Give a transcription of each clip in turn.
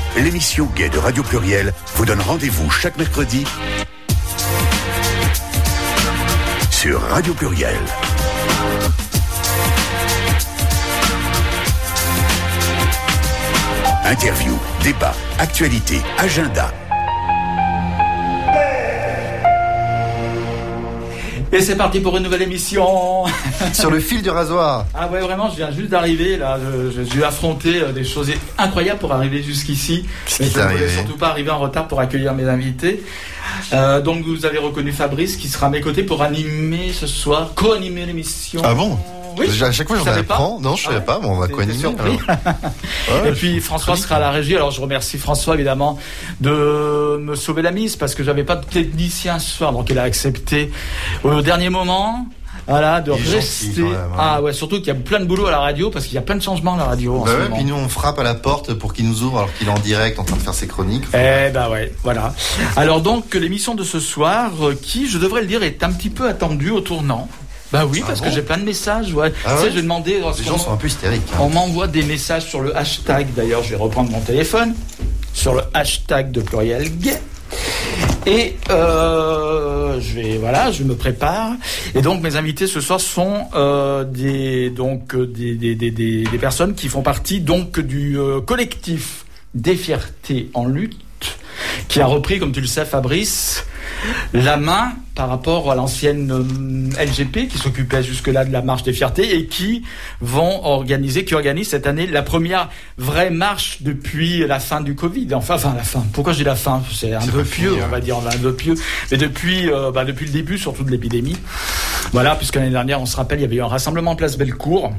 l'émission Gay de Radio Pluriel vous donne rendez-vous chaque mercredi sur Radio Pluriel. Interview, débat, actualité, agenda. Et c'est parti pour une nouvelle émission. Sur le fil du rasoir. Ah ouais, vraiment, je viens juste d'arriver là. Je dû affronter des choses incroyables pour arriver jusqu'ici. Mais je ne voulais surtout pas arriver en retard pour accueillir mes invités. Donc vous avez reconnu Fabrice qui sera à mes côtés pour animer ce soir, co-animer l'émission. Ah bon? Oui. À chaque fois j'en apprends. Non, je ne savais pas. Bon, on va co-animer. Et puis François sera à la régie. Alors je remercie François évidemment de me sauver la mise parce que j'avais pas de technicien ce soir, donc il a accepté au dernier moment. Voilà, de rester. Ah ouais, surtout qu'il y a plein de boulot à la radio parce qu'il y a plein de changements à la radio. En ce moment. Puis nous on frappe à la porte pour qu'il nous ouvre alors qu'il est en direct en train de faire ses chroniques. Ouais, voilà. Alors donc l'émission de ce soir, qui je devrais le dire est un petit peu attendue au tournant. Bah oui, parce que j'ai plein de messages. Ouais. Tu sais, j'ai demandé. Les gens sont un peu hystériques. On m'envoie des messages sur le hashtag. D'ailleurs, je vais reprendre mon téléphone sur le hashtag de Pluriel Gay. Et je me prépare. Et donc mes invités ce soir sont des personnes qui font partie donc du collectif des fiertés en lutte, qui a repris, comme tu le sais, Fabrice, la main par rapport à l'ancienne LGP qui s'occupait jusque-là de la marche des fiertés et qui organise cette année la première vraie marche depuis la fin du Covid. Enfin la fin. Pourquoi je dis la fin? C'est un peu pieux, on va dire, un peu pieux. Mais depuis le début, surtout de l'épidémie. Voilà, puisque l'année dernière, on se rappelle, il y avait eu un rassemblement en place Bellecour.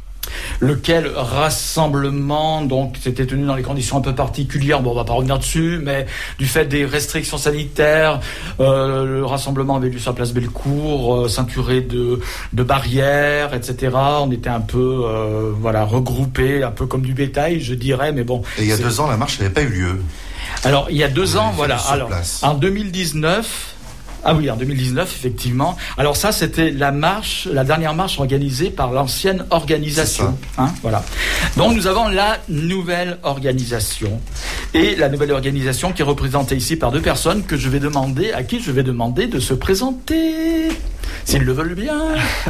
Lequel rassemblement donc s'était tenu dans les conditions un peu particulières. Bon, on va pas revenir dessus, mais du fait des restrictions sanitaires, le rassemblement avait lieu sur la place Bellecour, ceinturé de barrières, etc. On était un peu regroupés, un peu comme du bétail, je dirais, mais bon. Et il y a 2 ans, la marche n'avait pas eu lieu. Alors, il y a 2 ans, voilà. Alors, en 2019. Ah oui, en 2019, effectivement. Alors ça, c'était la dernière marche organisée par l'ancienne organisation. Voilà. Donc nous avons la nouvelle organisation. Et la nouvelle organisation qui est représentée ici par 2 personnes à qui je vais demander de se présenter. S'ils le veulent bien.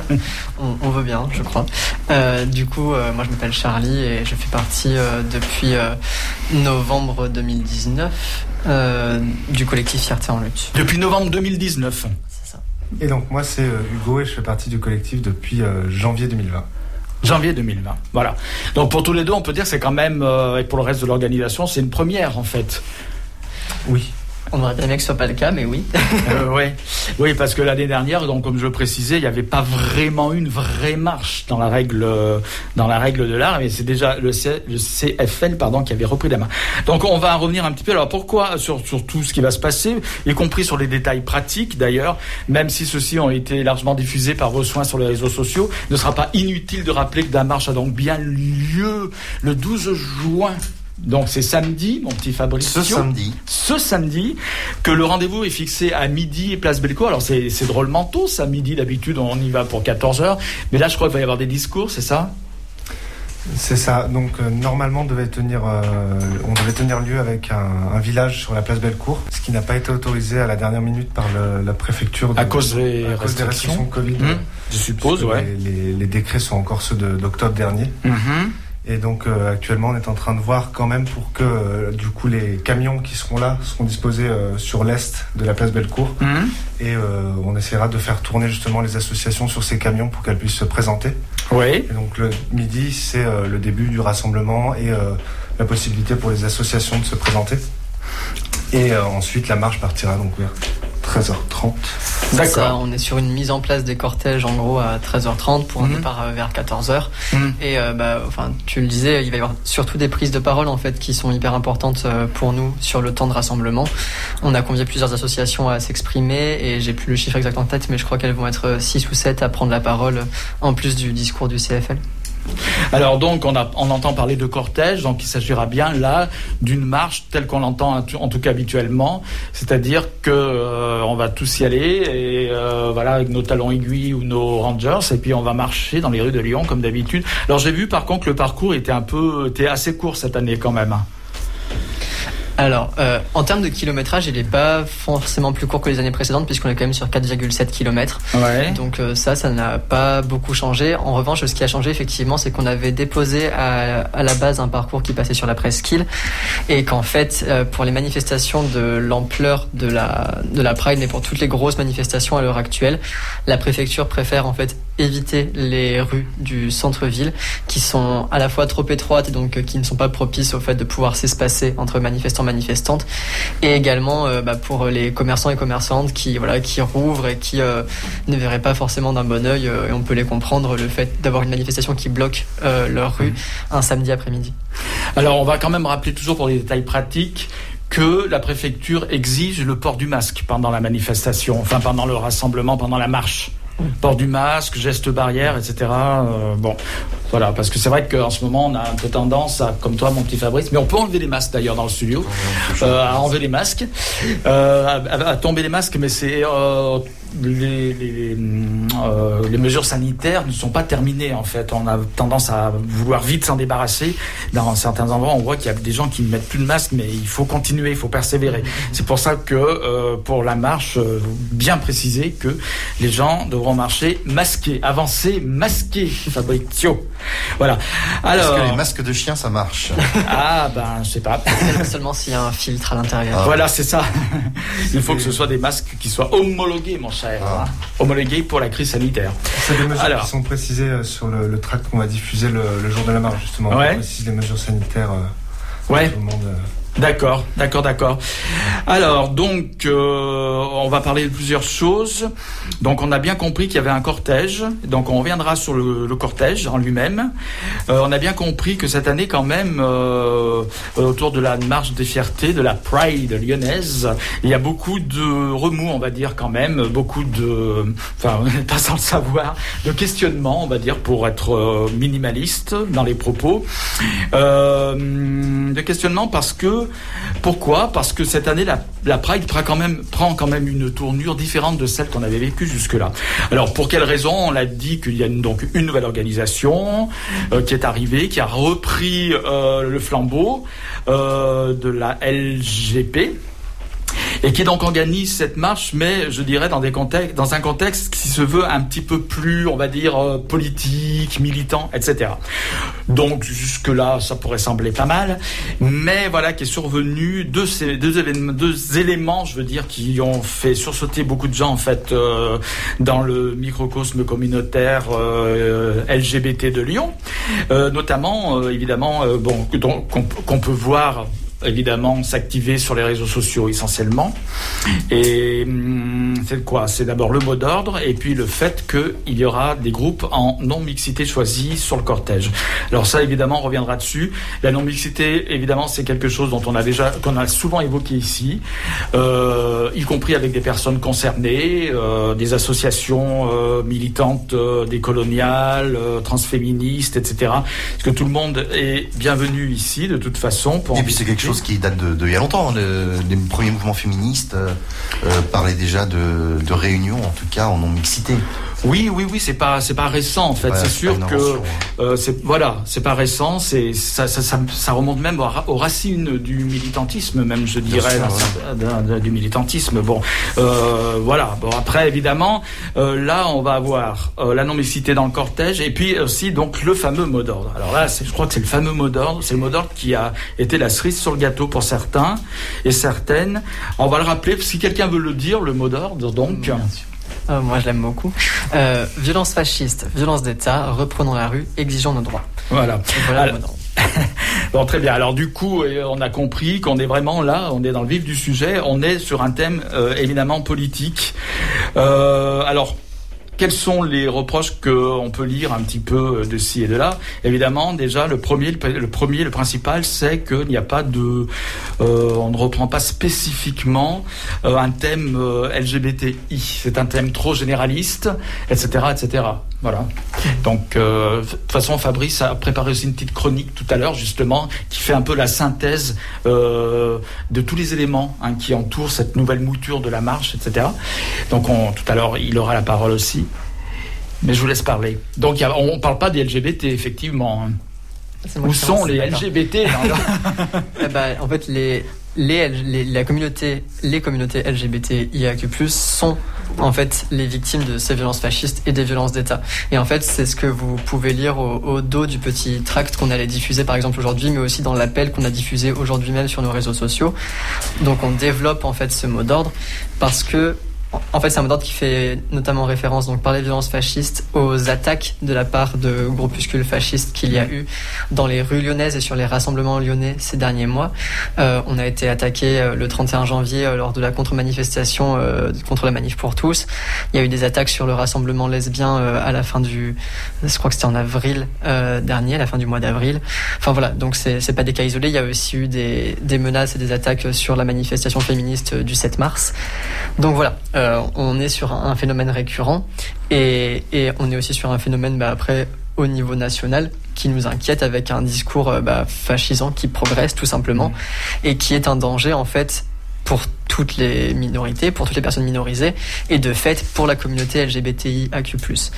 On veut bien, je crois. Du coup, moi je m'appelle Charlie et je fais partie depuis novembre 2019 du collectif Fierté en lutte. Depuis novembre 2019. C'est ça. Et donc moi c'est Hugo et je fais partie du collectif depuis janvier 2020. Janvier 2020, voilà. Donc pour tous les deux, on peut dire que c'est quand même, et pour le reste de l'organisation, c'est une première en fait. Oui. On aurait bien aimé que ce soit pas le cas, mais oui. Oui, parce que l'année dernière, donc comme je le précisais, il n'y avait pas vraiment une vraie marche dans la règle de l'art, mais c'est déjà le CFL qui avait repris la main. Donc on va revenir un petit peu. Alors pourquoi sur tout ce qui va se passer, y compris sur les détails pratiques d'ailleurs, même si ceux-ci ont été largement diffusés par vos soins sur les réseaux sociaux, il ne sera pas inutile de rappeler que la marche a donc bien lieu le 12 juin. Donc c'est samedi, mon petit Fabrice. Ce samedi, que le rendez-vous est fixé à midi, place Bellecour. Alors c'est drôlement tôt, ça, midi, d'habitude on y va pour 14h. Mais là je crois qu'il va y avoir des discours, c'est ça ? C'est ça, donc normalement on devait tenir lieu avec un village sur la place Bellecour, ce qui n'a pas été autorisé à la dernière minute par la préfecture à cause des restrictions Covid. Je suppose, ouais. Les décrets sont encore ceux d'octobre dernier. Et donc actuellement on est en train de voir quand même pour que du coup les camions qui seront là seront disposés sur l'est de la place Bellecour. Et on essaiera de faire tourner justement les associations sur ces camions pour qu'elles puissent se présenter. Oui. Et donc le midi c'est le début du rassemblement et la possibilité pour les associations de se présenter. Et ensuite la marche partira donc vers 13h30. D'accord. Ça, on est sur une mise en place des cortèges en gros à 13h30 pour un départ vers 14h. Et tu le disais, il va y avoir surtout des prises de parole en fait qui sont hyper importantes pour nous sur le temps de rassemblement. On a convié plusieurs associations à s'exprimer et j'ai plus le chiffre exact en tête, mais je crois qu'elles vont être 6 ou 7 à prendre la parole en plus du discours du CFL. Alors donc on entend parler de cortège, donc il s'agira bien là d'une marche telle qu'on l'entend en tout cas habituellement, c'est-à-dire que on va tous y aller et avec nos talons aiguilles ou nos rangers et puis on va marcher dans les rues de Lyon comme d'habitude. Alors j'ai vu par contre que le parcours était assez court cette année quand même. Alors, en termes de kilométrage, il n'est pas forcément plus court que les années précédentes, puisqu'on est quand même sur 4,7 km. Ouais. Donc ça n'a pas beaucoup changé. En revanche, ce qui a changé, effectivement, c'est qu'on avait déposé à la base un parcours qui passait sur la presqu'île, et qu'en fait, pour les manifestations de l'ampleur de la Pride, mais pour toutes les grosses manifestations à l'heure actuelle, la préfecture préfère en fait éviter les rues du centre-ville, qui sont à la fois trop étroites et donc qui ne sont pas propices au fait de pouvoir s'espacer entre manifestantes, et également pour les commerçants et commerçantes qui rouvrent et qui ne verraient pas forcément d'un bon œil, et on peut les comprendre, le fait d'avoir une manifestation qui bloque leur rue un samedi après-midi. Alors on va quand même rappeler, toujours pour des détails pratiques, que la préfecture exige le port du masque pendant la manifestation, enfin pendant le rassemblement, pendant la marche. Port du masque, gestes barrières, etc. Bon, voilà, parce que c'est vrai qu'en ce moment, on a un peu tendance à, comme toi, mon petit Fabrice, mais on peut enlever les masques d'ailleurs dans le studio, à enlever les masques, à tomber les masques, mais c'est les mesures sanitaires ne sont pas terminées en fait. On a tendance à vouloir vite s'en débarrasser. Dans certains endroits, on voit qu'il y a des gens qui ne mettent plus de masque, mais il faut continuer, il faut persévérer. C'est pour ça que pour la marche, bien préciser que les gens devront marcher masqués, avancer masqués, Fabrizio. Voilà. Alors, est-ce que les masques de chien ça marche? Ah ben je sais pas. Seulement s'il y a un filtre à l'intérieur. Voilà, c'est ça. Il faut que ce soit des masques qui soient homologués, mon cher. Homologués pour la crise sanitaire. C'est des mesures qui sont précisées sur le tract qu'on va diffuser le jour de la marche, justement. Ouais. On précise les mesures sanitaires pour tout le monde. D'accord. Alors, donc, on va parler de plusieurs choses. Donc, on a bien compris qu'il y avait un cortège. Donc, on reviendra sur le cortège en lui-même. On a bien compris que cette année, quand même, autour de la marche des fiertés, de la Pride lyonnaise, il y a beaucoup de remous, on va dire, quand même. Beaucoup de, enfin, pas sans le savoir, de questionnements, on va dire, pour être minimaliste dans les propos. De questionnements pourquoi ? Parce que cette année, la Pride prend quand même une tournure différente de celle qu'on avait vécue jusque-là. Alors, pour quelle raison ? On l'a dit qu'il y a donc une nouvelle organisation qui est arrivée, qui a repris le flambeau de la LGP, et qui donc organise cette marche, mais je dirais dans un contexte qui se veut un petit peu plus, on va dire, politique, militant, etc. Donc jusque-là, ça pourrait sembler pas mal, mais voilà qu'est survenu deux éléments, je veux dire, qui ont fait sursauter beaucoup de gens en fait dans le microcosme communautaire LGBT de Lyon, notamment évidemment qu'on peut voir évidemment s'activer sur les réseaux sociaux essentiellement. Et c'est quoi ? C'est d'abord le mot d'ordre et puis le fait qu'il y aura des groupes en non-mixité choisis sur le cortège. Alors ça, évidemment, on reviendra dessus. La non-mixité, évidemment, c'est quelque chose dont qu'on a souvent évoqué ici, y compris avec des personnes concernées, des associations militantes décoloniales, transféministes, etc. Parce que tout le monde est bienvenu ici, de toute façon. Et puis c'est quelque chose qui date de il y a longtemps. Les premiers mouvements féministes parlaient déjà de réunions, en tout cas en non-mixité. Oui, c'est pas récent en fait. Ouais, c'est sûr que c'est pas récent. Ça remonte même aux racines du militantisme, même je dirais, du militantisme. Bon, Bon, après évidemment, là on va avoir la non-mixité dans le cortège et puis aussi donc le fameux mot d'ordre. Alors là, je crois que c'est le fameux mot d'ordre. C'est le mot d'ordre qui a été la cerise sur le gâteau pour certains et certaines. On va le rappeler si quelqu'un veut le dire, le mot d'ordre. Donc. Moi, je l'aime beaucoup. Violence fasciste, violence d'État, reprenons la rue, exigeons nos droits. Voilà. Bon, très bien. Alors du coup, on a compris qu'on est vraiment là, on est dans le vif du sujet, on est sur un thème éminemment politique. Alors, quels sont les reproches qu'on peut lire un petit peu de ci et de là ? Évidemment, déjà, le principal, c'est qu'il n'y a pas on ne reprend pas spécifiquement un thème LGBTI. C'est un thème trop généraliste, etc., etc. Voilà. Donc, de toute façon, Fabrice a préparé aussi une petite chronique tout à l'heure, justement, qui fait un peu la synthèse de tous les éléments qui entourent cette nouvelle mouture de la marche, etc. Donc, tout à l'heure, il aura la parole aussi. Mais je vous laisse parler. Donc, on ne parle pas des LGBT, effectivement. Où sont les LGBT En fait, les les communautés LGBTIAQ+, sont en fait les victimes de ces violences fascistes et des violences d'État. Et en fait, c'est ce que vous pouvez lire au dos du petit tract qu'on allait diffuser par exemple aujourd'hui, mais aussi dans l'appel qu'on a diffusé aujourd'hui même sur nos réseaux sociaux. Donc on développe en fait ce mot d'ordre parce que en fait, c'est un mot d'ordre qui fait notamment référence, donc, par les violences fascistes, aux attaques de la part de groupuscules fascistes qu'il y a eu dans les rues lyonnaises et sur les rassemblements lyonnais ces derniers mois. On a été attaqué le 31 janvier lors de la contre-manifestation contre la Manif pour tous. Il y a eu des attaques sur le rassemblement lesbien à la fin je crois que c'était en avril dernier, à la fin du mois d'avril. Enfin voilà, donc c'est pas des cas isolés. Il y a aussi eu des menaces et des attaques sur la manifestation féministe du 7 mars. Donc voilà. On est sur un phénomène récurrent et on est aussi sur un phénomène après au niveau national qui nous inquiète avec un discours fascisant qui progresse tout simplement et qui est un danger en fait pour toutes les minorités, pour toutes les personnes minorisées et de fait pour la communauté LGBTIAQ+.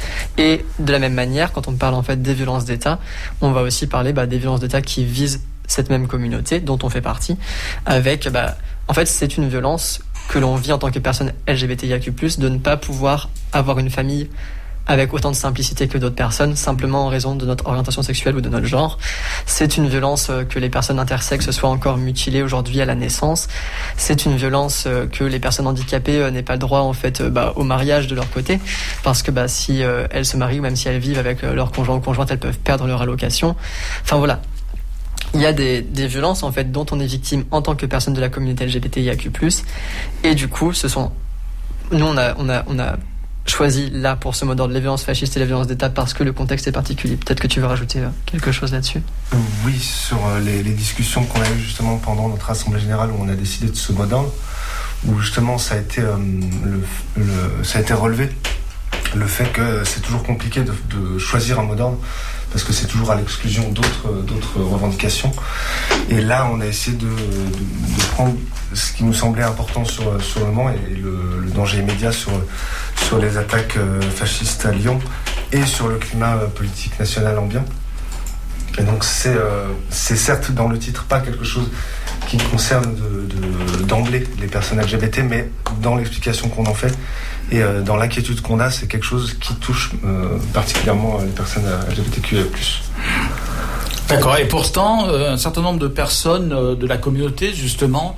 Et de la même manière, quand on parle en fait des violences d'État, on va aussi parler des violences d'État qui visent cette même communauté dont on fait partie avec en fait c'est une violence que l'on vit en tant que personne LGBTIAQ+, de ne pas pouvoir avoir une famille avec autant de simplicité que d'autres personnes, simplement en raison de notre orientation sexuelle ou de notre genre. C'est une violence que les personnes intersexes soient encore mutilées aujourd'hui à la naissance. C'est une violence que les personnes handicapées n'aient pas le droit en fait au mariage de leur côté, parce que si elles se marient ou même si elles vivent avec leur conjoint ou conjointe, elles peuvent perdre leur allocation. Enfin voilà. Il y a des violences en fait dont on est victime en tant que personne de la communauté LGBTIAQ+. Et du coup, nous on a choisi là pour ce mot d'ordre les violences fascistes et les violences d'État parce que le contexte est particulier. Peut-être que tu veux rajouter quelque chose là-dessus. Oui, sur les discussions qu'on a eues justement pendant notre assemblée générale où on a décidé de ce mot d'ordre, où justement ça a été relevé le fait que c'est toujours compliqué de choisir un mot d'ordre parce que c'est toujours à l'exclusion d'autres revendications. Et là, on a essayé de prendre ce qui nous semblait important sur le moment et le danger immédiat sur les attaques fascistes à Lyon et sur le climat politique national ambiant. Et donc c'est certes dans le titre pas quelque chose qui concerne d'emblée les personnes LGBT, mais dans l'explication qu'on en fait et dans l'inquiétude qu'on a, c'est quelque chose qui touche particulièrement les personnes LGBTQIA+. D'accord, et pourtant, un certain nombre de personnes de la communauté, justement,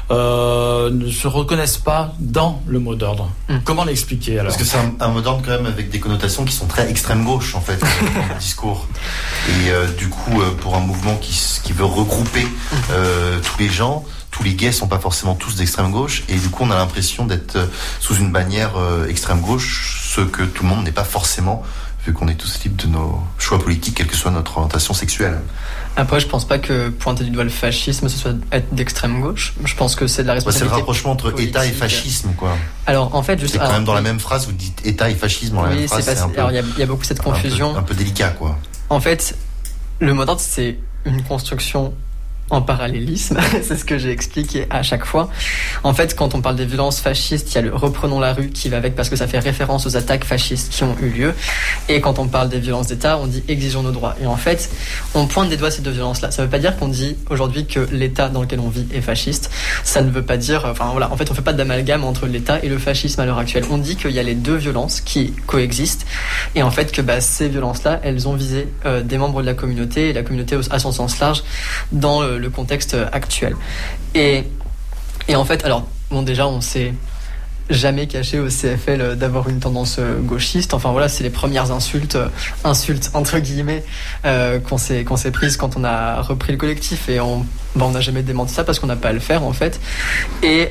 ne se reconnaissent pas dans le mot d'ordre. Comment l'expliquer alors ? Parce que c'est un mot d'ordre quand même avec des connotations qui sont très extrême gauche en fait dans le discours. Et du coup, pour un mouvement qui veut regrouper tous les gens, tous les gays sont pas forcément tous d'extrême gauche, et du coup on a l'impression d'être sous une bannière extrême gauche, ce que tout le monde n'est pas forcément, vu qu'on est tous libres de nos choix politiques, quelle que soit notre orientation sexuelle. Après, je pense pas que pointer du doigt le fascisme, ce soit être d'extrême gauche. Je pense que c'est de la responsabilité. C'est le rapprochement entre politique. État et fascisme, quoi. Alors, en fait, c'est quand même dans la même phrase, vous dites État et fascisme dans la même phrase. Alors, il y a beaucoup cette confusion. Un peu délicat, quoi. En fait, le mot d'ordre, c'est une construction en parallélisme, c'est ce que j'ai expliqué à chaque fois. En fait, quand on parle des violences fascistes, il y a le reprenons la rue qui va avec parce que ça fait référence aux attaques fascistes qui ont eu lieu. Et quand on parle des violences d'État, on dit exigeons nos droits. Et en fait, on pointe des doigts ces deux violences-là. Ça ne veut pas dire qu'on dit aujourd'hui que l'État dans lequel on vit est fasciste. Ça ne veut pas dire, en fait, on fait pas d'amalgame entre l'État et le fascisme à l'heure actuelle. On dit qu'il y a les deux violences qui coexistent. Et en fait, que ces violences-là, elles ont visé des membres de la communauté et la communauté à son sens large dans le contexte actuel. Et en fait, alors, bon, déjà, on s'est jamais caché au CFL d'avoir une tendance gauchiste. Enfin, voilà, c'est les premières insultes entre guillemets, qu'on s'est prises quand on a repris le collectif. Et on n'a jamais démenti ça parce qu'on n'a pas à le faire, en fait. Et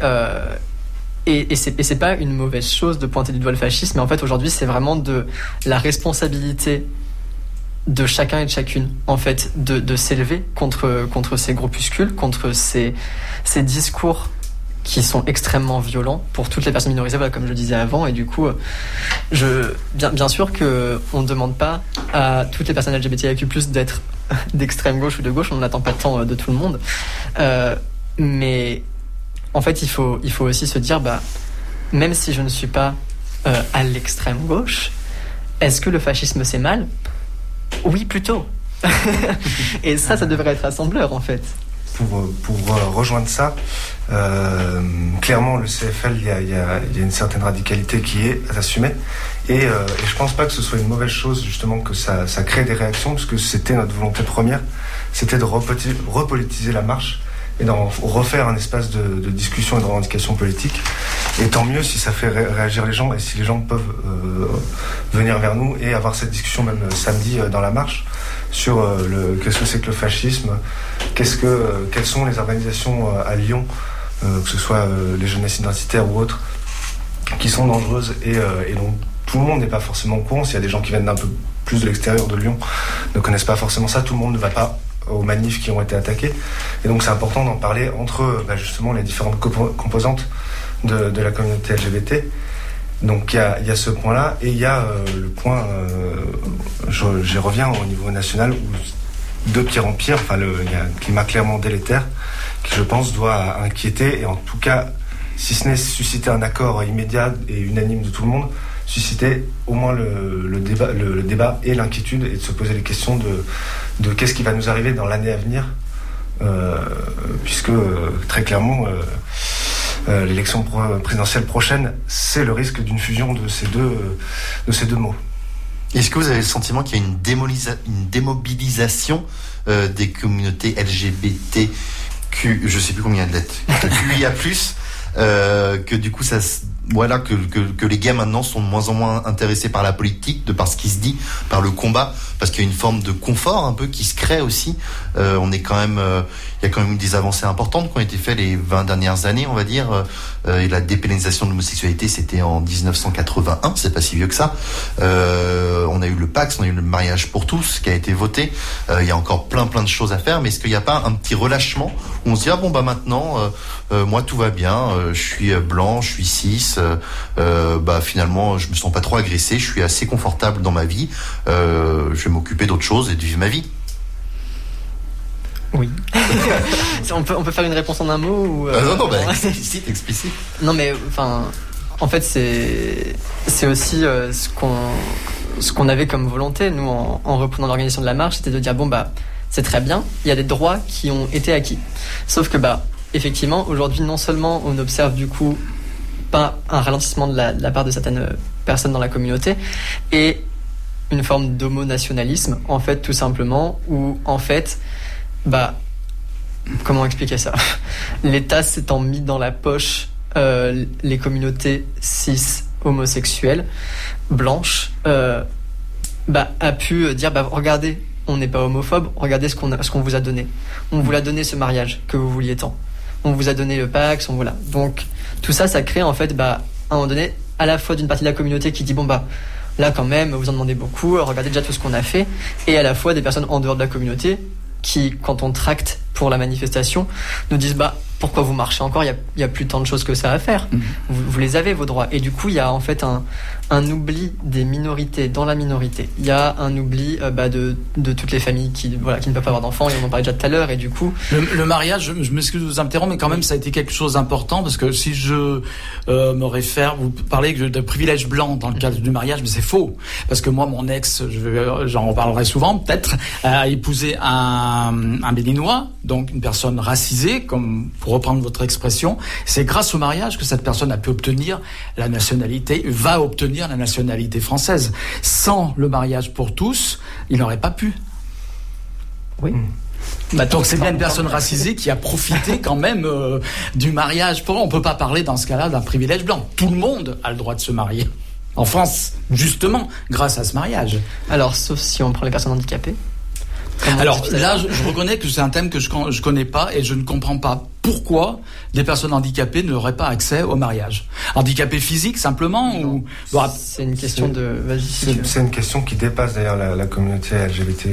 c'est pas une mauvaise chose de pointer du doigt le fascisme, mais en fait, aujourd'hui, c'est vraiment de la responsabilité de chacun et de chacune, en fait, de s'élever contre ces groupuscules, contre ces discours qui sont extrêmement violents pour toutes les personnes minorisées, voilà, comme je le disais avant. Et du coup, bien sûr qu'on ne demande pas à toutes les personnes LGBTIQ+, d'être d'extrême gauche ou de gauche, on n'attend pas tant de tout le monde. Mais en fait, il faut aussi se dire, même si je ne suis pas à l'extrême gauche, est-ce que le fascisme c'est mal ? Oui, plutôt. Et ça devrait être rassembleur, en fait. pour rejoindre ça, clairement le CFL, il y a une certaine radicalité qui est assumée, et je pense pas que ce soit une mauvaise chose justement que ça crée des réactions, parce que c'était notre volonté première, c'était de repolitiser la marche et d'en refaire un espace de discussion et de revendication politique. Et tant mieux si ça fait réagir les gens et si les gens peuvent venir vers nous et avoir cette discussion même samedi dans la marche sur qu'est-ce que c'est que le fascisme, quelles sont les organisations à Lyon, que ce soit les jeunesses identitaires ou autres, qui sont dangereuses et dont tout le monde n'est pas forcément au courant. S'il y a des gens qui viennent d'un peu plus de l'extérieur de Lyon, ne connaissent pas forcément ça, tout le monde ne va pas aux manifs qui ont été attaqués. Et donc c'est important d'en parler entre justement les différentes composantes de la communauté LGBT. Donc il y a ce point-là, et il y a le point, j'y reviens au niveau national, où de pire en pire, il y a un climat clairement délétère qui, je pense, doit inquiéter, et en tout cas, si ce n'est susciter un accord immédiat et unanime de tout le monde, susciter au moins le débat et l'inquiétude, et de se poser les questions de qu'est-ce qui va nous arriver dans l'année à venir, puisque très clairement l'élection présidentielle prochaine, c'est le risque d'une fusion de ces deux mots. Est-ce que vous avez le sentiment qu'il y a une démobilisation des communautés LGBTQ, je sais plus combien il y a de lettres, QIA+, que du coup que les gays maintenant sont de moins en moins intéressés par la politique, de par ce qui se dit, par le combat, parce qu'il y a une forme de confort un peu qui se crée aussi. On est quand même, il y a quand même eu des avancées importantes qui ont été faites les 20 dernières années, on va dire. Et la dépénalisation de l'homosexualité, c'était en 1981, c'est pas si vieux que ça. On a eu le Pax, on a eu le mariage pour tous qui a été voté. Il y a encore plein de choses à faire, mais est-ce qu'il n'y a pas un petit relâchement où on se dit maintenant moi tout va bien, je suis blanc, je suis cis, finalement je me sens pas trop agressé, je suis assez confortable dans ma vie, je vais m'occuper d'autre chose et de vivre ma vie. Oui. on peut faire une réponse en un mot ou non, explicite. Non, mais en fait c'est aussi ce qu'on avait comme volonté, nous, en reprenant l'organisation de la marche, c'était de dire c'est très bien, il y a des droits qui ont été acquis, sauf que effectivement aujourd'hui, non seulement on observe du coup pas un ralentissement de la part de certaines personnes dans la communauté, et une forme d'homonationalisme, en fait, tout simplement, où en fait comment expliquer ça, l'État s'étant mis dans la poche les communautés cis homosexuelles blanches, a pu dire regardez, on n'est pas homophobe, regardez ce qu'on vous a donné, on vous l'a donné, ce mariage que vous vouliez tant, on vous a donné le Pax, donc tout ça crée en fait à un moment donné à la fois d'une partie de la communauté qui dit là quand même vous en demandez beaucoup, regardez déjà tout ce qu'on a fait, et à la fois des personnes en dehors de la communauté qui, quand on tracte pour la manifestation, nous disent pourquoi vous marchez encore, il y a plus tant de choses que ça à faire. Vous les avez, vos droits. Et du coup, il y a en fait un oubli des minorités dans la minorité. Il y a un oubli de toutes les familles qui ne peuvent pas avoir d'enfants, et on en parlait déjà tout à l'heure, et du coup... Le mariage, je m'excuse de vous interrompre, mais quand même, ça a été quelque chose d'important, parce que si je me réfère, vous parlez de privilège blanc dans le cadre du mariage, mais c'est faux. Parce que moi, mon ex, j'en reparlerai souvent, peut-être, a épousé un Béninois, donc une personne racisée, comme pour reprendre votre expression. C'est grâce au mariage que cette personne a pu obtenir la nationalité, va obtenir la nationalité française. Sans le mariage pour tous, il n'aurait pas pu. Oui. Donc c'est bien une personne racisée qui a profité quand même du mariage. On ne peut pas parler dans ce cas-là d'un privilège blanc. Tout le monde a le droit de se marier. En France, justement, grâce à ce mariage. Alors, sauf si on prend les personnes handicapées. Alors là, je reconnais que c'est un thème que je connais pas, et je ne comprends pas pourquoi des personnes handicapées n'auraient pas accès au mariage. Handicapés physiques simplement, ou c'est une question de... C'est une question qui dépasse d'ailleurs la communauté LGBT+.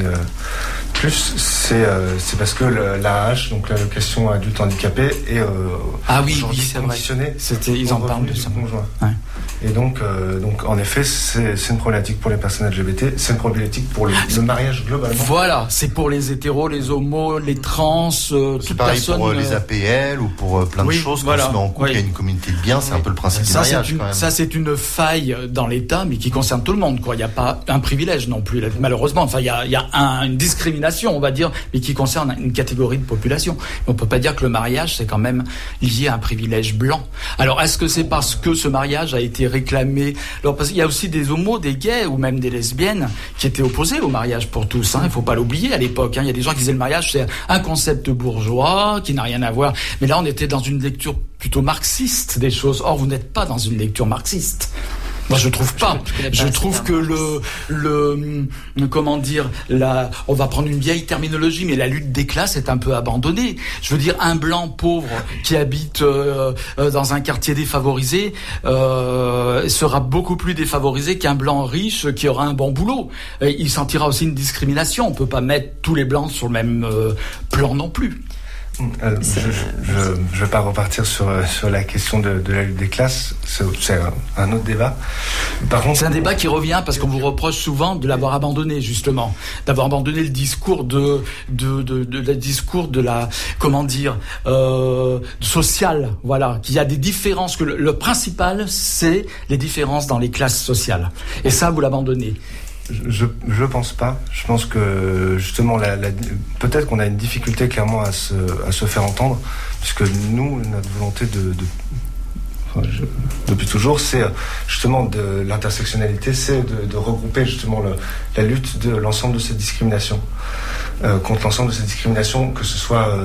C'est parce que l'AH, donc l'allocation adulte handicapé, est oui, c'est vrai. Ils en parlent de ça. Ouais. Et donc en effet, c'est une problématique pour les personnes LGBT, c'est une problématique pour le mariage globalement. Voilà, c'est pour les hétéros, les homos, les trans, c'est pareil pour les APL ou pour plein de choses. Quand on se met en couple, il y a une communauté de biens, c'est un peu le principe du mariage quand même. Ça, c'est une faille dans l'État, mais qui concerne tout le monde, quoi. Il n'y a pas un privilège non plus, malheureusement. Enfin, il y a une discrimination, on va dire, mais qui concerne une catégorie de population. On peut pas dire que le mariage, c'est quand même lié à un privilège blanc. Alors, est-ce que c'est parce que ce mariage a été réclamé? Alors, parce qu'il y a aussi des homos, des gays ou même des lesbiennes qui étaient opposés au mariage pour tous. Il faut pas l'oublier à l'époque. Il y a des gens qui disaient le mariage, c'est un concept bourgeois qui n'a rien à voir. Mais là, on était dans une lecture plutôt marxiste des choses. Or, vous n'êtes pas dans une lecture marxiste. Moi, je trouve pas. Je trouve que comment dire, on va prendre une vieille terminologie, mais la lutte des classes est un peu abandonnée. Je veux dire, un blanc pauvre qui habite dans un quartier défavorisé sera beaucoup plus défavorisé qu'un blanc riche qui aura un bon boulot. Il sentira aussi une discrimination. On peut pas mettre tous les blancs sur le même plan non plus. Je vais pas repartir sur la question de la lutte des classes, c'est un autre débat. Par contre, c'est un débat qui revient parce qu'on vous reproche souvent de l'avoir abandonné, justement, d'avoir abandonné le discours le discours de la, comment dire, sociale, voilà, qu'il y a des différences, que le principal c'est les différences dans les classes sociales, et ça vous l'abandonnez. Je pense pas. Je pense que justement peut-être qu'on a une difficulté clairement à se faire entendre, puisque nous, notre volonté depuis toujours, c'est justement de l'intersectionnalité, c'est de regrouper justement la lutte de l'ensemble de ces discriminations, contre l'ensemble de ces discriminations, que ce soit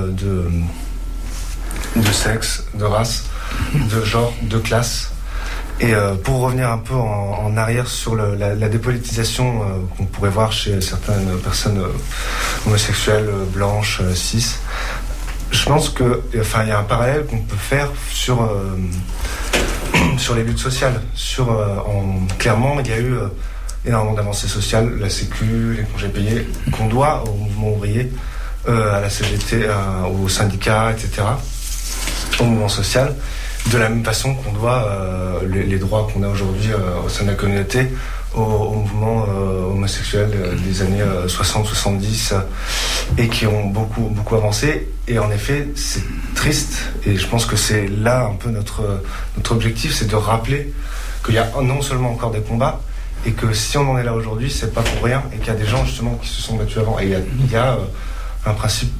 de sexe, de race, de genre, de classe. Et pour revenir un peu en arrière sur la dépolitisation qu'on pourrait voir chez certaines personnes homosexuelles, blanches, cis, je pense que, enfin, il y a un parallèle qu'on peut faire sur les luttes sociales. Clairement, il y a eu énormément d'avancées sociales, la Sécu, les congés payés, qu'on doit au mouvement ouvrier, à la CGT, aux syndicats, etc., au mouvement social. De la même façon qu'on doit les droits qu'on a aujourd'hui au sein de la communauté au mouvement homosexuel des années 60-70 et qui ont beaucoup avancé. Et en effet, c'est triste, et je pense que c'est là un peu notre objectif, c'est de rappeler qu'il y a non seulement encore des combats, et que si on en est là aujourd'hui, c'est pas pour rien, et qu'il y a des gens justement qui se sont battus avant. Et il y a un principe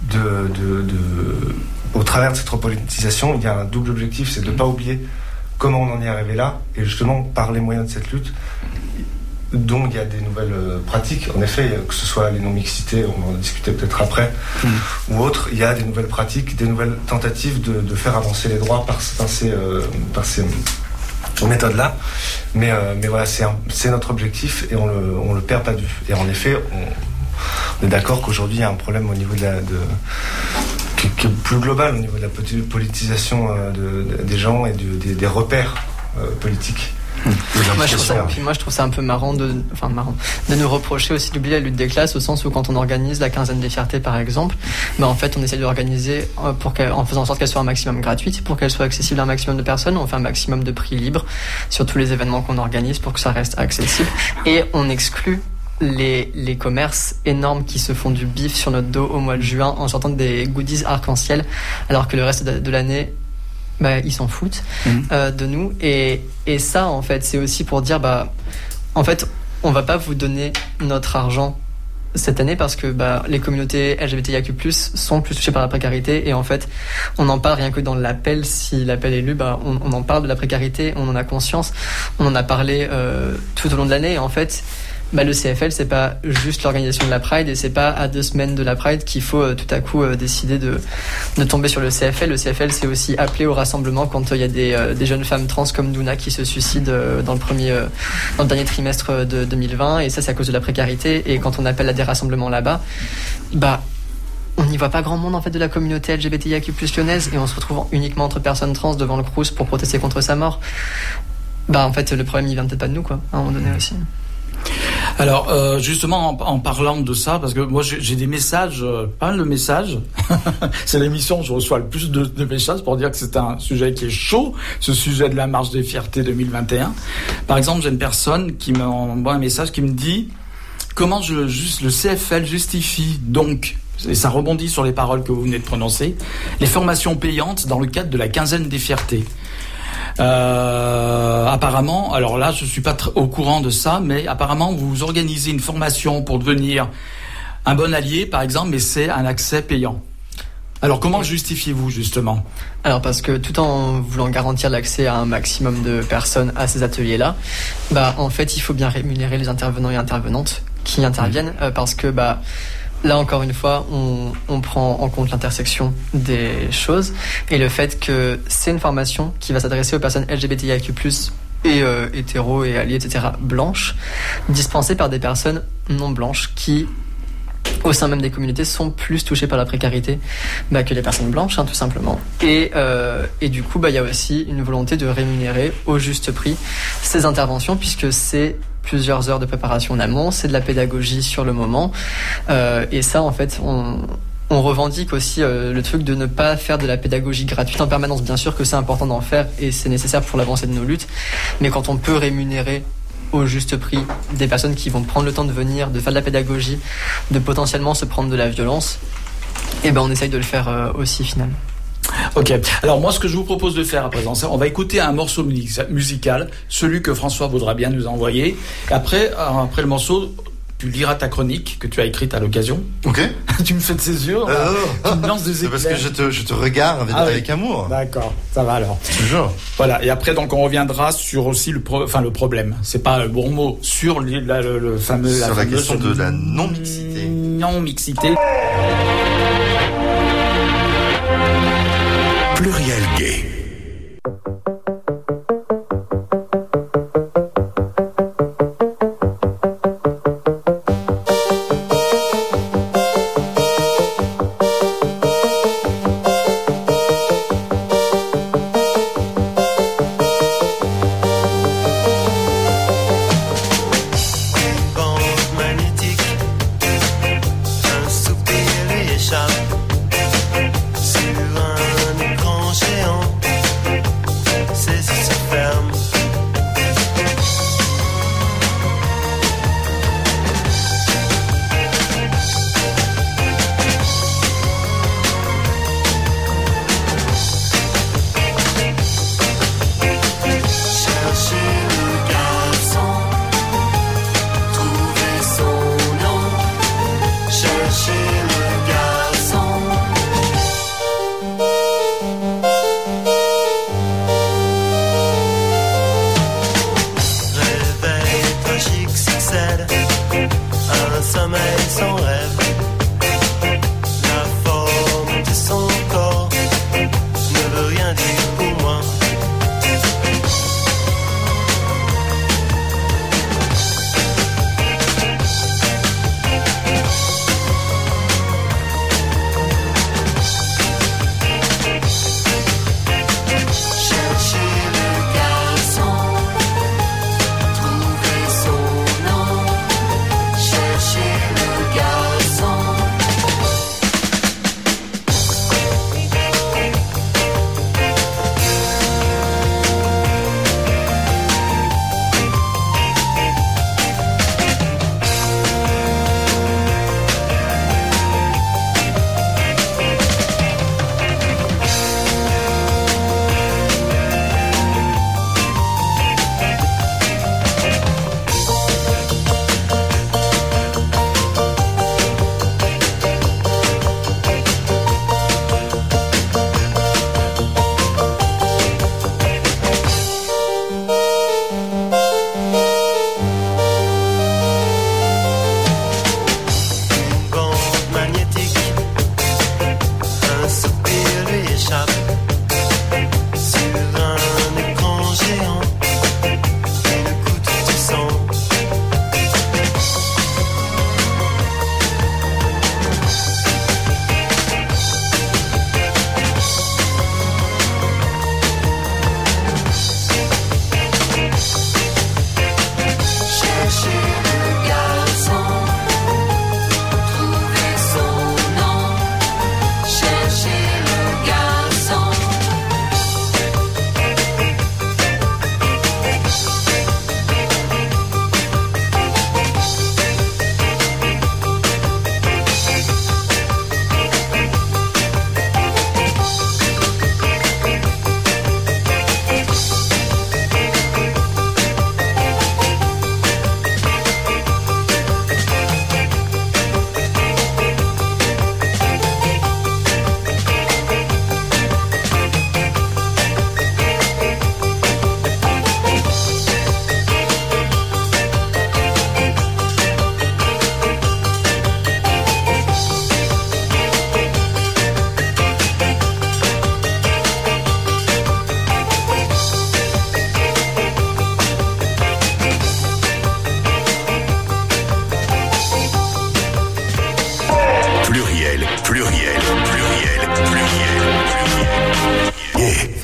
au travers de cette repolitisation, il y a un double objectif, c'est de ne pas oublier comment on en est arrivé là, et justement par les moyens de cette lutte, dont il y a des nouvelles pratiques. En effet, que ce soit les non-mixités, on va en discuter peut-être après, ou autres, il y a des nouvelles pratiques, des nouvelles tentatives de faire avancer les droits par ces méthodes-là. Mais voilà, c'est notre objectif, et on le perd pas de vue. Et en effet, on est d'accord qu'aujourd'hui il y a un problème au niveau qui est plus global, au niveau de la politisation des gens et des repères politiques. Moi je trouve ça un peu marrant de nous reprocher aussi d'oublier la lutte des classes, au sens où quand on organise la quinzaine des fiertés par exemple, en fait on essaie de l'organiser en faisant en sorte qu'elle soit un maximum gratuite, pour qu'elle soit accessible à un maximum de personnes. On fait un maximum de prix libres sur tous les événements qu'on organise pour que ça reste accessible, et on exclut les commerces énormes qui se font du bif sur notre dos au mois de juin en sortant des goodies arc-en-ciel, alors que le reste de l'année ils s'en foutent de nous. Et ça en fait c'est aussi pour dire en fait on va pas vous donner notre argent cette année parce que les communautés LGBTIQ+ sont plus touchées par la précarité, et en fait on en parle rien que dans l'appel. Si l'appel est lu, on en parle de la précarité, on en a conscience, on en a parlé tout au long de l'année, et en fait le CFL, c'est pas juste l'organisation de la Pride, et c'est pas à 2 semaines de la Pride qu'il faut tout à coup décider de tomber sur le CFL. Le CFL, c'est aussi appeler au rassemblement quand il y a des jeunes femmes trans comme Douna qui se suicident dans le dernier trimestre de 2020, et ça c'est à cause de la précarité. Et quand on appelle à des rassemblements là-bas, on n'y voit pas grand monde en fait de la communauté LGBTIQ+ lyonnaise, et on se retrouve uniquement entre personnes trans devant le Crous pour protester contre sa mort. En fait le problème il vient peut-être pas de nous, quoi, à un moment donné aussi. Alors justement en parlant de ça, parce que moi j'ai des messages, pas mal de messages. C'est l'émission où je reçois le plus de messages pour dire que c'est un sujet qui est chaud, ce sujet de la marche des fiertés 2021. Par exemple, j'ai une personne qui m'envoie un message qui me dit comment le CFL justifie donc, et ça rebondit sur les paroles que vous venez de prononcer, les formations payantes dans le cadre de la quinzaine des fiertés. Apparemment, alors là je suis pas au courant de ça, mais apparemment vous organisez une formation pour devenir un bon allié par exemple, mais c'est un accès payant. Alors comment justifiez-vous justement ? Alors parce que tout en voulant garantir l'accès à un maximum de personnes à ces ateliers-là, en fait il faut bien rémunérer les intervenants et intervenantes qui interviennent parce que là encore une fois on prend en compte l'intersection des choses et le fait que c'est une formation qui va s'adresser aux personnes LGBTIQ+, et hétéros et alliés, etc., blanches, dispensées par des personnes non blanches qui au sein même des communautés sont plus touchées par la précarité que les personnes blanches, tout simplement. Et du coup, il y a aussi une volonté de rémunérer au juste prix ces interventions, puisque c'est plusieurs heures de préparation en amont, c'est de la pédagogie sur le moment. Et ça, en fait, on revendique aussi le truc de ne pas faire de la pédagogie gratuite en permanence. Bien sûr que c'est important d'en faire et c'est nécessaire pour l'avancée de nos luttes, mais quand on peut rémunérer au juste prix des personnes qui vont prendre le temps de venir, de faire de la pédagogie, de potentiellement se prendre de la violence, on essaye de le faire aussi finalement. Ok, alors moi ce que je vous propose de faire à présent, on va écouter un morceau musical, celui que François voudra bien nous envoyer. Et après le morceau, tu liras ta chronique que tu as écrite à l'occasion. Ok. Tu me fais de ses yeux, tu me lances des éclairs. C'est parce que je te regarde avec amour. D'accord, ça va alors. Toujours. Voilà, et après donc on reviendra sur aussi le problème. C'est pas le bon mot, sur le fameux sur la question de la non-mixité. Non-mixité. Pluriel gay. Sur un écran géant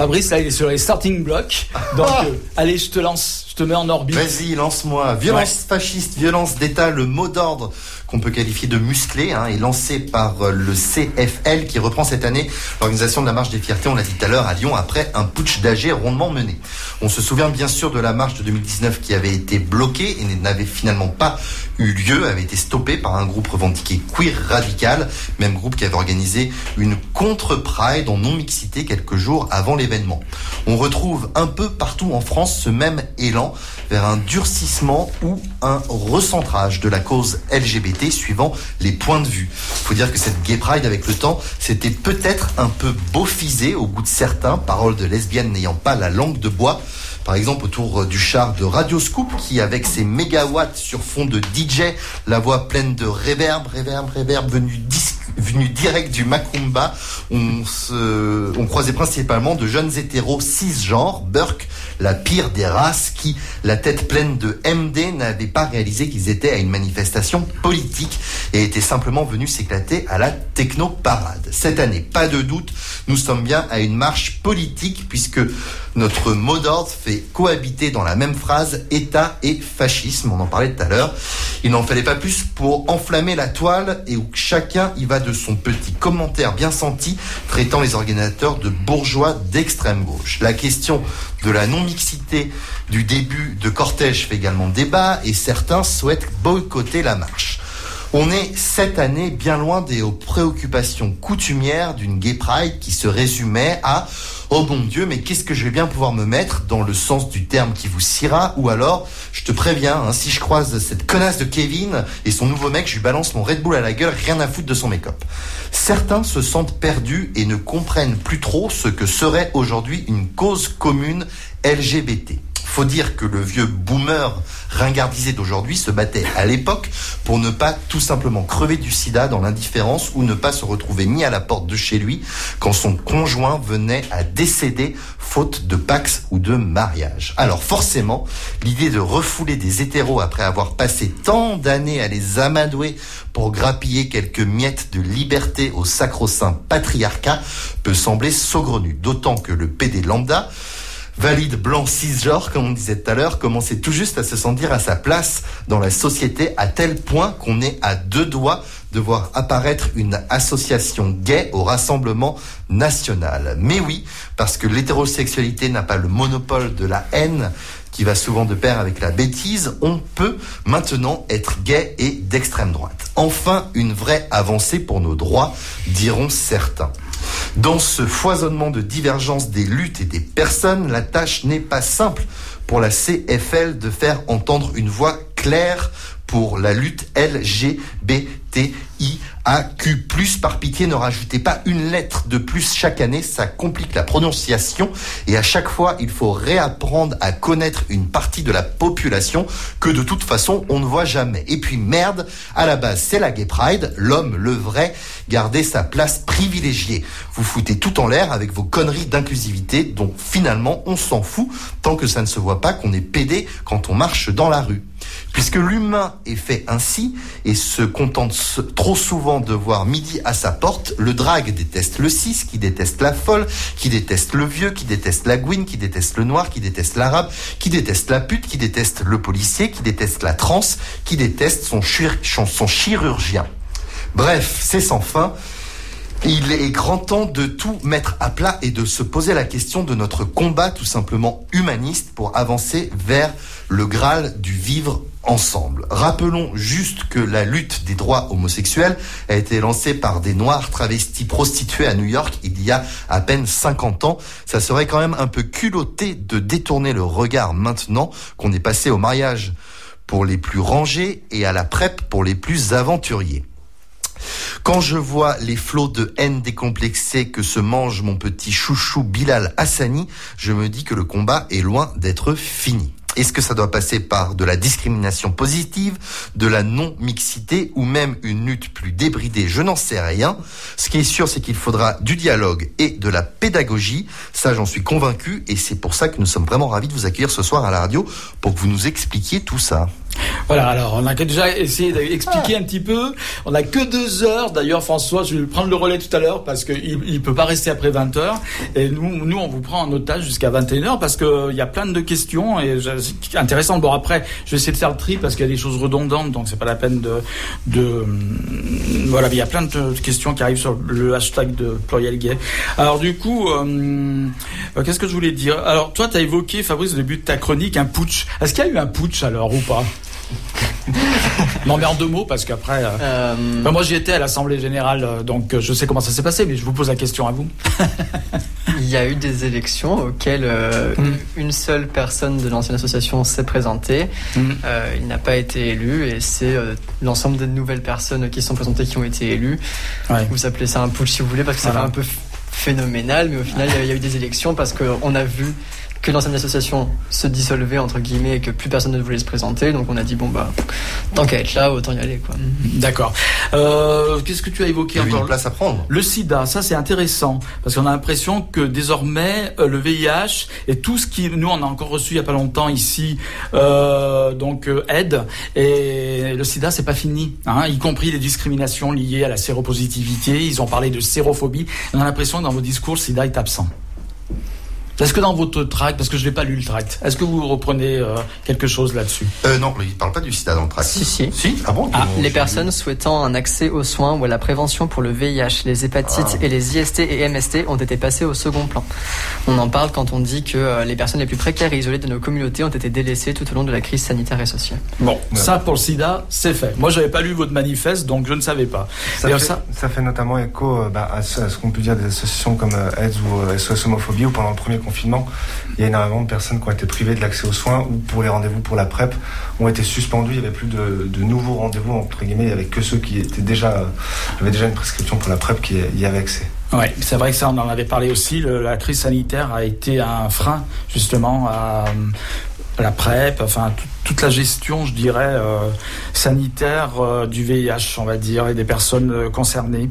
Fabrice, là, il est sur les starting blocks. Donc, allez, je te mets en orbite. Vas-y, lance-moi. Violence fasciste, violence d'État, le mot d'ordre qu'on peut qualifier de musclé, est lancé par le CFL qui reprend cette année l'organisation de la Marche des Fiertés, on l'a dit tout à l'heure, à Lyon, après un putsch d'AG rondement mené. On se souvient bien sûr de la marche de 2019 qui avait été bloquée et n'avait finalement pas eu lieu, avait été stoppée par un groupe revendiqué queer radical, même groupe qui avait organisé une contre-Pride en non-mixité quelques jours avant l'événement. On retrouve un peu partout en France ce même élan vers un durcissement ou un recentrage de la cause LGBT suivant les points de vue. Faut dire que cette Gay Pride avec le temps, c'était peut-être un peu beaufisé au goût de certains, paroles de lesbiennes n'ayant pas la langue de bois. Par exemple, autour du char de Radio Scoop, qui, avec ses mégawatts sur fond de DJ, la voix pleine de réverb, venu direct du Macumba, on croisait principalement de jeunes hétéros cisgenres, Burke, la pire des races, qui, la tête pleine de MD, n'avaient pas réalisé qu'ils étaient à une manifestation politique et étaient simplement venus s'éclater à la techno-parade. Cette année, pas de doute, nous sommes bien à une marche politique, puisque notre mot d'ordre fait cohabiter dans la même phrase État et fascisme, on en parlait tout à l'heure. Il n'en fallait pas plus pour enflammer la toile et où chacun y va de son petit commentaire bien senti, traitant les organisateurs de bourgeois d'extrême gauche. La question de la non-mixité du début de cortège fait également débat et certains souhaitent boycotter la marche. On est cette année bien loin des préoccupations coutumières d'une Gay Pride qui se résumait à « Oh bon Dieu, mais qu'est-ce que je vais bien pouvoir me mettre dans le sens du terme qui vous siera ?» ou alors « Je te préviens, si je croise cette connasse de Kevin et son nouveau mec, je lui balance mon Red Bull à la gueule, rien à foutre de son make-up. » Certains se sentent perdus et ne comprennent plus trop ce que serait aujourd'hui une cause commune LGBT. Faut dire que le vieux boomer ringardisé d'aujourd'hui se battait à l'époque pour ne pas tout simplement crever du sida dans l'indifférence ou ne pas se retrouver mis à la porte de chez lui quand son conjoint venait à décéder faute de pax ou de mariage. Alors forcément, l'idée de refouler des hétéros après avoir passé tant d'années à les amadouer pour grappiller quelques miettes de liberté au sacro-saint patriarcat peut sembler saugrenue, d'autant que le PD lambda, valide blanc cisgenre, comme on disait tout à l'heure, commençait tout juste à se sentir à sa place dans la société à tel point qu'on est à deux doigts de voir apparaître une association gay au Rassemblement national. Mais oui, parce que l'hétérosexualité n'a pas le monopole de la haine qui va souvent de pair avec la bêtise, on peut maintenant être gay et d'extrême droite. Enfin, une vraie avancée pour nos droits, diront certains. Dans ce foisonnement de divergences des luttes et des personnes, la tâche n'est pas simple pour la CFL de faire entendre une voix claire pour la lutte LGBTIAQ+. Par pitié, ne rajoutez pas une lettre de plus chaque année, ça complique la prononciation et à chaque fois, il faut réapprendre à connaître une partie de la population que de toute façon, on ne voit jamais. Et puis merde, à la base, c'est la Gay Pride, l'homme, le vrai, gardez sa place privilégiée. Vous foutez tout en l'air avec vos conneries d'inclusivité dont finalement, on s'en fout tant que ça ne se voit pas qu'on est pédé quand on marche dans la rue. Puisque l'humain est fait ainsi et se contente trop souvent de voir midi à sa porte, le drague déteste le cis, qui déteste la folle, qui déteste le vieux, qui déteste la gouine, qui déteste le noir, qui déteste l'arabe, qui déteste la pute, qui déteste le policier, qui déteste la trans, qui déteste son chirurgien. Bref, c'est sans fin. Il est grand temps de tout mettre à plat et de se poser la question de notre combat tout simplement humaniste pour avancer vers le Graal du vivre ensemble. Rappelons juste que la lutte des droits homosexuels a été lancée par des noirs travestis prostitués à New York il y a à peine 50 ans. Ça serait quand même un peu culotté de détourner le regard maintenant qu'on est passé au mariage pour les plus rangés et à la PrEP pour les plus aventuriers. Quand je vois les flots de haine décomplexée que se mange mon petit chouchou Bilal Hassani, je me dis que le combat est loin d'être fini. Est-ce que ça doit passer par de la discrimination positive, de la non-mixité ou même une lutte plus débridée? Je n'en sais rien. Ce qui est sûr, c'est qu'il faudra du dialogue et de la pédagogie. Ça, j'en suis convaincu et c'est pour ça que nous sommes vraiment ravis de vous accueillir ce soir à la radio pour que vous nous expliquiez tout ça. Voilà, alors on a déjà essayé d'expliquer un petit peu. On n'a que 2 heures. D'ailleurs, François, je vais prendre le relais tout à l'heure parce qu'il peut pas rester après 20 heures. Et nous, on vous prend en otage jusqu'à 21h parce que il y a plein de questions et c'est intéressant. Bon, après, je vais essayer de faire le tri parce qu'il y a des choses redondantes, donc c'est pas la peine voilà, il y a plein de questions qui arrivent sur le hashtag de Pluriel Gay. Alors du coup, qu'est-ce que je voulais dire? Alors toi, tu as évoqué, Fabrice, au début de ta chronique, un putsch. Est-ce qu'il y a eu un putsch alors ou pas? Non, mais en 2 mots, parce qu'après, moi j'y étais à l'Assemblée Générale, donc je sais comment ça s'est passé, mais je vous pose la question à vous. Il y a eu des élections auxquelles une seule personne de l'ancienne association s'est présentée. Il n'a pas été élu, et c'est l'ensemble des nouvelles personnes qui sont présentées qui ont été élues. Ouais. Vous appelez ça un putsch si vous voulez, parce que ça fait un peu phénoménal, mais au final il y a eu des élections parce qu'on a vu que l'ancienne association se dissolvait entre guillemets et que plus personne ne voulait se présenter, donc on a dit bon bah tant qu'à être là autant y aller quoi. D'accord. Qu'est-ce que tu as évoqué encore? Une place à prendre. Le sida, ça c'est intéressant parce qu'on a l'impression que désormais le VIH et tout ce qui nous on a encore reçu il y a pas longtemps ici aide, et le sida c'est pas fini, hein, y compris les discriminations liées à la séropositivité. Ils ont parlé de sérophobie. On a l'impression que dans vos discours le sida est absent. Est-ce que dans votre tract, parce que je n'ai pas lu le tract, est-ce que vous reprenez quelque chose là-dessus? Non, il ne parle pas du sida dans le tract. Si. Ah bon? Les personnes souhaitant un accès aux soins ou à la prévention pour le VIH, les hépatites et les IST et MST ont été passées au second plan. On en parle quand on dit que les personnes les plus précaires et isolées de nos communautés ont été délaissées tout au long de la crise sanitaire et sociale. Bon, ça pour le sida, c'est fait. Moi, je n'avais pas lu votre manifeste, donc je ne savais pas. Ça fait notamment écho à ce qu'on peut dire des associations comme AIDS ou SOS Homophobie, où pendant le premier confinement, il y a énormément de personnes qui ont été privées de l'accès aux soins ou pour les rendez-vous pour la PrEP ont été suspendus. Il n'y avait plus de nouveaux rendez-vous, entre guillemets. Il n'y avait que ceux qui avaient déjà une prescription pour la PrEP qui y avaient accès. Oui, c'est vrai que ça, on en avait parlé aussi. La crise sanitaire a été un frein, justement, à la PrEP, enfin toute la gestion, je dirais, sanitaire du VIH, on va dire, et des personnes concernées.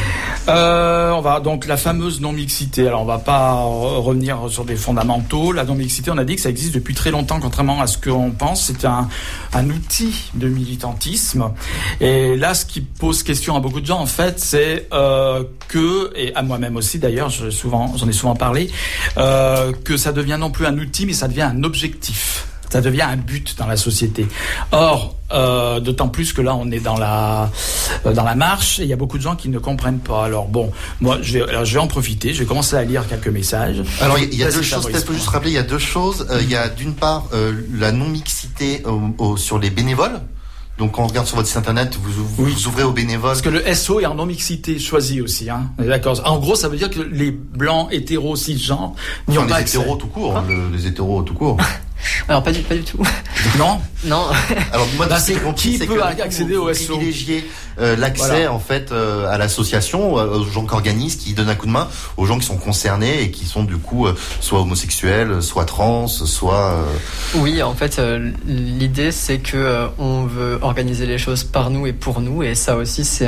On va donc la fameuse non-mixité. Alors on va pas revenir sur des fondamentaux. La non-mixité, on a dit que ça existe depuis très longtemps, contrairement à ce qu'on pense. C'est un outil de militantisme. Et là, ce qui pose question à beaucoup de gens, en fait, c'est que, et à moi-même aussi d'ailleurs, j'en ai souvent parlé, que ça devient non plus un outil, mais ça devient un objectif. Ça devient un but dans la société. Or, d'autant plus que là, on est dans la marche et il y a beaucoup de gens qui ne comprennent pas. Alors bon, moi, je vais en profiter. Je vais commencer à lire quelques messages. Alors, il y a 2 choses. Peut-être faut juste rappeler, il y a 2 choses. Il y a d'une part la non-mixité sur les bénévoles. Donc, quand on regarde sur votre site internet, vous ouvrez aux bénévoles. Parce que le SO est en non-mixité choisie aussi, hein. D'accord. En gros, ça veut dire que les blancs, hétéros, cisgenres n'y ont pas accès. Les hétéros tout court. Les hétéros tout court. Alors pas du tout. Non. Alors moi, c'est qui peut accéder au SO? Privilégier l'accès en fait à l'association, aux gens qui organisent, qui donnent un coup de main, aux gens qui sont concernés et qui sont du coup soit homosexuels, soit trans, soit. Oui, en fait, l'idée c'est que on veut organiser les choses par nous et pour nous, et ça aussi c'est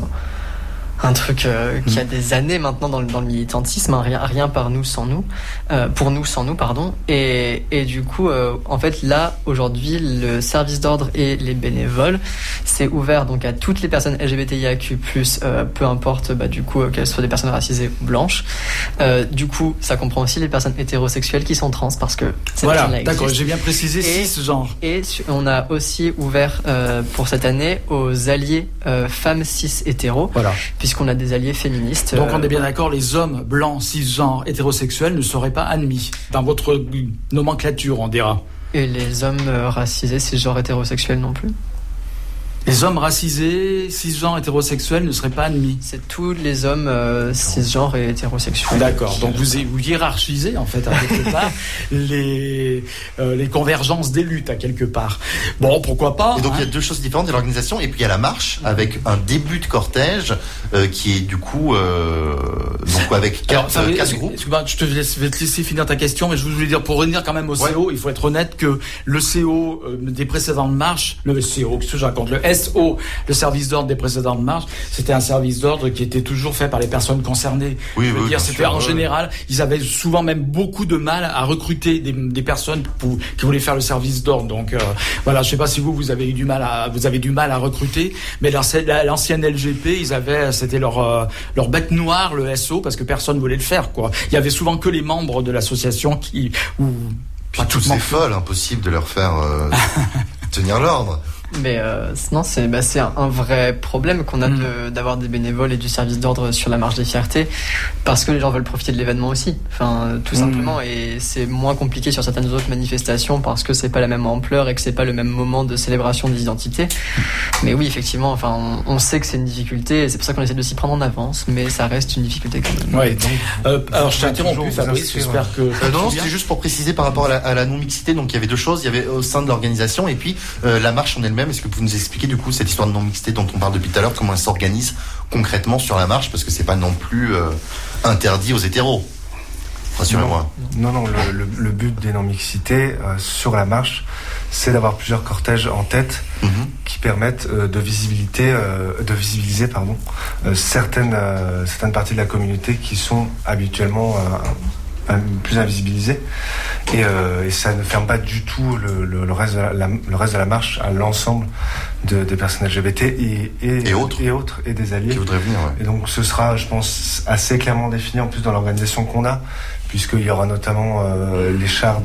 un truc qui a des années maintenant dans le militantisme, hein, rien par nous sans nous, pour nous sans nous, pardon. Et du coup, en fait, là aujourd'hui, le service d'ordre et les bénévoles, c'est ouvert donc à toutes les personnes LGBTIAQ+, peu importe, du coup, qu'elles soient des personnes racisées ou blanches. Du coup, ça comprend aussi les personnes hétérosexuelles qui sont trans, parce que voilà, d'accord, j'ai bien précisé cisgenres. Et on a aussi ouvert pour cette année aux alliés femmes cis hétéros. Voilà. Puisqu'on a des alliés féministes. Donc on est bien d'accord, les hommes blancs, cisgenres, hétérosexuels ne seraient pas admis dans votre nomenclature, on dira. Et les hommes racisés, cisgenres, hétérosexuels non plus? Les hommes racisés, cisgenres, hétérosexuels ne seraient pas admis. C'est tous les hommes cisgenres et hétérosexuels. D'accord. Donc vous hiérarchisez en fait à quelque part les convergences des luttes à quelque part. Bon, pourquoi pas. Et donc il y a 2 choses différentes. Il y a l'organisation et puis il y a la marche avec un début de cortège qui est du coup donc avec 4 groupes. Je vais te laisser finir ta question, mais je voulais dire pour revenir quand même au CO, il faut être honnête que le CO des précédentes marches, le CO, qu'est-ce que je raconte, le SO, le service d'ordre des précédentes marches, c'était un service d'ordre qui était toujours fait par les personnes concernées. Oui, C'était en général, ils avaient souvent même beaucoup de mal à recruter des personnes qui voulaient faire le service d'ordre. Donc voilà, je sais pas si vous avez du mal à recruter, mais l'ancienne LGP, c'était leur bête noire, le SO, parce que personne voulait le faire, quoi. Il y avait souvent que les membres de l'association Puis toutes ces folles, impossible de leur faire tenir l'ordre. Mais non, c'est un vrai problème qu'on a d'avoir des bénévoles et du service d'ordre sur la marche des fiertés, parce que les gens veulent profiter de l'événement aussi, tout simplement, et c'est moins compliqué sur certaines autres manifestations parce que c'est pas la même ampleur et que c'est pas le même moment de célébration des identités. Mais oui, effectivement, on sait que c'est une difficulté et c'est pour ça qu'on essaie de s'y prendre en avance, mais ça reste une difficulté quand même. Ouais, donc, alors je t'ai interrompu, Fabrice, j'espère que... non, c'était juste pour préciser par rapport à la non-mixité. Donc il y avait deux choses, il y avait au sein de l'organisation et puis la marche en elle-même. Est-ce que vous nous expliquez du coup cette histoire de non-mixité dont on parle depuis tout à l'heure, comment elle s'organise concrètement sur la marche, parce que c'est pas non plus interdit aux hétéros. Rassurez-moi. Non, le but des non-mixités sur la marche, c'est d'avoir plusieurs cortèges en tête qui permettent de visibiliser certaines parties de la communauté qui sont habituellement plus invisibilisées, et ça ne ferme pas du tout le reste de la marche à l'ensemble des personnes LGBT et autres et des alliés qui voudraient venir. Ouais. Et donc ce sera, je pense, assez clairement défini en plus dans l'organisation qu'on a, puisqu'il y aura notamment les chars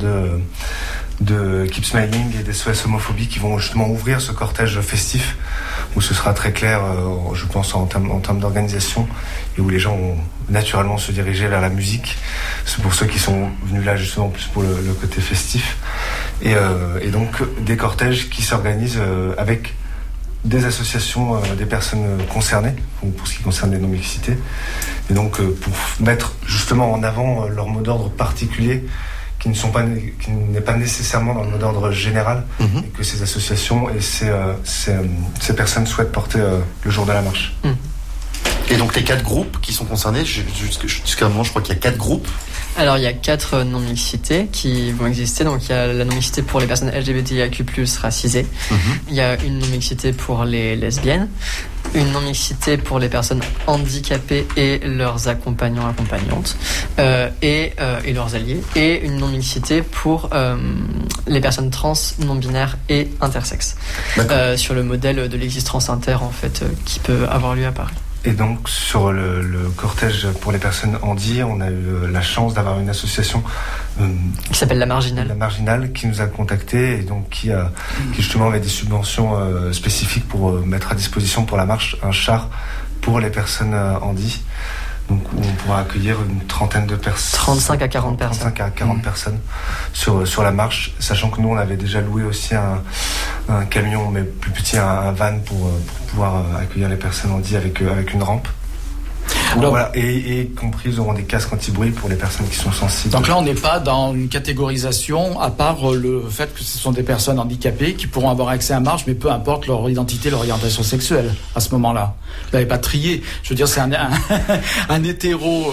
de Keep Smiling et des SOS Homophobie qui vont justement ouvrir ce cortège festif, où ce sera très clair, je pense, en termes d'organisation, et où les gens vont naturellement se diriger vers la musique. C'est pour ceux qui sont venus là justement plus pour le côté festif, et donc des cortèges qui s'organisent avec des associations des personnes concernées, pour ce qui concerne les non-mixités, et donc pour mettre justement en avant leur mot d'ordre particulier, qui n'est pas nécessairement dans le mot d'ordre général, et que ces associations et ces personnes souhaitent porter le jour de la marche. Et donc les 4 groupes qui sont concernés, jusqu'à un moment je crois qu'il y a 4 groupes. Alors il y a 4 non-mixités qui vont exister. Donc il y a la non-mixité pour les personnes LGBTIQ+, racisées. Il y a une non-mixité pour les lesbiennes, une non-mixité pour les personnes handicapées et leurs accompagnantes, et leurs alliés, et une non-mixité pour les personnes trans, non-binaires et intersexes, sur le modèle de l'existence inter en fait, qui peut avoir lieu à Paris. Et donc sur le cortège pour les personnes handi, on a eu la chance d'avoir une association qui s'appelle La Marginale. La Marginale, qui nous a contactés et donc qui justement avait des subventions spécifiques pour mettre à disposition pour la marche un char pour les personnes handi. Donc où on pourra accueillir une trentaine de personnes. 35 à 40 personnes. 35 à 40 personnes sur la marche, sachant que nous on avait déjà loué aussi un camion, mais plus petit, un van pour pouvoir accueillir les personnes handi avec une rampe. Donc, voilà, et compris, ils auront des casques anti-bruit pour les personnes qui sont sensibles. Donc là, on n'est pas dans une catégorisation, à part le fait que ce sont des personnes handicapées qui pourront avoir accès à marche, mais peu importe leur identité, leur orientation sexuelle à ce moment-là. Vous n'avez pas trié. Je veux dire, c'est un hétéro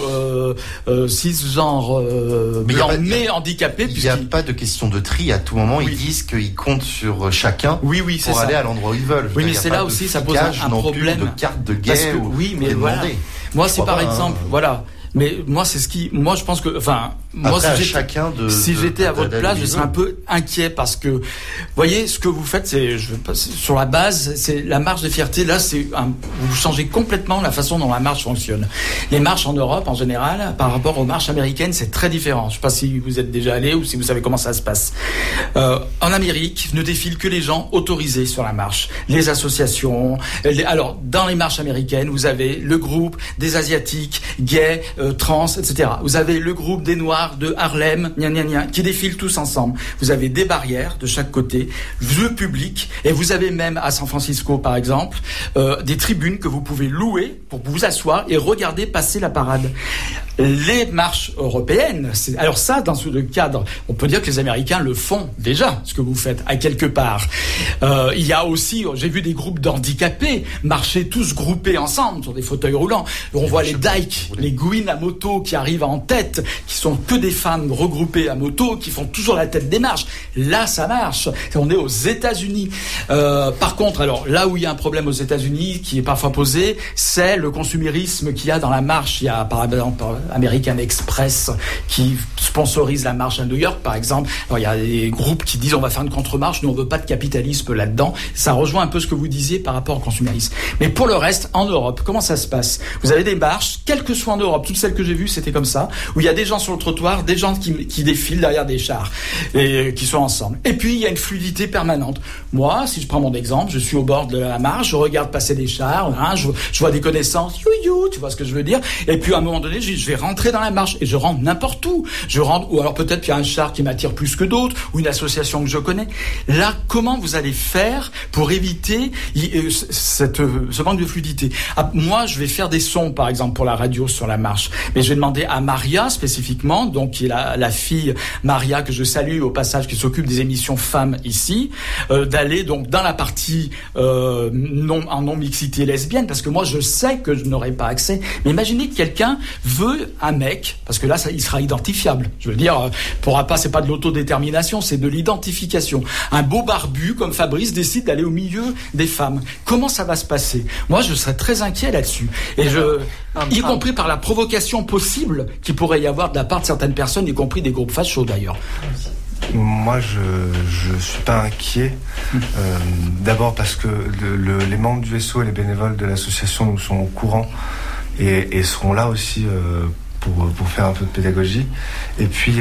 cisgenre blanc mais handicapé. Il n'y a pas de question de tri à tout moment. Ils disent qu'ils comptent sur chacun pour aller à l'endroit où ils veulent. Oui, mais c'est là aussi, ça pose un problème. De carte de gay ou oui, mais voilà. Moi, c'est par exemple, voilà. Mais moi, c'est moi, je pense que, moi, si j'étais à votre place, je serais un peu inquiet parce que, voyez, ce que vous faites, sur la base, c'est la marche des fiertés. Là, vous changez complètement la façon dont la marche fonctionne. Les marches en Europe, en général, par rapport aux marches américaines, c'est très différent. Je sais pas si vous êtes déjà allé ou si vous savez comment ça se passe. En Amérique, ne défilent que les gens autorisés sur la marche. Les associations. Alors, dans les marches américaines, vous avez le groupe des Asiatiques, gays, trans, etc. Vous avez le groupe des Noirs de Harlem, qui défilent tous ensemble. Vous avez des barrières de chaque côté, le public, et vous avez même à San Francisco, par exemple, des tribunes que vous pouvez louer pour vous asseoir et regarder passer la parade. Les marches européennes, alors ça, dans ce cadre, on peut dire que les Américains le font déjà, ce que vous faites, à quelque part. Il y a aussi, j'ai vu des groupes d'handicapés marcher tous groupés ensemble sur des fauteuils roulants. On voit les Dyke, les Gwyn à moto qui arrivent en tête, qui sont que des femmes regroupées à moto, qui font toujours la tête des marches. Là, ça marche. On est aux États-Unis. Par contre, alors là où il y a un problème aux États-Unis qui est parfois posé, c'est le consumérisme qu'il y a dans la marche. Il y a par exemple American Express qui sponsorise la marche à New York, par exemple. Alors, il y a des groupes qui disent on va faire une contre-marche, nous on veut pas de capitalisme là-dedans. Ça rejoint un peu ce que vous disiez par rapport au consumérisme. Mais pour le reste, en Europe, comment ça se passe ? Vous avez des marches, quelles que soient en Europe, toutes celles que j'ai vues, c'était comme ça, où il y a des gens sur le trottoir, des gens qui défilent derrière des chars et qui sont ensemble. Et puis il y a une fluidité permanente. Moi, si je prends mon exemple, je suis au bord de la marche, je regarde passer des chars, hein, je vois des connaissances, tu vois ce que je veux dire. Et puis à un moment donné, je vais rentrer dans la marche et je rentre n'importe où. Je rentre, ou alors peut-être qu'il y a un char qui m'attire plus que d'autres, ou une association que je connais. Là, comment vous allez faire pour éviter ce manque de fluidité ? Moi, je vais faire des sons, par exemple, pour la radio sur la marche. Mais je vais demander à Maria, spécifiquement, donc qui est la fille Maria, que je salue au passage, qui s'occupe des émissions femmes ici, d'aller donc dans la partie en non-mixité lesbienne, parce que moi, je sais que je n'aurai pas accès. Mais imaginez que quelqu'un veut un mec, parce que là, il sera identifiable. Je veux dire, c'est pas de l'autodétermination, c'est de l'identification. Un beau barbu comme Fabrice décide d'aller au milieu des femmes. Comment ça va se passer ? Moi, je serais très inquiet là-dessus. Et y compris par la provocation possible qu'il pourrait y avoir de la part de certaines personnes, y compris des groupes fachos d'ailleurs. Moi, je suis pas inquiet. D'abord parce que les membres du SO et les bénévoles de l'association nous sont au courant et seront là aussi pour faire un peu de pédagogie. Et puis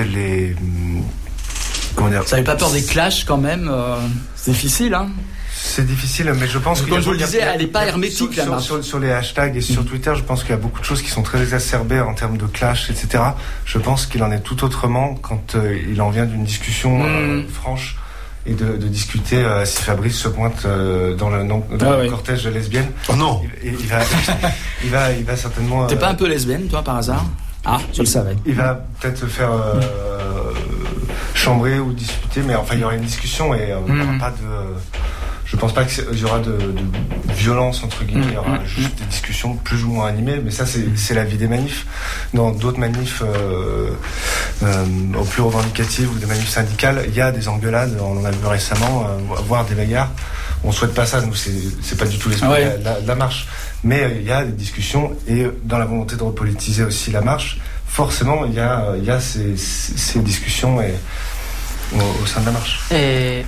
Vous n'avez pas peur des clashs quand même C'est difficile, hein ? C'est difficile, mais je pense que... Comme je vous le disais, elle n'est pas hermétique, la marche. Sur les hashtags et sur Twitter, je pense qu'il y a beaucoup de choses qui sont très exacerbées en termes de clash, etc. Je pense qu'il en est tout autrement quand il en vient d'une discussion franche et de discuter si Fabrice se pointe dans le cortège de lesbiennes. Oh non. Il va certainement... T'es pas un peu lesbienne, toi, par hasard ? Ah, je le savais. Il va peut-être se faire chambrer ou discuter, mais enfin, il y aura une discussion et il n'y aura pas de... Je pense pas qu'il y aura de violence entre guillemets, il y aura juste des discussions plus ou moins animées, mais ça c'est la vie des manifs. Dans d'autres manifs au plus revendicatives ou des manifs syndicales, il y a des engueulades, on en a vu récemment, voire des bagarres. On souhaite pas ça, nous c'est pas du tout l'esprit de la marche. Mais il y a des discussions et dans la volonté de repolitiser aussi la marche, forcément il y a ces discussions au sein de la marche. Et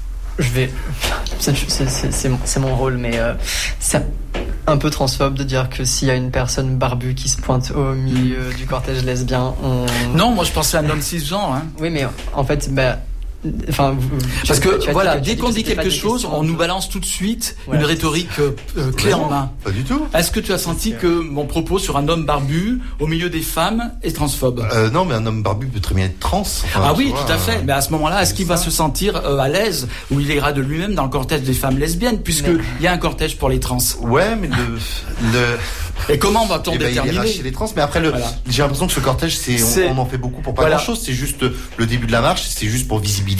c'est mon rôle, mais c'est un peu transphobe de dire que s'il y a une personne barbue qui se pointe au milieu du cortège lesbien, Non, moi je pensais à un homme cisgenre. Hein. Oui, mais en fait, parce que voilà, dès qu'on dit quelque chose, on nous balance tout de suite une rhétorique clé en main. Pas du tout. Est-ce que tu as senti que mon propos sur un homme barbu au milieu des femmes est transphobe ? Non, mais un homme barbu peut très bien être trans. Tout à fait. Mais à ce moment-là, est-ce qu'il va se sentir à l'aise ou il ira de lui-même dans le cortège des femmes lesbiennes, puisque il y a un cortège pour les trans ? Ouais, mais Et comment va-t-on déterminer les trans? Mais après, j'ai l'impression que ce cortège, on en fait beaucoup pour pas grand-chose. C'est juste le début de la marche. C'est juste pour visibiliser.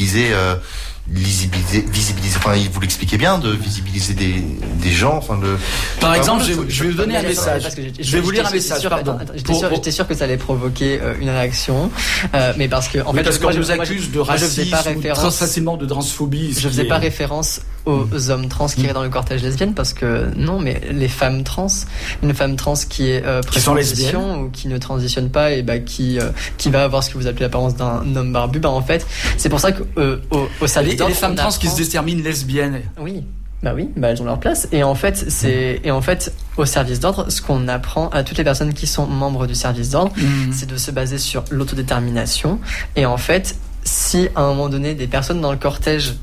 Enfin, vous l'expliquez bien, de visibiliser des gens. Par exemple, je vais vous donner un message. Je vais vous lire un message. Pardon. J'étais sûr que ça allait provoquer une réaction, mais parce que en fait, parce qu'on nous accuse de racisme, très facilement de transphobie. Je faisais pas référence aux hommes trans qui iraient dans le cortège lesbienne, parce que non, mais les femmes trans, une femme trans qui est pré-transition ou qui ne transitionne pas et qui va avoir ce que vous appelez l'apparence d'un homme barbu, en fait, c'est pour ça que au service d'ordre, les femmes trans qui se déterminent lesbiennes. Oui. Elles ont leur place. Et en fait, au service d'ordre, ce qu'on apprend à toutes les personnes qui sont membres du service d'ordre, c'est de se baser sur l'autodétermination. Et en fait, si à un moment donné, des personnes dans le cortège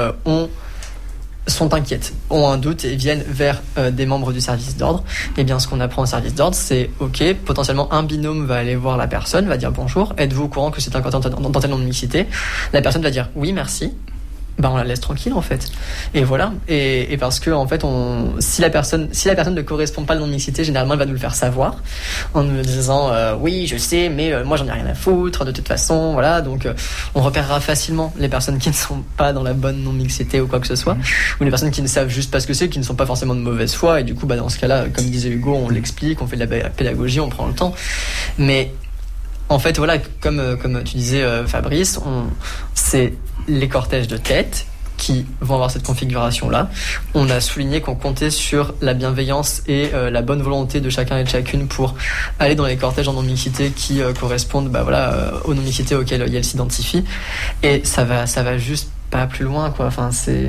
sont inquiètes, ont un doute et viennent vers des membres du service d'ordre, eh bien ce qu'on apprend au service d'ordre, c'est potentiellement un binôme va aller voir la personne, va dire bonjour, êtes-vous au courant que c'est un cortège dans tel nom de mixité ? La personne va dire oui, merci. on la laisse tranquille en fait. Et voilà. Et parce que en fait, si la personne ne correspond pas à la non-mixité, généralement elle va nous le faire savoir en nous disant oui, je sais, mais moi j'en ai rien à foutre de toute façon. Voilà. Donc on repérera facilement les personnes qui ne sont pas dans la bonne non-mixité ou quoi que ce soit, ou les personnes qui ne savent juste pas ce que c'est, qui ne sont pas forcément de mauvaise foi. Et du coup, dans ce cas-là, comme disait Hugo, on l'explique, on fait de la pédagogie, on prend le temps. Mais en fait, voilà, comme tu disais, Fabrice, c'est les cortèges de tête qui vont avoir cette configuration-là. On a souligné qu'on comptait sur la bienveillance et la bonne volonté de chacun et de chacune pour aller dans les cortèges en non-mixité qui correspondent aux non-mixités auxquelles Yael s'identifie. Et ça va juste pas plus loin, quoi. Enfin, c'est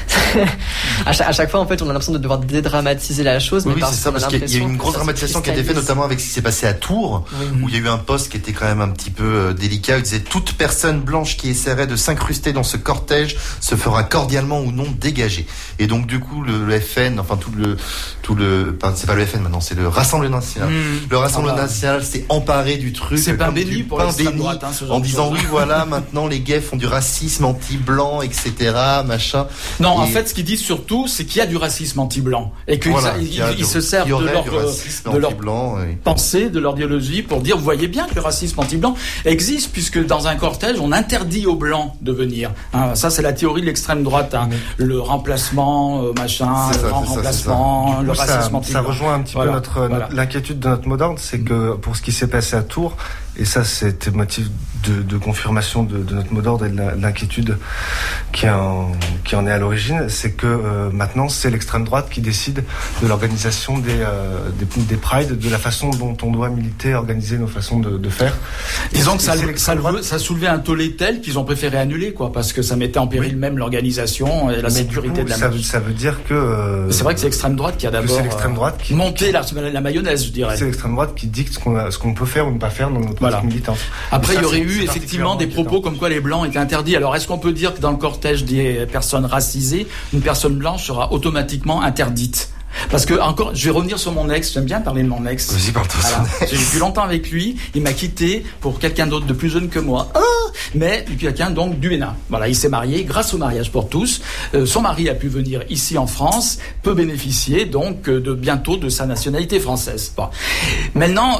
à chaque fois en fait on a l'impression de devoir dédramatiser la chose. Oui, c'est ça, parce qu'il y a eu une grosse dramatisation qui a été faite notamment avec ce qui s'est passé à Tours, où il y a eu un post qui était quand même un petit peu délicat. Il disait: toute personne blanche qui essaierait de s'incruster dans ce cortège se fera cordialement ou non dégager. Et donc du coup le FN, enfin c'est pas le FN maintenant, c'est le Rassemblement National. Le Rassemblement National s'est emparé du truc. C'est pas béni pour l'extrême droite, en disant oui, voilà, maintenant les gays font du racisme anti-blanc, etc., machin. Non, en fait, ce qu'ils disent surtout, c'est qu'il y a du racisme anti-blanc et qu'ils se servent de leur pensée, de leur idéologie pour dire, vous voyez bien que le racisme anti-blanc existe, puisque dans un cortège, on interdit aux blancs de venir. Ça, c'est la théorie de l'extrême droite. Le remplacement, le remplacement, le racisme anti-blanc. Ça rejoint un petit peu l'inquiétude de notre mot d'ordre, c'est que pour ce qui s'est passé à Tours, et ça, c'était motif de confirmation de notre mot d'ordre et de l'inquiétude qui en est à l'origine, c'est que maintenant, c'est l'extrême droite qui décide de l'organisation des prides, de la façon dont on doit militer, organiser nos façons de faire. Disons que ça soulevait un tollé tel qu'ils ont préféré annuler, quoi, parce que ça mettait en péril même l'organisation et la sécurité de la marche. Ça veut dire que... c'est vrai que c'est l'extrême droite qui a d'abord monté la mayonnaise, je dirais. C'est l'extrême droite qui dicte ce qu'on peut faire ou ne pas faire dans notre militante. Après, il y aurait eu effectivement des propos comme quoi les blancs étaient interdits. Alors, est-ce qu'on peut dire que dans le cortège des personnes racisées, une personne blanche sera automatiquement interdite ? Parce que, encore, je vais revenir sur mon ex, j'aime bien parler de mon ex. Vas-y, parle-toi. J'ai vécu longtemps avec lui, il m'a quitté pour quelqu'un d'autre de plus jeune que moi. Mais quelqu'un donc du Bénin. Voilà, il s'est marié grâce au mariage pour tous. Son mari a pu venir ici en France, peut bénéficier donc bientôt de sa nationalité française. Bon. Maintenant,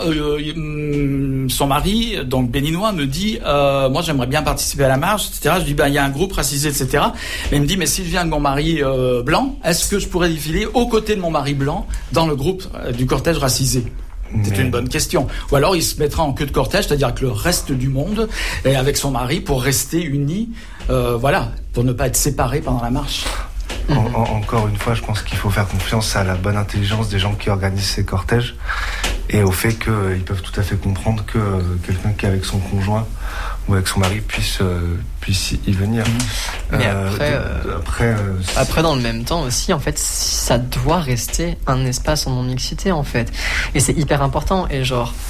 son mari, donc béninois, me dit moi j'aimerais bien participer à la marche, etc. Je dis il y a un groupe racisé, etc. Mais il me dit mais si je viens avec mon mari blanc, est-ce que je pourrais défiler aux côtés de mon mari blanc dans le groupe du cortège racisé? C'est une bonne question. Ou alors il se mettra en queue de cortège, c'est-à-dire avec le reste du monde, et avec son mari pour rester unis, pour ne pas être séparés pendant la marche. Encore une fois, je pense qu'il faut faire confiance à la bonne intelligence des gens qui organisent ces cortèges et au fait qu'ils peuvent tout à fait comprendre que quelqu'un qui est avec son conjoint ou avec son mari puisse y venir. Mais après, dans le même temps aussi, en fait, ça doit rester un espace en non-mixité, en fait. Et c'est hyper important. Et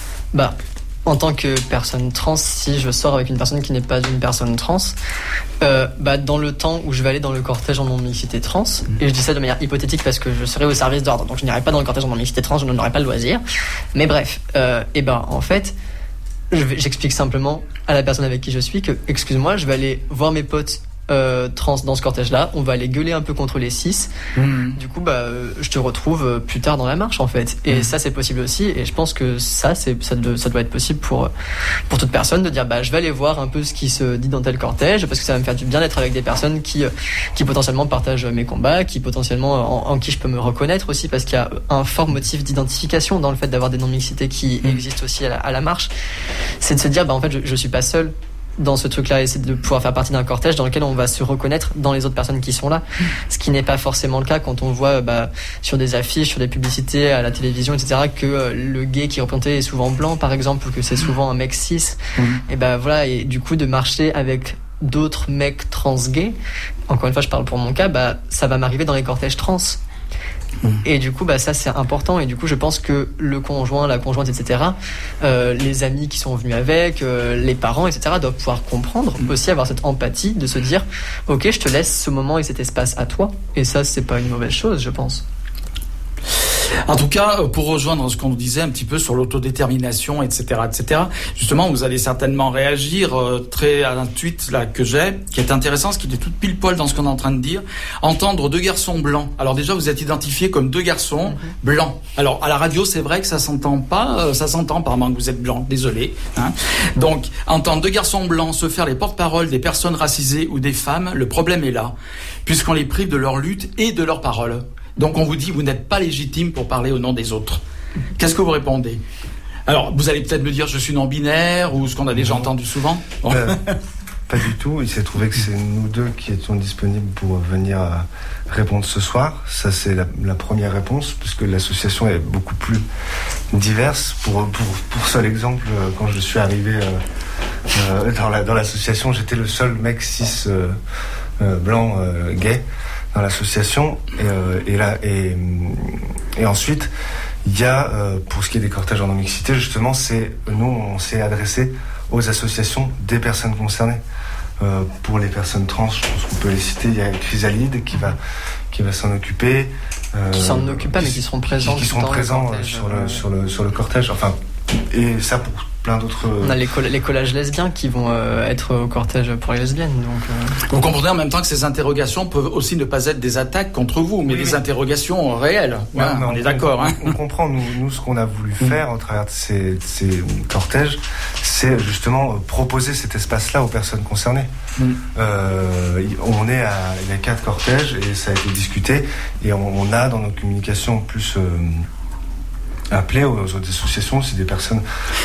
en tant que personne trans, si je sors avec une personne qui n'est pas une personne trans, dans le temps où je vais aller dans le cortège en non-mixité trans, et je dis ça de manière hypothétique parce que je serai au service d'ordre, donc je n'irai pas dans le cortège en non-mixité trans, je n'en aurai pas le loisir. Mais bref, en fait, j'explique simplement à la personne avec qui je suis que, excuse-moi, je vais aller voir mes potes trans dans ce cortège-là, on va aller gueuler un peu contre les cis. Du coup, je te retrouve plus tard dans la marche, en fait. Et ça, c'est possible aussi. Et je pense que ça doit être possible pour toute personne de dire, je vais aller voir un peu ce qui se dit dans tel cortège, parce que ça va me faire du bien d'être avec des personnes qui potentiellement partagent mes combats, qui potentiellement en qui je peux me reconnaître aussi, parce qu'il y a un fort motif d'identification dans le fait d'avoir des non-mixités qui existent aussi à la marche. C'est de se dire, en fait, je suis pas seul dans ce truc-là, et c'est de pouvoir faire partie d'un cortège dans lequel on va se reconnaître dans les autres personnes qui sont là, ce qui n'est pas forcément le cas quand on voit sur des affiches, sur des publicités à la télévision, etc., que le gay qui est représenté est souvent blanc, par exemple, ou que c'est souvent un mec cis. Et du coup de marcher avec d'autres mecs trans gays, encore une fois je parle pour mon cas, ça va m'arriver dans les cortèges trans. Et du coup, ça c'est important. Et du coup, je pense que le conjoint, la conjointe, etc., les amis qui sont venus avec, les parents, etc., doivent pouvoir comprendre, aussi avoir cette empathie de se dire, ok, je te laisse ce moment et cet espace à toi. Et ça, c'est pas une mauvaise chose, je pense. En tout cas, pour rejoindre ce qu'on nous disait un petit peu sur l'autodétermination, etc., justement, vous allez certainement réagir très à un tweet là que j'ai, qui est intéressant, ce qui est tout pile poil dans ce qu'on est en train de dire. Entendre deux garçons blancs. Alors déjà, vous êtes identifiés comme deux garçons blancs. Alors à la radio, c'est vrai que ça s'entend pas, ça s'entend apparemment que vous êtes blanc. Désolé. Hein. Donc entendre deux garçons blancs se faire les porte-parole des personnes racisées ou des femmes, le problème est là, puisqu'on les prive de leur lutte et de leur parole. Donc on vous dit, vous n'êtes pas légitime pour parler au nom des autres. Qu'est-ce que vous répondez ? Alors, vous allez peut-être me dire, je suis non-binaire, ou ce qu'on a déjà entendu souvent. Pas du tout. Il s'est trouvé que c'est nous deux qui étions disponibles pour venir répondre ce soir. Ça, c'est la première réponse, puisque l'association est beaucoup plus diverse. Pour seul exemple, quand je suis arrivé dans l'association, j'étais le seul mec cis blanc gay dans l'association. Et ensuite, il y a, pour ce qui est des cortèges en non-mixité, justement, nous, on s'est adressé aux associations des personnes concernées. Pour les personnes trans, je pense qu'on peut les citer. Il y a Chrysalide qui va s'en occuper. Qui s'en occupent pas, mais qui seront présents. Qui seront présents sur le cortège. Enfin, et ça pour plein d'autres. On a les collages lesbiens qui vont être au cortège pour les lesbiennes. Donc, Vous comprenez en même temps que ces interrogations peuvent aussi ne pas être des attaques contre vous, mais des interrogations réelles. Ouais, on est d'accord. On comprend, nous, ce qu'on a voulu faire au travers de ces cortèges, c'est justement proposer cet espace-là aux personnes concernées. Il y a 4 cortèges et ça a été discuté, et on a dans nos communications plus appeler aux autres associations si des personnes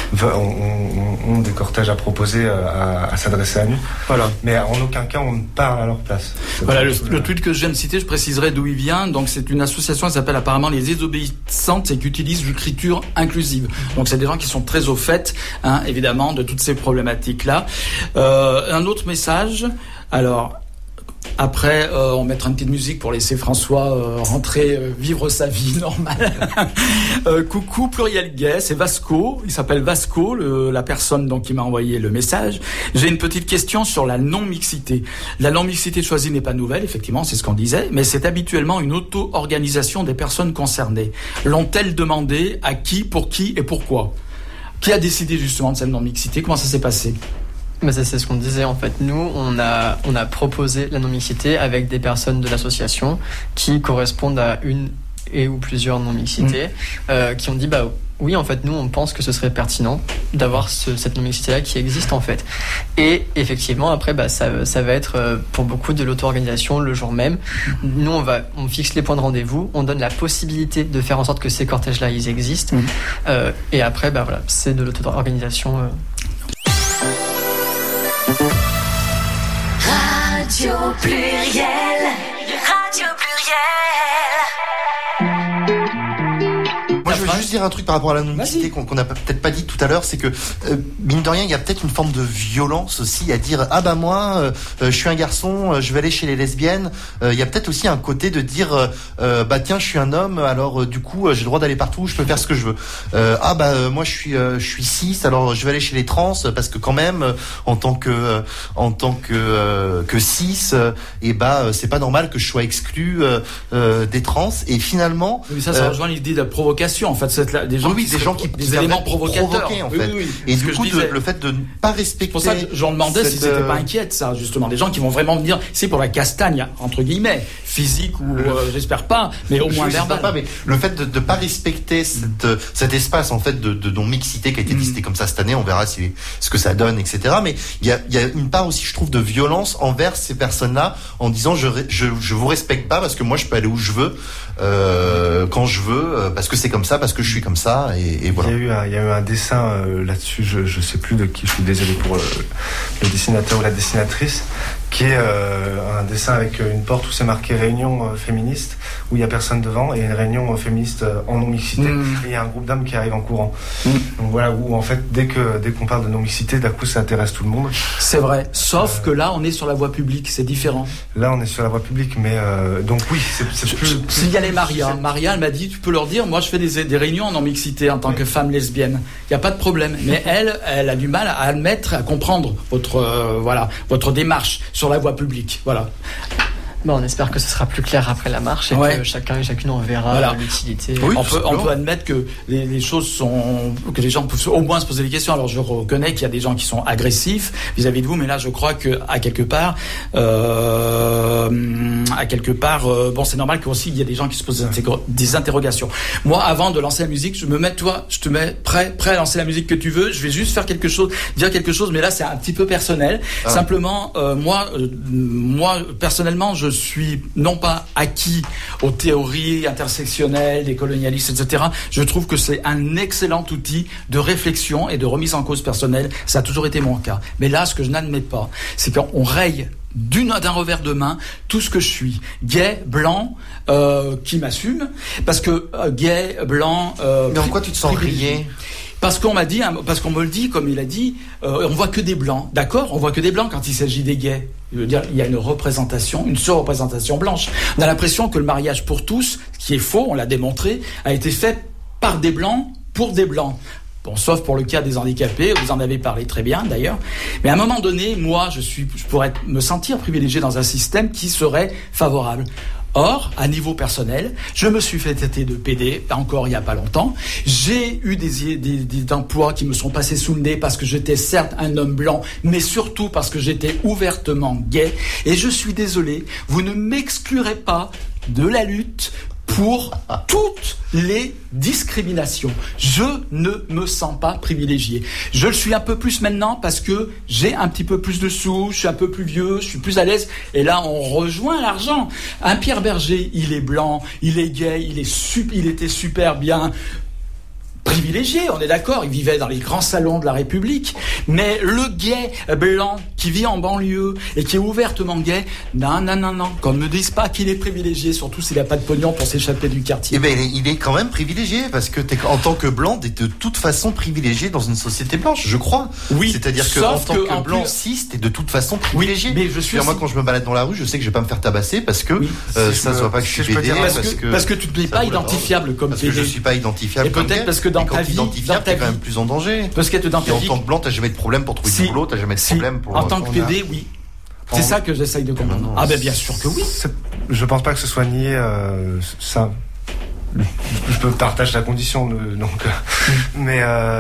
ont des cortèges à proposer à s'adresser à nous. Voilà. Mais en aucun cas on ne parle à leur place. Voilà, le tweet que je viens de citer, je préciserai d'où il vient. Donc c'est une association qui s'appelle apparemment Les Désobéissantes et qui utilise l'écriture inclusive. Donc c'est des gens qui sont très au fait, évidemment, de toutes ces problématiques-là. Un autre message. Alors, après, on mettra une petite musique pour laisser François rentrer, vivre sa vie normale. Coucou, pluriel gay, c'est Vasco. Il s'appelle Vasco, la personne donc qui m'a envoyé le message. J'ai une petite question sur la non-mixité. La non-mixité choisie n'est pas nouvelle, effectivement, c'est ce qu'on disait, mais c'est habituellement une auto-organisation des personnes concernées. L'ont-elles demandé à qui, pour qui et pourquoi ? Qui a décidé justement de cette non-mixité ? Comment ça s'est passé ? Mais c'est ce qu'on disait en fait. Nous, on a proposé la non-mixité avec des personnes de l'association qui correspondent à une et ou plusieurs non-mixités, qui ont dit oui, en fait, nous, on pense que ce serait pertinent d'avoir cette non-mixité-là qui existe, en fait. Et effectivement, après, ça va être, pour beaucoup, de l'auto-organisation le jour même. Nous, on fixe les points de rendez-vous, on donne la possibilité de faire en sorte que ces cortèges-là, ils existent. Et après, voilà, c'est de l'auto-organisation. Radio Pluriel. Radio Pluriel. Moi, je veux juste dire un truc par rapport à la non-mixité qu'on n'a peut-être pas dit tout à l'heure, c'est que, mine de rien, il y a peut-être une forme de violence aussi à dire moi, je suis un garçon, je vais aller chez les lesbiennes. Il y a peut-être aussi un côté de dire tiens, je suis un homme, alors du coup, j'ai le droit d'aller partout, je peux faire ce que je veux. Moi, je suis cis, alors je vais aller chez les trans parce que quand même, en tant que cis, c'est pas normal que je sois exclu des trans. Et finalement, oui, ça rejoint l'idée de la provocation. En fait, c'est des gens des éléments provocateurs. En fait. Oui. Et du coup, le fait de ne pas respecter. C'est pour ça que j'en demandais si c'était pas inquiète, ça, justement. Des gens qui vont vraiment venir, c'est pour la castagne, entre guillemets, physique ou, j'espère pas, mais au moins verbal. Mais le fait de pas respecter cet espace, en fait, de non-mixité qui a été décidé comme ça cette année, on verra ce que ça donne, etc. Mais il y a une part aussi, je trouve, de violence envers ces personnes-là, en disant, je vous respecte pas parce que moi, je peux aller où je veux, quand je veux, parce que c'est comme ça, parce que je suis comme ça, et voilà. Il y a eu un dessin là-dessus, je sais plus de qui, je suis désolé pour le dessinateur ou la dessinatrice, qui est un dessin avec une porte où c'est marqué réunion féministe, où il y a personne devant, et une réunion féministe en non-mixité, et il y a un groupe d'hommes qui arrive en courant. Donc voilà, où en fait, dès qu'on parle de non-mixité, d'un coup ça intéresse tout le monde. C'est vrai, sauf que là on est sur la voie publique, c'est différent. Là on est sur la voie publique, mais donc oui, c'est plus... S'il y a les Maria, elle m'a dit, tu peux leur dire, moi je fais des réunions en non-mixité en tant que femme lesbienne, il n'y a pas de problème, mais elle a du mal à admettre, à comprendre votre démarche sur la voie publique, voilà. On espère que ce sera plus clair après la marche et que chacun et chacune on verra l'utilité. Oui, on peut admettre que les choses sont, que les gens peuvent au moins se poser des questions. Alors je reconnais qu'il y a des gens qui sont agressifs vis-à-vis de vous, mais là je crois que à quelque part, c'est normal qu'aussi il y a des gens qui se posent des interrogations. Moi, avant de lancer la musique, je te mets prêt à lancer la musique que tu veux. Je vais juste faire dire quelque chose, mais là c'est un petit peu personnel. Simplement, moi personnellement, je suis non pas acquis aux théories intersectionnelles des colonialistes, etc. Je trouve que c'est un excellent outil de réflexion et de remise en cause personnelle. Ça a toujours été mon cas. Mais là, ce que je n'admets pas, c'est qu'on raye d'un revers de main tout ce que je suis, gay, blanc, qui m'assume, parce que gay, blanc. Mais en quoi tu te sens rayé ? Parce qu'on me le dit, comme il a dit, on voit que des blancs, d'accord ? On voit que des blancs quand il s'agit des gays. Je veux dire, il y a une surreprésentation blanche. On a l'impression que le mariage pour tous, ce qui est faux, on l'a démontré, a été fait par des blancs pour des blancs. Bon, sauf pour le cas des handicapés, vous en avez parlé très bien d'ailleurs. Mais à un moment donné, moi, je pourrais me sentir privilégié dans un système qui serait favorable. Or, à niveau personnel, je me suis fait traiter de PD, encore il n'y a pas longtemps. J'ai eu des emplois qui me sont passés sous le nez parce que j'étais certes un homme blanc, mais surtout parce que j'étais ouvertement gay. Et je suis désolé, vous ne m'exclurez pas de la lutte pour toutes les discriminations. Je ne me sens pas privilégié. Je le suis un peu plus maintenant parce que j'ai un petit peu plus de sous, je suis un peu plus vieux, je suis plus à l'aise. Et là, on rejoint l'argent. Un Pierre Berger, il est blanc, il est gay, il était super bien privilégié, on est d'accord, il vivait dans les grands salons de la République, mais le gay blanc qui vit en banlieue et qui est ouvertement gay, non, qu'on ne me dise pas qu'il est privilégié, surtout s'il n'a pas de pognon pour s'échapper du quartier. Eh ben, il est quand même privilégié, parce que en tant que blanc, t'es de toute façon privilégié dans une société blanche, je crois. Oui. C'est-à-dire que en tant que blanc cis, t'es de toute façon privilégié. Oui, mais je suis. Moi, quand je me balade dans la rue, je sais que je vais pas me faire tabasser parce que ça se voit pas que je suis PD, parce que tu n'es pas identifiable comme PD. Parce que je suis pas identifiable. Et peut-être parce que dans ta vie, t'es quand même plus en danger. Parce que dans ta vie, en tant que blanc, t'as jamais de problème pour trouver du boulot, t'as jamais de problème pour. En tant que PD, oui. C'est ça que j'essaye de comprendre. Ah ben bien sûr que oui. Je pense pas que ce soit nié ça. Je peux partager la condition, donc. Mais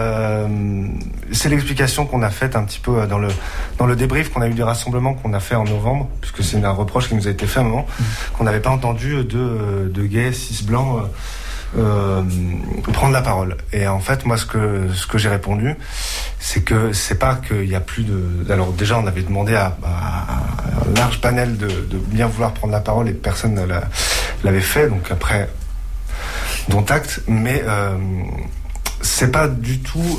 c'est l'explication qu'on a faite un petit peu dans le débrief qu'on a eu des rassemblements qu'on a fait en novembre, puisque c'est un reproche qui nous a été fait à un moment, qu'on n'avait pas entendu de gays cis blancs prendre la parole. Et en fait, moi, ce que j'ai répondu, c'est que c'est pas qu'il y a plus de. Alors déjà, on avait demandé à un large panel de bien vouloir prendre la parole et personne ne l'avait fait. Donc après, dont acte. Mais c'est pas du tout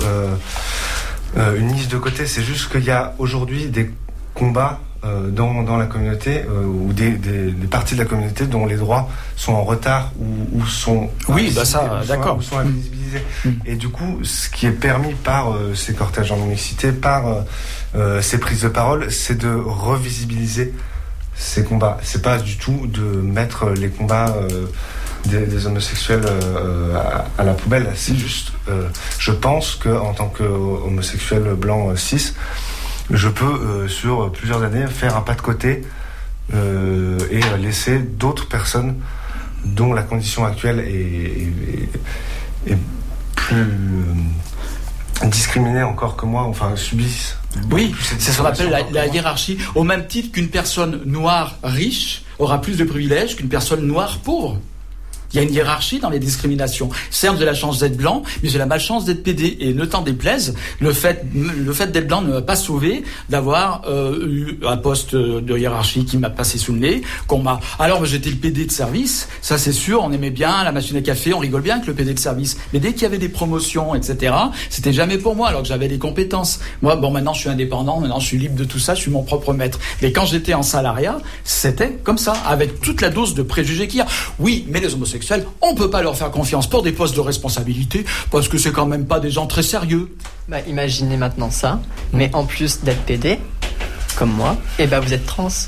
une mise de côté. C'est juste qu'il y a aujourd'hui des combats dans la communauté ou des parties de la communauté dont les droits sont en retard ou sont d'accord, ou sont invisibilisés. Et du coup, ce qui est permis par ces cortèges en non-mixité, par ces prises de parole, c'est de revisibiliser ces combats. C'est pas du tout de mettre les combats des homosexuels à la poubelle. C'est juste, je pense que en tant qu'homosexuel blanc cis, je peux, sur plusieurs années, faire un pas de côté et laisser d'autres personnes dont la condition actuelle est plus discriminée encore que moi, enfin subissent. Oui, c'est ce qu'on appelle la hiérarchie. Au même titre qu'une personne noire riche aura plus de privilèges qu'une personne noire pauvre. Il y a une hiérarchie dans les discriminations. Certes, j'ai la chance d'être blanc, mais j'ai la malchance d'être PD. Et ne t'en déplaise, le fait d'être blanc ne m'a pas sauvé d'avoir eu un poste de hiérarchie qui m'a passé sous le nez, Alors, j'étais le PD de service, ça c'est sûr, on aimait bien la machine à café, on rigole bien avec le PD de service. Mais dès qu'il y avait des promotions, etc., c'était jamais pour moi, alors que j'avais des compétences. Moi, maintenant je suis indépendant, maintenant je suis libre de tout ça, je suis mon propre maître. Mais quand j'étais en salariat, c'était comme ça, avec toute la dose de préjugés qu'il y a. Oui, mais les homosexuels, on peut pas leur faire confiance pour des postes de responsabilité parce que c'est quand même pas des gens très sérieux. Imaginez maintenant ça, mais en plus d'être PD, comme moi, vous êtes trans.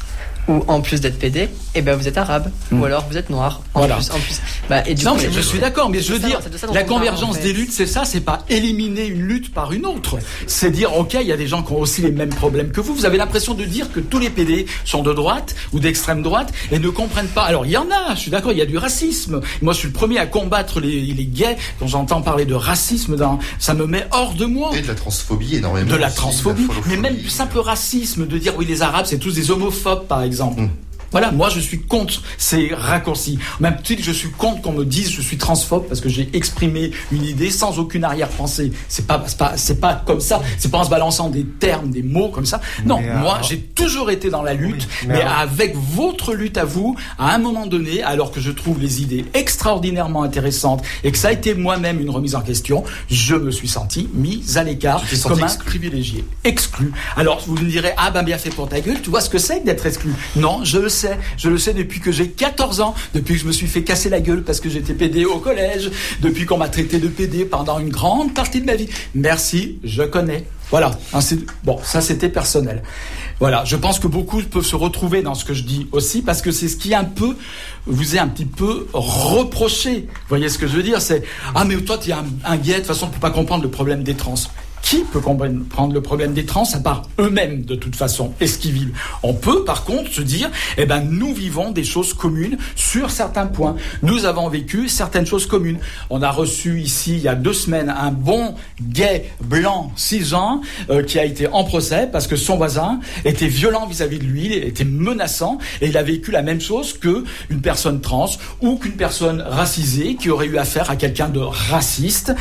Ou en plus d'être PD, vous êtes arabe, ou alors vous êtes noir. En plus. Et du coup, mais je suis d'accord, mais je veux dire, la convergence des luttes, c'est ça, c'est pas éliminer une lutte par une autre. C'est dire, ok, il y a des gens qui ont aussi les mêmes problèmes que vous. Vous avez l'impression de dire que tous les PD sont de droite ou d'extrême droite et ne comprennent pas. Alors, il y en a, je suis d'accord, il y a du racisme. Moi, je suis le premier à combattre les gays. Quand j'entends parler de racisme, ça me met hors de moi. Et de la transphobie, énormément. De la transphobie, mais même du simple racisme, de dire, oui, les Arabes, c'est tous des homophobes, par exemple. Voilà, moi je suis contre ces raccourcis. Même titre, je suis contre qu'on me dise je suis transphobe parce que j'ai exprimé une idée sans aucune arrière-pensée. C'est pas comme ça. C'est pas en se balançant des termes, des mots comme ça. Non, moi j'ai toujours été dans la lutte, mais avec votre lutte à vous, à un moment donné, alors que je trouve les idées extraordinairement intéressantes et que ça a été moi-même une remise en question, je me suis senti mis à l'écart comme un privilégié, exclu. Alors vous me direz bien fait pour ta gueule. Tu vois ce que c'est que d'être exclu? Non, je le sais depuis que j'ai 14 ans, depuis que je me suis fait casser la gueule parce que j'étais PD au collège, depuis qu'on m'a traité de PD pendant une grande partie de ma vie. Merci, je connais. Voilà. Ça c'était personnel. Voilà. Je pense que beaucoup peuvent se retrouver dans ce que je dis aussi parce que c'est ce qui vous est un petit peu reproché. Vous voyez ce que je veux dire? C'est, mais toi tu es un gay, de toute façon on peut pas comprendre le problème des trans. Qui peut comprendre le problème des trans à part eux-mêmes de toute façon et ce qu'ils vivent? On peut par contre se dire nous vivons des choses communes sur certains points. Nous avons vécu certaines choses communes. On a reçu ici il y a 2 semaines un bon gay blanc 6 ans qui a été en procès parce que son voisin était violent vis-à-vis de lui, était menaçant et il a vécu la même chose qu'une personne trans ou qu'une personne racisée qui aurait eu affaire à quelqu'un de raciste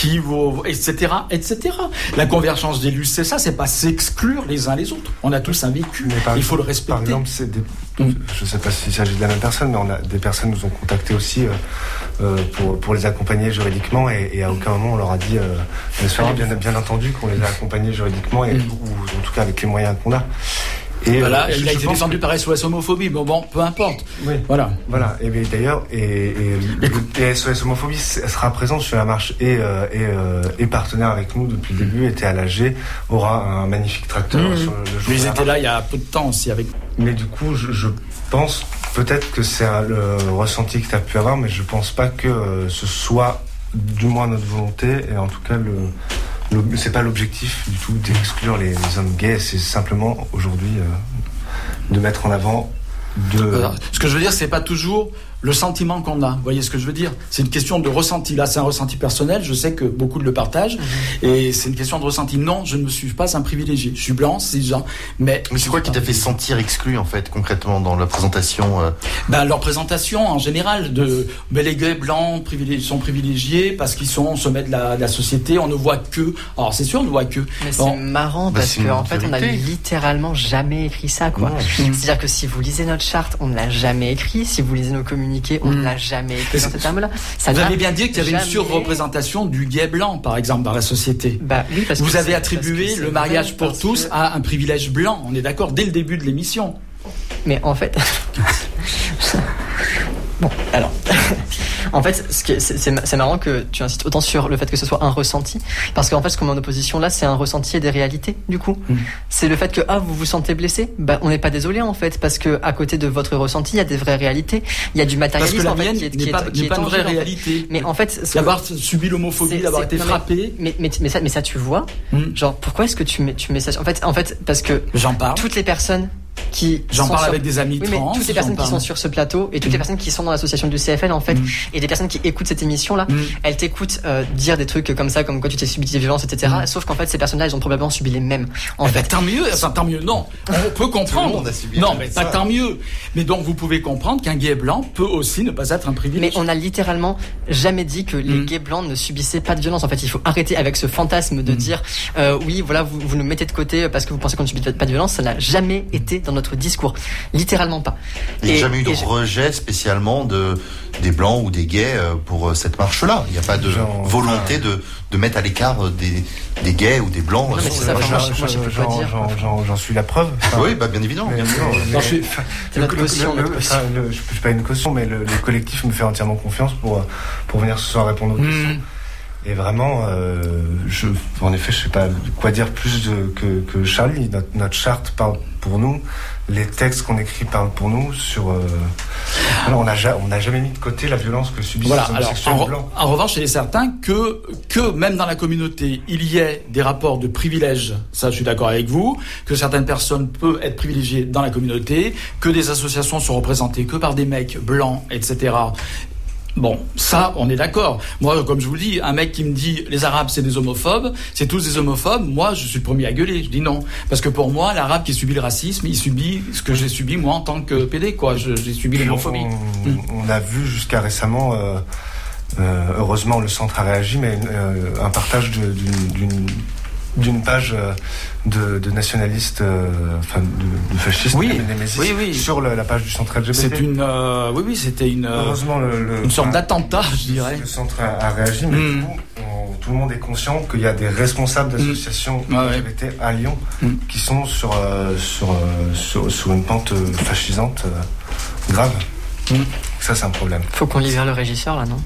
etc. La convergence des luttes, c'est ça, c'est pas s'exclure les uns les autres. On a tous un vécu, il faut le respecter. Par exemple, je ne sais pas s'il s'agit de la même personne, mais des personnes nous ont contactés aussi pour les accompagner juridiquement et à aucun moment on leur a dit, bien entendu qu'on les a accompagnés juridiquement ou en tout cas avec les moyens qu'on a. Et voilà, il a été défendu par SOS Homophobie, mais bon, peu importe. Oui. Voilà. Et d'ailleurs, le SOS Homophobie sera présent sur la marche et partenaire avec nous depuis le début. Et TALAG aura un magnifique tracteur sur le jour. Ils étaient là il y a peu de temps aussi avec. Mais du coup, je pense peut-être que c'est le ressenti que tu as pu avoir, mais je pense pas que ce soit du moins notre volonté et en tout cas c'est pas l'objectif du tout d'exclure les hommes gays, c'est simplement aujourd'hui de mettre en avant ce que je veux dire, c'est pas toujours le sentiment qu'on a. Vous voyez ce que je veux dire? C'est une question de ressenti. Là, c'est un ressenti personnel. Je sais que beaucoup le partagent. Et c'est une question de ressenti. Non, je ne me suis pas un privilégié. Je suis blanc, cisgenre. Mais c'est quoi qui t'a fait sentir exclu, en fait, concrètement, dans la présentation leur présentation, en général, les gays blancs sont privilégiés parce qu'ils sont au sommet de la société. On ne voit que. Alors, c'est sûr, on ne voit que. Mais c'est marrant parce qu'en fait, on n'a littéralement jamais écrit ça, quoi. C'est-à-dire que si vous lisez notre charte, on ne l'a jamais écrit. Si vous lisez nos communiqués, on ne l'a jamais écrit dans ce terme-là. Vous avez bien dit qu'il y avait une surreprésentation du gay blanc, par exemple, dans la société. Oui, parce que vous avez attribué le mariage pour tous à un privilège blanc. On est d'accord dès le début de l'émission. Mais en fait, alors. En fait, c'est marrant que tu insistes autant sur le fait que ce soit un ressenti, parce qu'en fait, ce qu'on met en opposition là, c'est un ressenti et des réalités. Du coup, c'est le fait que vous vous sentez blessé. On n'est pas désolé en fait, parce que à côté de votre ressenti, il y a des vraies réalités. Il y a du matérialisme parce que la mienne n'est pas une vraie réalité. Mais en fait, d'avoir subi l'homophobie, d'avoir été frappé. Mais ça, tu vois. Genre, pourquoi est-ce que tu mets ça? En fait, parce que j'en parle. Toutes les personnes j'en parle avec des amis trans. Toutes les personnes qui sont sur ce plateau et toutes les personnes qui sont dans l'association du CFL en fait et des personnes qui écoutent cette émission là, elles t'écoutent dire des trucs comme ça, comme quoi tu t'es subi des violences, etc. Sauf qu'en fait ces personnes-là, elles ont probablement subi les mêmes. Tant mieux. Non, on peut comprendre. Non, mais pas tant mieux. Mais donc vous pouvez comprendre qu'un gay blanc peut aussi ne pas être un privilège. Mais on a littéralement jamais dit que les gays blancs ne subissaient pas de violence. En fait, il faut arrêter avec ce fantasme de dire oui, voilà, vous nous mettez de côté parce que vous pensez qu'on ne subit pas de violence. Ça n'a jamais été dans notre discours, littéralement pas. Il n'y a jamais eu de rejet spécialement des blancs ou des gays pour cette marche-là. Il n'y a pas de volonté de mettre à l'écart des gays ou des blancs. Non, mais c'est ça, j'en suis la preuve. Oui, bien évidemment. C'est notre caution. Je suis pas une caution, mais le collectif me fait entièrement confiance pour venir ce soir répondre aux questions. Et vraiment, en effet, je sais pas quoi dire plus que Charlie. Notre charte parle pour nous. Les textes qu'on écrit parlent pour nous. Alors on n'a jamais mis de côté la violence que subissent les homosexuels blancs. En revanche, il est certain que même dans la communauté, il y ait des rapports de privilèges. Ça, je suis d'accord avec vous. Que certaines personnes peuvent être privilégiées dans la communauté, que des associations sont représentées que par des mecs blancs, etc. Bon, ça, on est d'accord. Moi, comme je vous le dis, un mec qui me dit les Arabes, c'est des homophobes, c'est tous des homophobes, moi, je suis le premier à gueuler. Je dis non. Parce que pour moi, l'Arabe qui subit le racisme, il subit ce que j'ai subi, moi, en tant que PD, quoi. J'ai subi l'homophobie. On a vu jusqu'à récemment, heureusement, le centre a réagi, mais un partage d'une page de nationalistes, de fascistes, oui, sur la page du centre LGBT. C'est c'était heureusement une sorte d'attentat, je dirais. Le centre a réagi, mais tout le monde est conscient qu'il y a des responsables d'associations LGBT à Lyon qui sont sur une pente fascisante grave. Ça, c'est un problème. Faut qu'on libère le régisseur, là, non?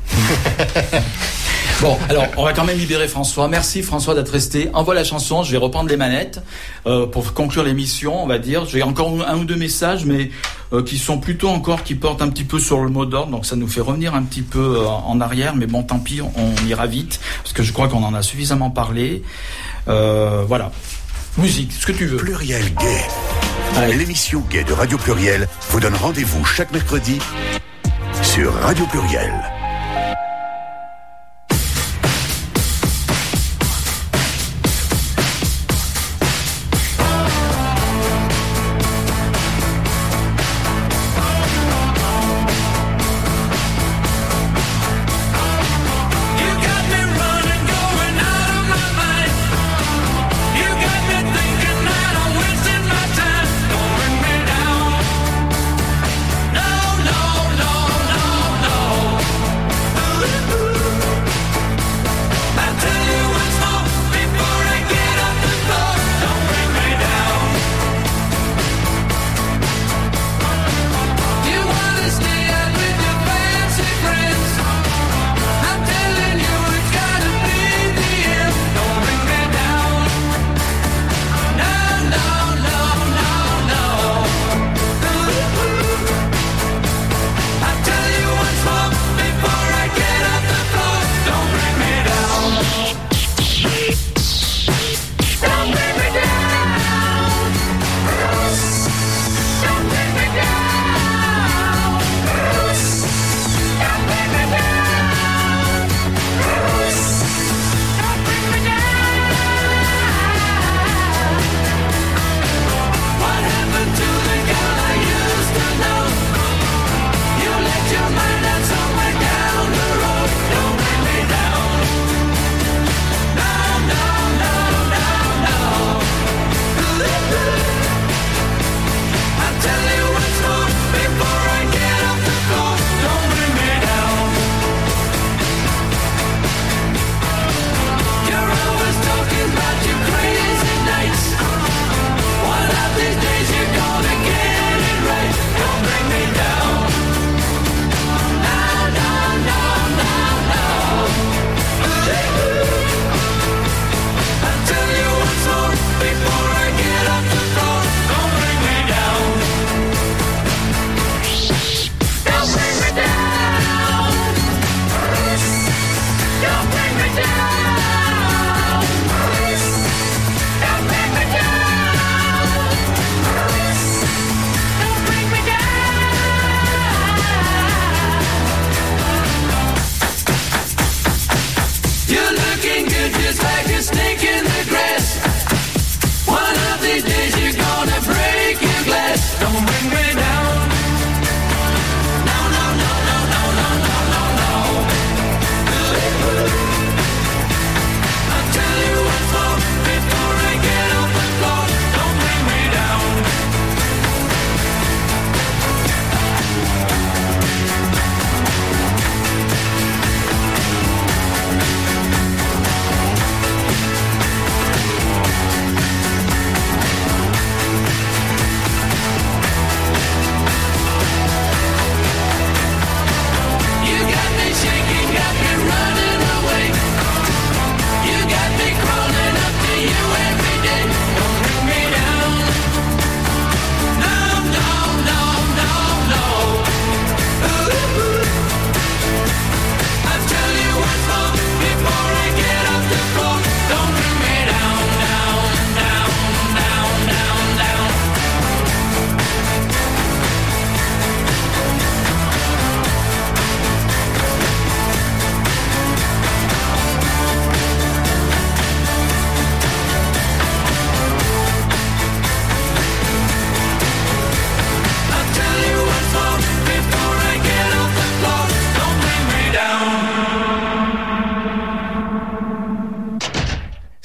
Bon, alors, on va quand même libérer François. Merci François d'être resté. Envoie la chanson, je vais reprendre les manettes pour conclure l'émission, on va dire. J'ai encore un ou deux messages, mais qui sont plutôt encore, qui portent un petit peu sur le mot d'ordre, donc ça nous fait revenir un petit peu en arrière, mais bon, tant pis, on ira vite, parce que je crois qu'on en a suffisamment parlé. Voilà. Musique, ce que tu veux. Pluriel Gay. Allez. L'émission Gay de Radio Pluriel vous donne rendez-vous chaque mercredi sur Radio Pluriel.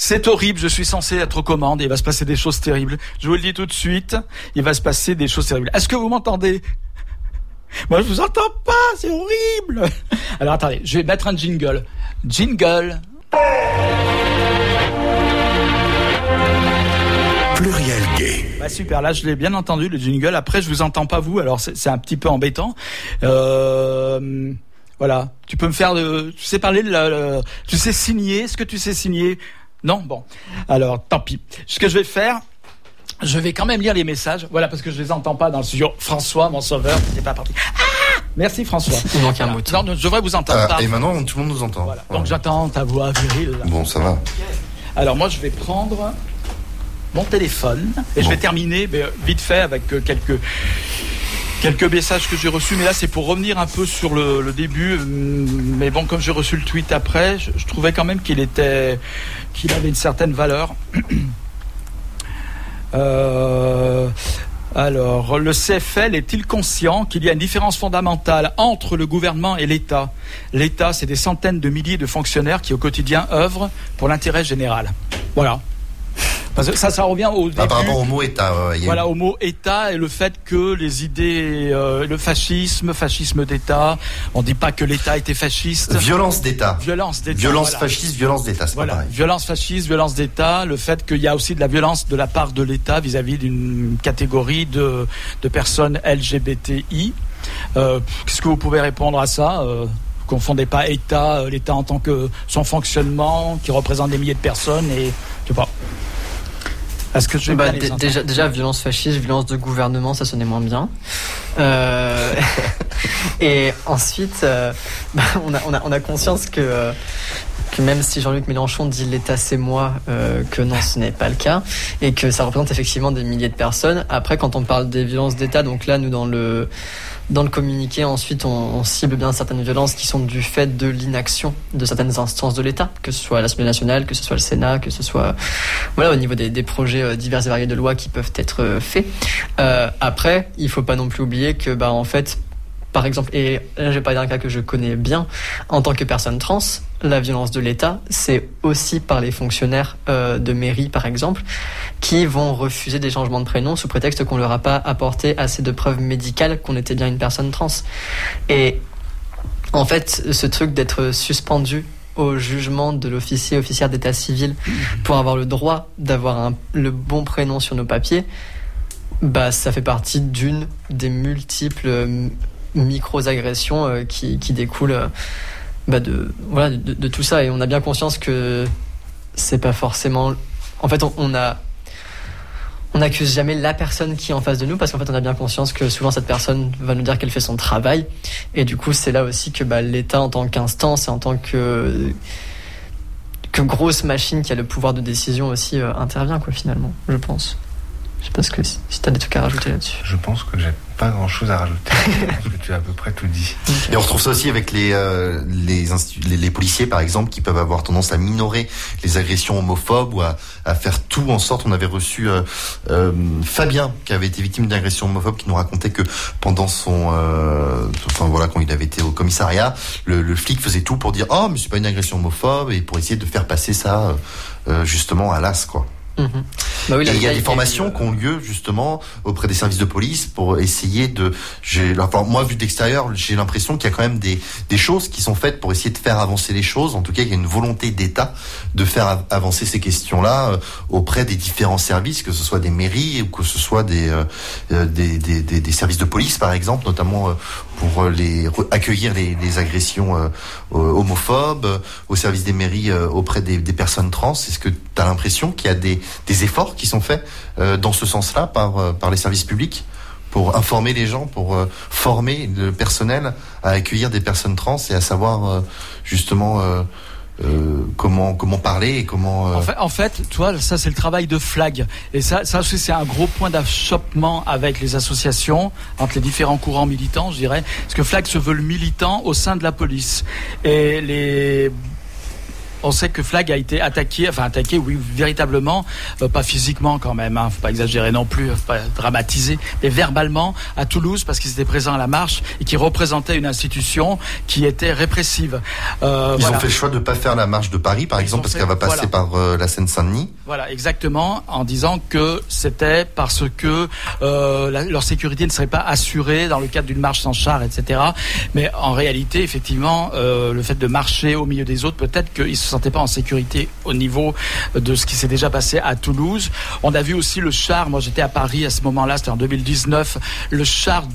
C'est horrible, je suis censé être aux commandes et il va se passer des choses terribles. Je vous le dis tout de suite, il va se passer des choses terribles. Est-ce que vous m'entendez ? Moi, je vous entends pas, c'est horrible. Alors, attendez, je vais mettre un jingle. Jingle. Pluriel Gay. Bah super, là je l'ai bien entendu le jingle. Après je vous entends pas vous, alors c'est un petit peu embêtant. Voilà, tu peux me faire tu sais parler tu sais signer, est-ce que tu sais signer ? Non, bon. Alors tant pis. Ce que je vais faire, je vais quand même lire les messages. Voilà, parce que je les entends pas dans le studio. François, mon sauveur, c'est pas parti. Ah, merci François. Il manque un mot. Non, je devrais vous entendre. Et maintenant tout le monde nous entend. Voilà. Donc j'entends ta voix virile. Bon, ça va. Alors moi je vais prendre mon téléphone et je vais terminer vite fait avec quelques messages que j'ai reçus, mais là c'est pour revenir un peu sur le début, mais bon, comme j'ai reçu le tweet après, je trouvais quand même qu'il avait une certaine valeur. Alors, le CFL est-il conscient qu'il y a une différence fondamentale entre le gouvernement et l'État ? L'État, c'est des centaines de milliers de fonctionnaires qui au quotidien œuvrent pour l'intérêt général. Voilà. Parce que ça revient au début. Par rapport au mot État. Voilà, au mot État et le fait que les idées, le fascisme d'État, on dit pas que l'État était fasciste. Violence d'État. Violence d'État. Violence voilà. fasciste, violence d'État, c'est pas pareil. Violence fasciste, violence d'État, le fait qu'il y a aussi de la violence de la part de l'État vis-à-vis d'une catégorie de personnes LGBTI. Qu'est-ce que vous pouvez répondre à ça ? Confondez pas État, l'État en tant que son fonctionnement, qui représente des milliers de personnes et je sais pas. Est-ce que je vais déjà violence fasciste, violence de gouvernement, ça sonnait moins bien. Et ensuite, on a conscience que même si Jean-Luc Mélenchon dit l'État c'est moi, que non, ce n'est pas le cas et que ça représente effectivement des milliers de personnes. Après, quand on parle des violences d'État, donc là nous dans le communiqué, ensuite, on cible bien certaines violences qui sont du fait de l'inaction de certaines instances de l'État, que ce soit l'Assemblée nationale, que ce soit le Sénat, que ce soit au niveau des projets divers et variés de loi qui peuvent être faits. Après, il faut pas non plus oublier que, en fait, par exemple, et là je vais parler d'un cas que je connais bien, en tant que personne trans, la violence de l'État, c'est aussi par les fonctionnaires de mairie, par exemple, qui vont refuser des changements de prénom sous prétexte qu'on leur a pas apporté assez de preuves médicales qu'on était bien une personne trans. Et en fait, ce truc d'être suspendu au jugement de officière d'état civil pour avoir le droit d'avoir le bon prénom sur nos papiers, ça fait partie d'une des multiples micro-agressions qui découlent de tout ça. Et on a bien conscience que c'est pas forcément... En fait, on n'accuse jamais la personne qui est en face de nous, parce qu'en fait on a bien conscience que souvent cette personne va nous dire qu'elle fait son travail, et du coup c'est là aussi que l'État en tant qu'instance et en tant que grosse machine qui a le pouvoir de décision aussi intervient, finalement, je pense. Je sais pas si tu as des trucs à rajouter là-dessus. Je pense que j'ai pas grand-chose à rajouter. Je pense que tu as à peu près tout dit. Et on retrouve ça aussi avec les policiers, par exemple, qui peuvent avoir tendance à minorer les agressions homophobes ou à faire tout en sorte. On avait reçu Fabien, qui avait été victime d'agressions homophobes, qui nous racontait que pendant quand il avait été au commissariat, le flic faisait tout pour dire « Oh, mais c'est pas une agression homophobe » et pour essayer de faire passer ça justement à l'as, quoi. Mmh. Et il y a des formations qui ont lieu justement auprès des services de police pour essayer moi vu d'extérieur, j'ai l'impression qu'il y a quand même des choses qui sont faites pour essayer de faire avancer les choses. En tout cas, il y a une volonté d'État de faire avancer ces questions-là auprès des différents services, que ce soit des mairies ou que ce soit des services de police, par exemple, notamment pour accueillir les agressions homophobes, au service des mairies auprès des personnes trans. Est-ce que tu as l'impression qu'il y a des efforts qui sont faits dans ce sens-là par les services publics pour informer les gens, pour former le personnel à accueillir des personnes trans et à savoir justement comment parler et comment... En fait, toi, ça c'est le travail de Flag. Et ça aussi, c'est un gros point d'achoppement avec les associations, entre les différents courants militants, je dirais. Parce que Flag se veut le militant au sein de la police. Et on sait que Flag a été attaqué, oui, véritablement, pas physiquement quand même, faut pas exagérer non plus, faut pas dramatiser, mais verbalement à Toulouse parce qu'ils étaient présents à la marche et qui représentaient une institution qui était répressive. Ils ont fait le choix de ne pas faire la marche de Paris, par exemple, parce qu'elle va passer par la Seine-Saint-Denis. Voilà, exactement, en disant que c'était parce que leur sécurité ne serait pas assurée dans le cadre d'une marche sans char, etc. Mais en réalité, effectivement, le fait de marcher au milieu des autres, peut-être qu'ils se sentaient pas en sécurité au niveau de ce qui s'est déjà passé à Toulouse. On a vu aussi le char, moi j'étais à Paris à ce moment-là, c'était en 2019, le char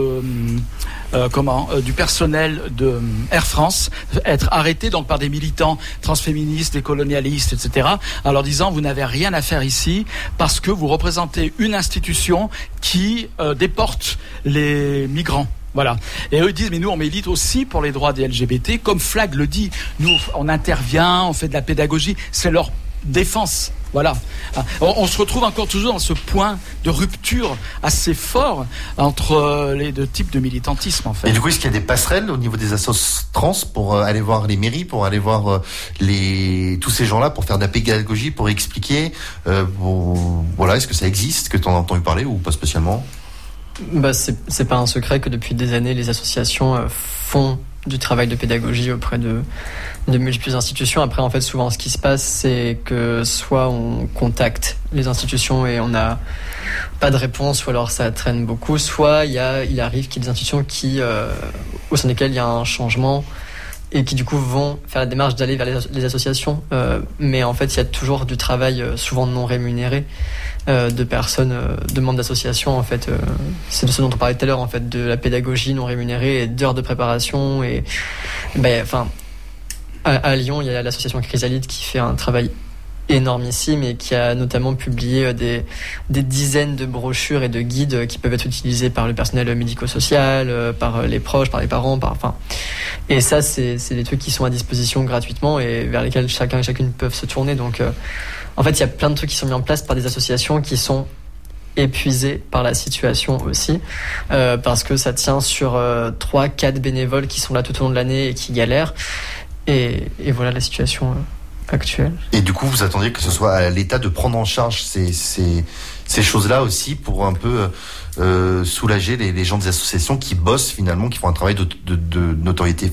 du personnel de Air France être arrêté donc par des militants transféministes, des colonialistes, etc. en leur disant vous n'avez rien à faire ici parce que vous représentez une institution qui déporte les migrants. Voilà. Et eux disent, mais nous, on milite aussi pour les droits des LGBT. Comme Flag le dit, nous, on intervient, on fait de la pédagogie. C'est leur défense. Voilà. On se retrouve encore toujours dans ce point de rupture assez fort entre les deux types de militantisme, en fait. Et du coup, est-ce qu'il y a des passerelles au niveau des assos trans pour aller voir les mairies, pour aller voir tous ces gens-là, pour faire de la pédagogie, pour expliquer voilà, est-ce que ça existe, que tu en as entendu parler ou pas spécialement? C'est pas un secret que depuis des années, les associations font du travail de pédagogie auprès de multiples institutions. Après, en fait, souvent, ce qui se passe, c'est que soit on contacte les institutions et on n'a pas de réponse, ou alors ça traîne beaucoup, soit il arrive qu'il y ait des institutions au sein desquelles il y a un changement et qui, du coup, vont faire la démarche d'aller vers les associations. Mais en fait, il y a toujours du travail souvent non rémunéré de personnes, de membres d'associations, en fait. C'est de ce dont on parlait tout à l'heure, en fait, de la pédagogie non rémunérée et d'heures de préparation. Et, à Lyon, il y a l'association Chrysalide qui fait un travail énormissime et qui a notamment publié des dizaines de brochures et de guides qui peuvent être utilisés par le personnel médico-social, par les proches, par les parents, et ça, c'est des trucs qui sont à disposition gratuitement et vers lesquels chacun et chacune peuvent se tourner. Donc, en fait, il y a plein de trucs qui sont mis en place par des associations qui sont épuisées par la situation aussi, parce que ça tient sur 3-4 bénévoles qui sont là tout au long de l'année et qui galèrent. Et voilà la situation actuelle. Et du coup, vous attendiez que ce soit à l'État de prendre en charge ces choses-là aussi pour un peu soulager les gens des associations qui bossent finalement, qui font un travail de notoriété,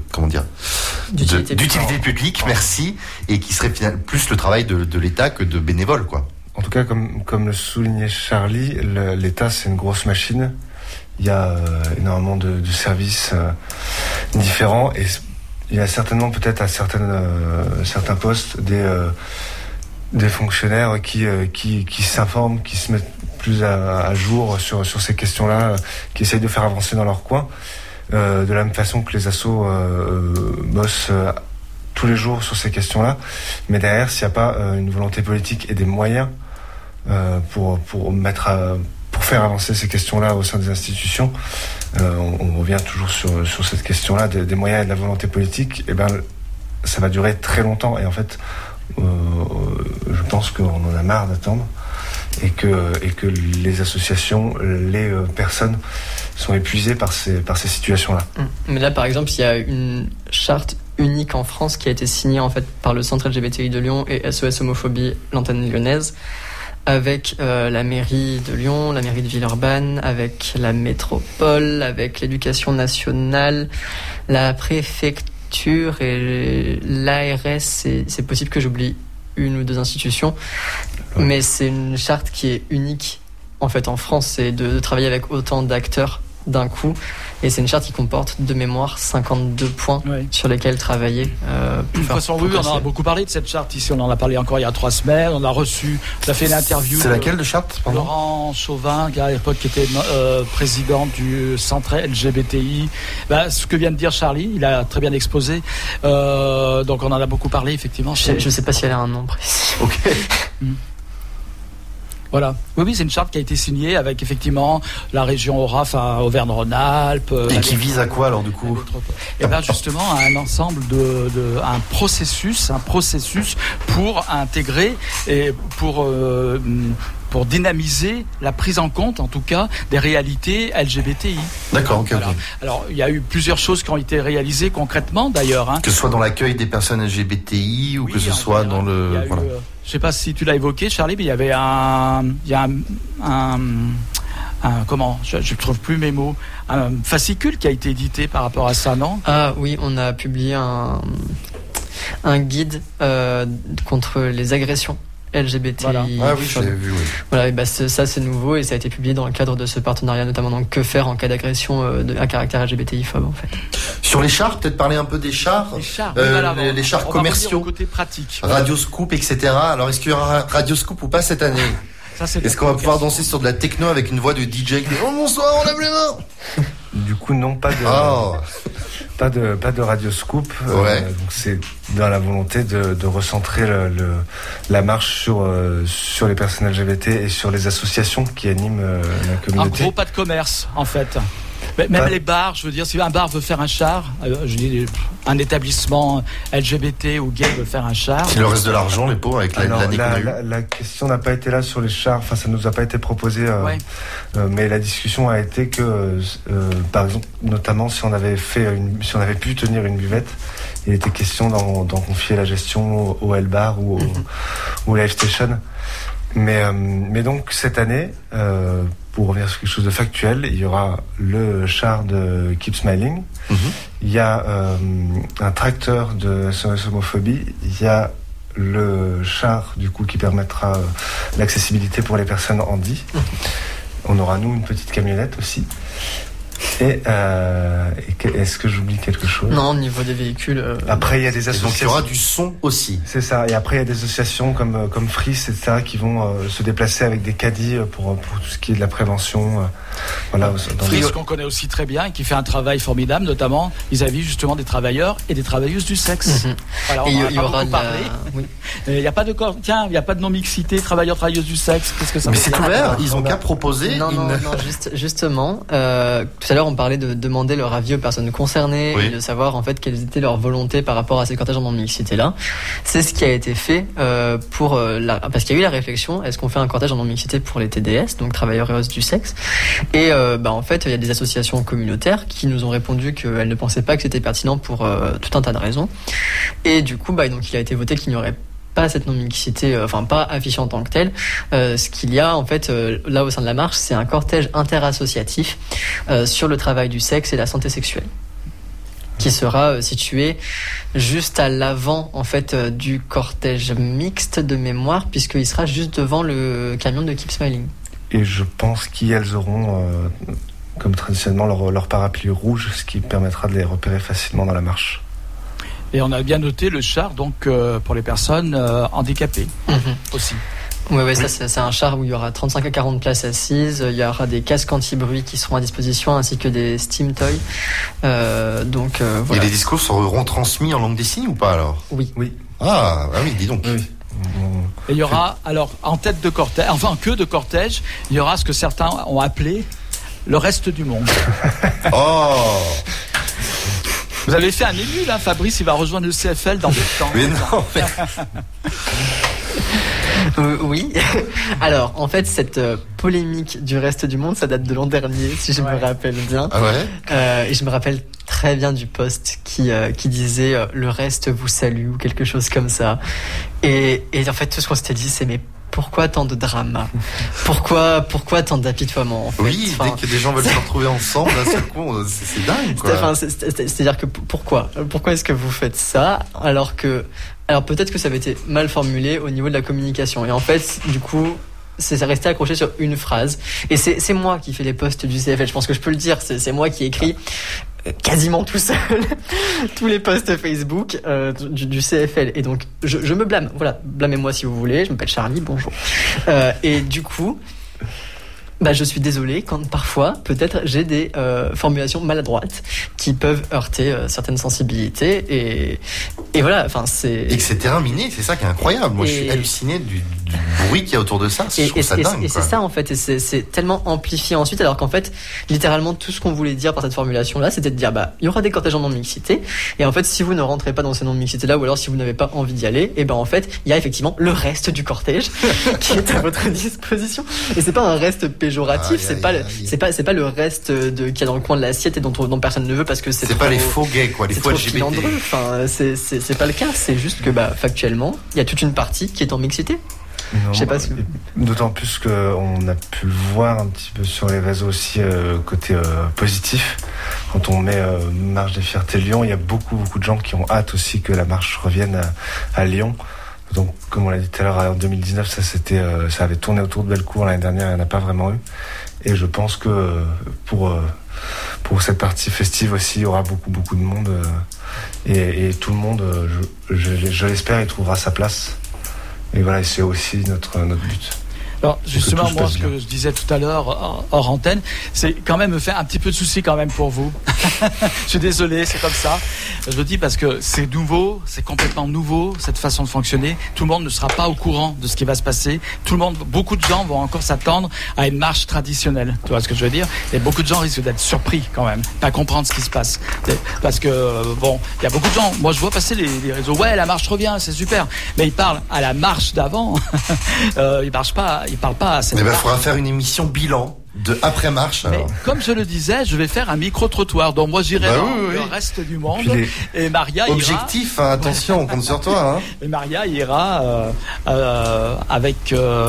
d'utilité publique, merci, et qui serait finalement plus le travail de l'État que de bénévoles, quoi. En tout cas, comme le soulignait Charlie, l'État, c'est une grosse machine. Il y a énormément de services différents et il y a certainement peut-être à certains postes des fonctionnaires qui s'informent, qui se mettent plus à jour sur ces questions-là, qui essayent de faire avancer dans leur coin, de la même façon que les assos bossent tous les jours sur ces questions-là. Mais derrière, s'il n'y a pas une volonté politique et des moyens pour faire avancer ces questions-là au sein des institutions, on revient toujours sur cette question-là des moyens et de la volonté politique, et ça va durer très longtemps. Et en fait, je pense qu'on en a marre d'attendre et que les associations, les personnes sont épuisées par ces situations-là. Mais là, par exemple, il y a une charte unique en France qui a été signée en fait par le Centre LGBTI de Lyon et SOS Homophobie, l'antenne lyonnaise, avec la mairie de Lyon, la mairie de Villeurbanne, avec la métropole, avec l'éducation nationale, la préfecture et l'ARS. C'est possible que j'oublie une ou deux institutions, mais c'est une charte qui est unique en fait en France, c'est de travailler avec autant d'acteurs d'un coup, et c'est une charte qui comporte de mémoire 52 points sur lesquels travailler. De toute façon, oui, on en a beaucoup parlé de cette charte ici, on en a parlé encore il y a 3 semaines, on a fait une interview. C'est laquelle de charte, pardon ? Laurent Chauvin, qui à l'époque était président du centre LGBTI. Ce que vient de dire Charlie, il a très bien exposé. Donc on en a beaucoup parlé, effectivement. Je ne sais pas si elle a un nom précis. Ok. Voilà. Oui, c'est une charte qui a été signée avec effectivement la région Auvergne-Rhône-Alpes. Et qui vise à quoi alors du coup ? Et justement à un ensemble un processus pour intégrer et pour pour dynamiser la prise en compte, en tout cas, des réalités LGBTI. D'accord, ok. Alors, il y a eu plusieurs choses qui ont été réalisées concrètement, d'ailleurs. Hein. Que ce soit dans l'accueil des personnes LGBTI ou que ce soit dans le... Voilà. Je sais pas si tu l'as évoqué, Charlie, mais il y avait comment, je ne trouve plus mes mots, un fascicule qui a été édité par rapport à ça, non ? Ah oui, on a publié un guide contre les agressions LGBTI. Voilà. Ah oui, je l'ai vu, oui. Voilà, et ça c'est nouveau et ça a été publié dans le cadre de ce partenariat, notamment dans Que faire en cas d'agression à caractère LGBTI-phobe en fait. Sur les chars, peut-être parler un peu des chars, les chars commerciaux, côté pratique. Radio Scoop, etc. Alors est-ce qu'il y aura Radio Scoop ou pas cette année ? Est-ce qu'on va pouvoir danser sur de la techno avec une voix de DJ qui dit « Oh bonsoir, on lève les mains !» Du coup, non, pas de Radio Scoop. Ouais. Donc c'est dans la volonté de recentrer la marche sur les personnes LGBT et sur les associations qui animent la communauté. En gros, pas de commerce, en fait. Même les bars, je veux dire, si un bar veut faire un char, je dis un établissement LGBT ou gay veut faire un char. Il leur reste de l'argent, les pauvres, avec l'année qu'on a eue. La question n'a pas été là sur les chars, enfin ça nous a pas été proposé, mais la discussion a été que, par exemple, notamment si on avait pu tenir une buvette, il était question d'en confier la gestion au L-Bar ou au Live Station. Mais donc cette année, pour revenir sur quelque chose de factuel, il y aura le char de Keep Smiling, il y a un tracteur de SOS Homophobie, il y a le char du coup qui permettra l'accessibilité pour les personnes handi. On aura nous une petite camionnette aussi. Et est-ce que j'oublie quelque chose ? Non, au niveau des véhicules. Après, il y a des associations. Donc il y aura du son aussi. C'est ça. Et après, il y a des associations comme Fris, etc., qui vont se déplacer avec des caddies pour tout ce qui est de la prévention. Voilà. Fris, qu'on connaît aussi très bien et qui fait un travail formidable, notamment vis-à-vis justement des travailleurs et des travailleuses du sexe. Voilà, il y aura parlé. Oui. Il n'y a pas de non-mixité, travailleurs-travailleuses du sexe. Qu'est-ce que ça veut dire ? Mais c'est ouvert. Ils ont qu'à proposer. Non, justement. Tout à l'heure, on parlait de demander leur avis aux personnes concernées et de savoir en fait quelles étaient leurs volontés par rapport à ces cortèges en non-mixité-là. C'est ce qui a été fait parce qu'il y a eu la réflexion, est-ce qu'on fait un cortège en non-mixité pour les TDS, donc travailleurs et du sexe ? Et en fait, il y a des associations communautaires qui nous ont répondu qu'elles ne pensaient pas que c'était pertinent pour tout un tas de raisons. Et du coup, donc il a été voté qu'il n'y aurait pas cette non-mixité, pas affichée en tant que telle. Ce qu'il y a en fait là au sein de la marche, c'est un cortège interassociatif sur le travail du sexe et la santé sexuelle, qui sera situé juste à l'avant en fait du cortège mixte de mémoire, puisqu'il sera juste devant le camion de Keep Smiling. Et je pense qu'elles auront, comme traditionnellement, leur parapluie rouge, ce qui permettra de les repérer facilement dans la marche. Et on a bien noté le char donc pour les personnes handicapées aussi. Oui, ça c'est un char où il y aura 35 à 40 places assises, il y aura des casques anti-bruit qui seront à disposition ainsi que des steam toys. Voilà. Et les discours seront transmis en langue des signes ou pas alors ? Oui. Ah oui, dis donc. Oui. Et il y aura alors en tête de cortège, en queue de cortège, il y aura ce que certains ont appelé le reste du monde. Oh. Vous avez fait un élu là, Fabrice, il va rejoindre le CFL dans 2 temps. Mais non. Oui. Alors, en fait, cette polémique du reste du monde, ça date de l'an dernier, si je me rappelle bien. Ah ouais. Et je me rappelle très bien du post qui disait le reste vous salue ou quelque chose comme ça. Et en fait, tout ce qu'on s'était dit, c'est mais pourquoi tant de drama ? Pourquoi tant d'apitoiement en fait ? Oui, dès que des gens veulent se retrouver ensemble, là, c'est dingue, quoi. C'est-à-dire que pourquoi est-ce que vous faites ça alors peut-être que ça avait été mal formulé au niveau de la communication. Et en fait, du coup, c'est resté accroché sur une phrase. Et c'est moi qui fais les posts du CFL. Je pense que je peux le dire. C'est moi qui écris quasiment tout seul tous les posts Facebook du CFL. Et donc, je me blâme. Voilà, blâmez-moi si vous voulez. Je m'appelle Charlie, bonjour. Et du coup, je suis désolé quand parfois, peut-être, j'ai des formulations maladroites qui peuvent heurter certaines sensibilités. Et voilà, c'est... Et que c'est terminé, c'est ça qui est incroyable. Moi, je suis halluciné bruit qu'il y a autour de ça. Je trouve ça dingue. Et c'est ça en fait, et c'est tellement amplifié ensuite, alors qu'en fait, littéralement tout ce qu'on voulait dire par cette formulation-là, c'était de dire il y aura des cortèges en non-mixité, et en fait, si vous ne rentrez pas dans ces non-mixité-là, ou alors si vous n'avez pas envie d'y aller, et en fait, il y a effectivement le reste du cortège qui est à votre disposition. Et c'est pas un reste péjoratif, c'est pas le reste qu'il y a dans le coin de l'assiette et dont personne ne veut parce que c'est pas les faux gays, quoi, les faux LGBT. Enfin, c'est pas le cas, c'est juste que factuellement, il y a toute une partie qui est en mixité. Non, je sais pas si... D'autant plus qu'on a pu le voir un petit peu sur les réseaux aussi, côté positif. Quand on met Marche des Fiertés Lyon, il y a beaucoup de gens qui ont hâte aussi que la marche revienne à Lyon. Donc, comme on l'a dit tout à l'heure, en 2019, ça avait tourné autour de Bellecour. L'année dernière, il n'y en a pas vraiment eu. Et je pense que pour cette partie festive aussi, il y aura beaucoup de monde. Et tout le monde, je l'espère, il trouvera sa place. Et voilà, c'est aussi notre but. Alors justement, moi, ce que je disais tout à l'heure hors antenne, c'est quand même me faire un petit peu de souci quand même pour vous. Je suis désolé, c'est comme ça. Je le dis parce que c'est nouveau, c'est complètement nouveau cette façon de fonctionner. Tout le monde ne sera pas au courant de ce qui va se passer. Beaucoup de gens vont encore s'attendre à une marche traditionnelle. Tu vois ce que je veux dire ? Et beaucoup de gens risquent d'être surpris quand même, pas comprendre ce qui se passe. Parce que il y a beaucoup de gens. Moi, je vois passer les réseaux. Ouais, la marche revient, c'est super. Mais ils parlent à la marche d'avant. Ils parlent pas à cette marche. Il faudra faire une émission bilan de après-marche. Mais comme je le disais, je vais faire un micro-trottoir. Donc moi j'irai le reste du monde. Et Maria objectif, ira... attention, on compte sur toi. Et Maria ira avec dans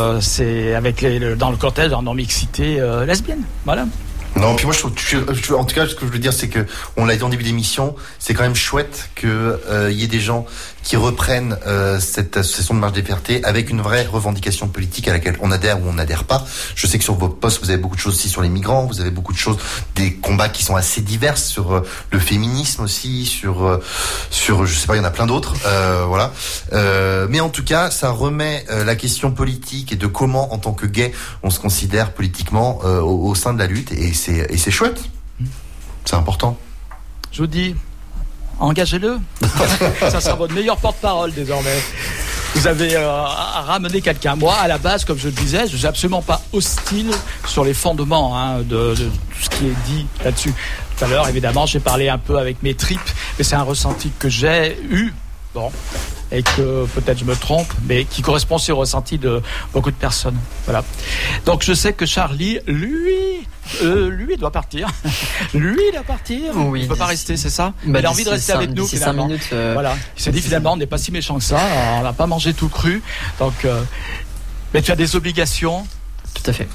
le cortège en non-mixité lesbienne. Voilà. Non, puis moi en tout cas, ce que je veux dire, c'est que on l'a dit en début d'émission, c'est quand même chouette que y ait des gens qui reprennent cette association de Marche des Fiertés avec une vraie revendication politique à laquelle on adhère ou on n'adhère pas. Je sais que sur vos posts, vous avez beaucoup de choses aussi sur les migrants, vous avez beaucoup de choses, des combats qui sont assez divers sur le féminisme aussi, sur je sais pas, il y en a plein d'autres, voilà. Mais en tout cas, ça remet la question politique et de comment, en tant que gay, on se considère politiquement au sein de la lutte, et c'est chouette. C'est important. Je vous dis, engagez-le. Ça sera votre meilleur porte-parole désormais. Vous avez ramené quelqu'un. Moi, à la base, comme je le disais, je suis absolument pas hostile sur les fondements de tout ce qui est dit là-dessus. Tout à l'heure, évidemment, j'ai parlé un peu avec mes tripes, mais c'est un ressenti que j'ai eu. Bon, et que peut-être je me trompe, mais qui correspond aussi au ressenti de beaucoup de personnes. Voilà. Donc je sais que Charlie, lui doit partir. Lui, il doit partir. Oui, il ne peut pas rester, c'est ça. Il a envie de rester avec nous finalement. 5 minutes. Voilà. Il s'est dit finalement, on n'est pas si méchant que ça. On n'a pas mangé tout cru. Donc, mais tu as des obligations. Tout à fait.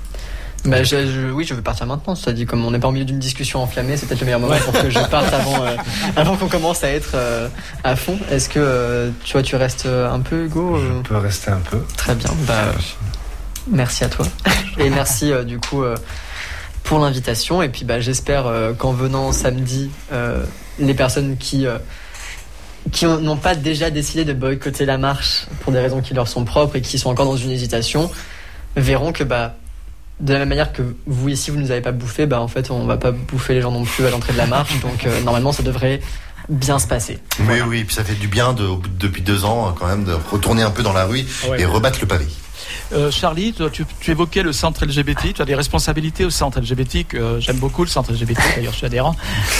Oui, je veux partir maintenant. Ça dit, comme on n'est pas au milieu d'une discussion enflammée, c'est peut-être le meilleur moment pour que je parte avant qu'on commence à être à fond. Est-ce que tu restes un peu, Hugo Je peux rester un peu. Très bien. Merci à toi et merci du coup pour l'invitation. Et puis j'espère qu'en venant samedi, les personnes qui n'ont pas déjà décidé de boycotter la marche pour des raisons qui leur sont propres et qui sont encore dans une hésitation verront que de la même manière que vous ici vous nous avez pas bouffé, en fait on va pas bouffer les gens non plus à l'entrée de la marche, donc normalement ça devrait bien se passer. Mais oui, puis ça fait du bien depuis 2 ans quand même de retourner un peu dans la rue et rebattre le pavé. Charlie, toi, tu évoquais le centre LGBT, tu as des responsabilités au centre LGBT, que j'aime beaucoup le centre LGBT, d'ailleurs je suis adhérent.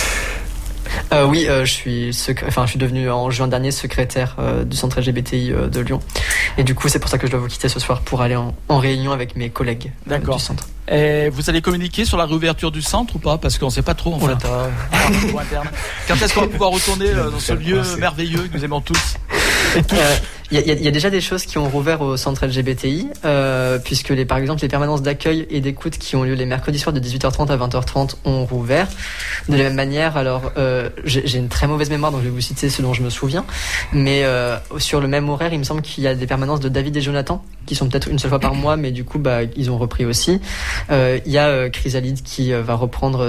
Oui, je suis devenu en juin dernier secrétaire du centre LGBTI de Lyon. Et du coup, c'est pour ça que je dois vous quitter ce soir pour aller en réunion avec mes collègues du centre. Et vous allez communiquer sur la réouverture du centre ou pas ? Parce qu'on ne sait pas trop en fait. Quand est-ce qu'on va pouvoir retourner dans ce lieu merveilleux que nous aimons tous ? Il y a déjà des choses qui ont rouvert au centre LGBTI, puisque par exemple les permanences d'accueil et d'écoute qui ont lieu les mercredis soirs de 18h30 à 20h30 ont rouvert. De la même manière, alors j'ai une très mauvaise mémoire, donc je vais vous citer ce dont je me souviens, mais sur le même horaire, il me semble qu'il y a des permanences de David et Jonathan qui sont peut-être une seule fois par mois, mais du coup ils ont repris aussi. Il y a Chrysalide qui va reprendre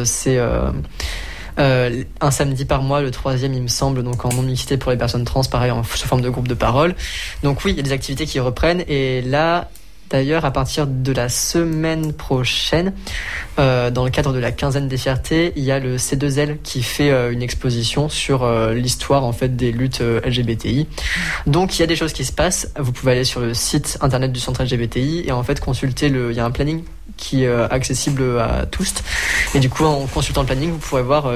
un samedi par mois, le 3e il me semble, donc en non-mixité pour les personnes trans, pareil sous forme de groupe de parole. Donc oui, il y a des activités qui reprennent, et là D'ailleurs, à partir de la semaine prochaine, dans le cadre de la quinzaine des fiertés, il y a le C2L qui fait une exposition sur l'histoire en fait des luttes LGBTI. Donc il y a des choses qui se passent. Vous pouvez aller sur le site internet du centre LGBTI et en fait consulter il y a un planning qui est accessible à tous. Et du coup, en consultant le planning, vous pourrez voir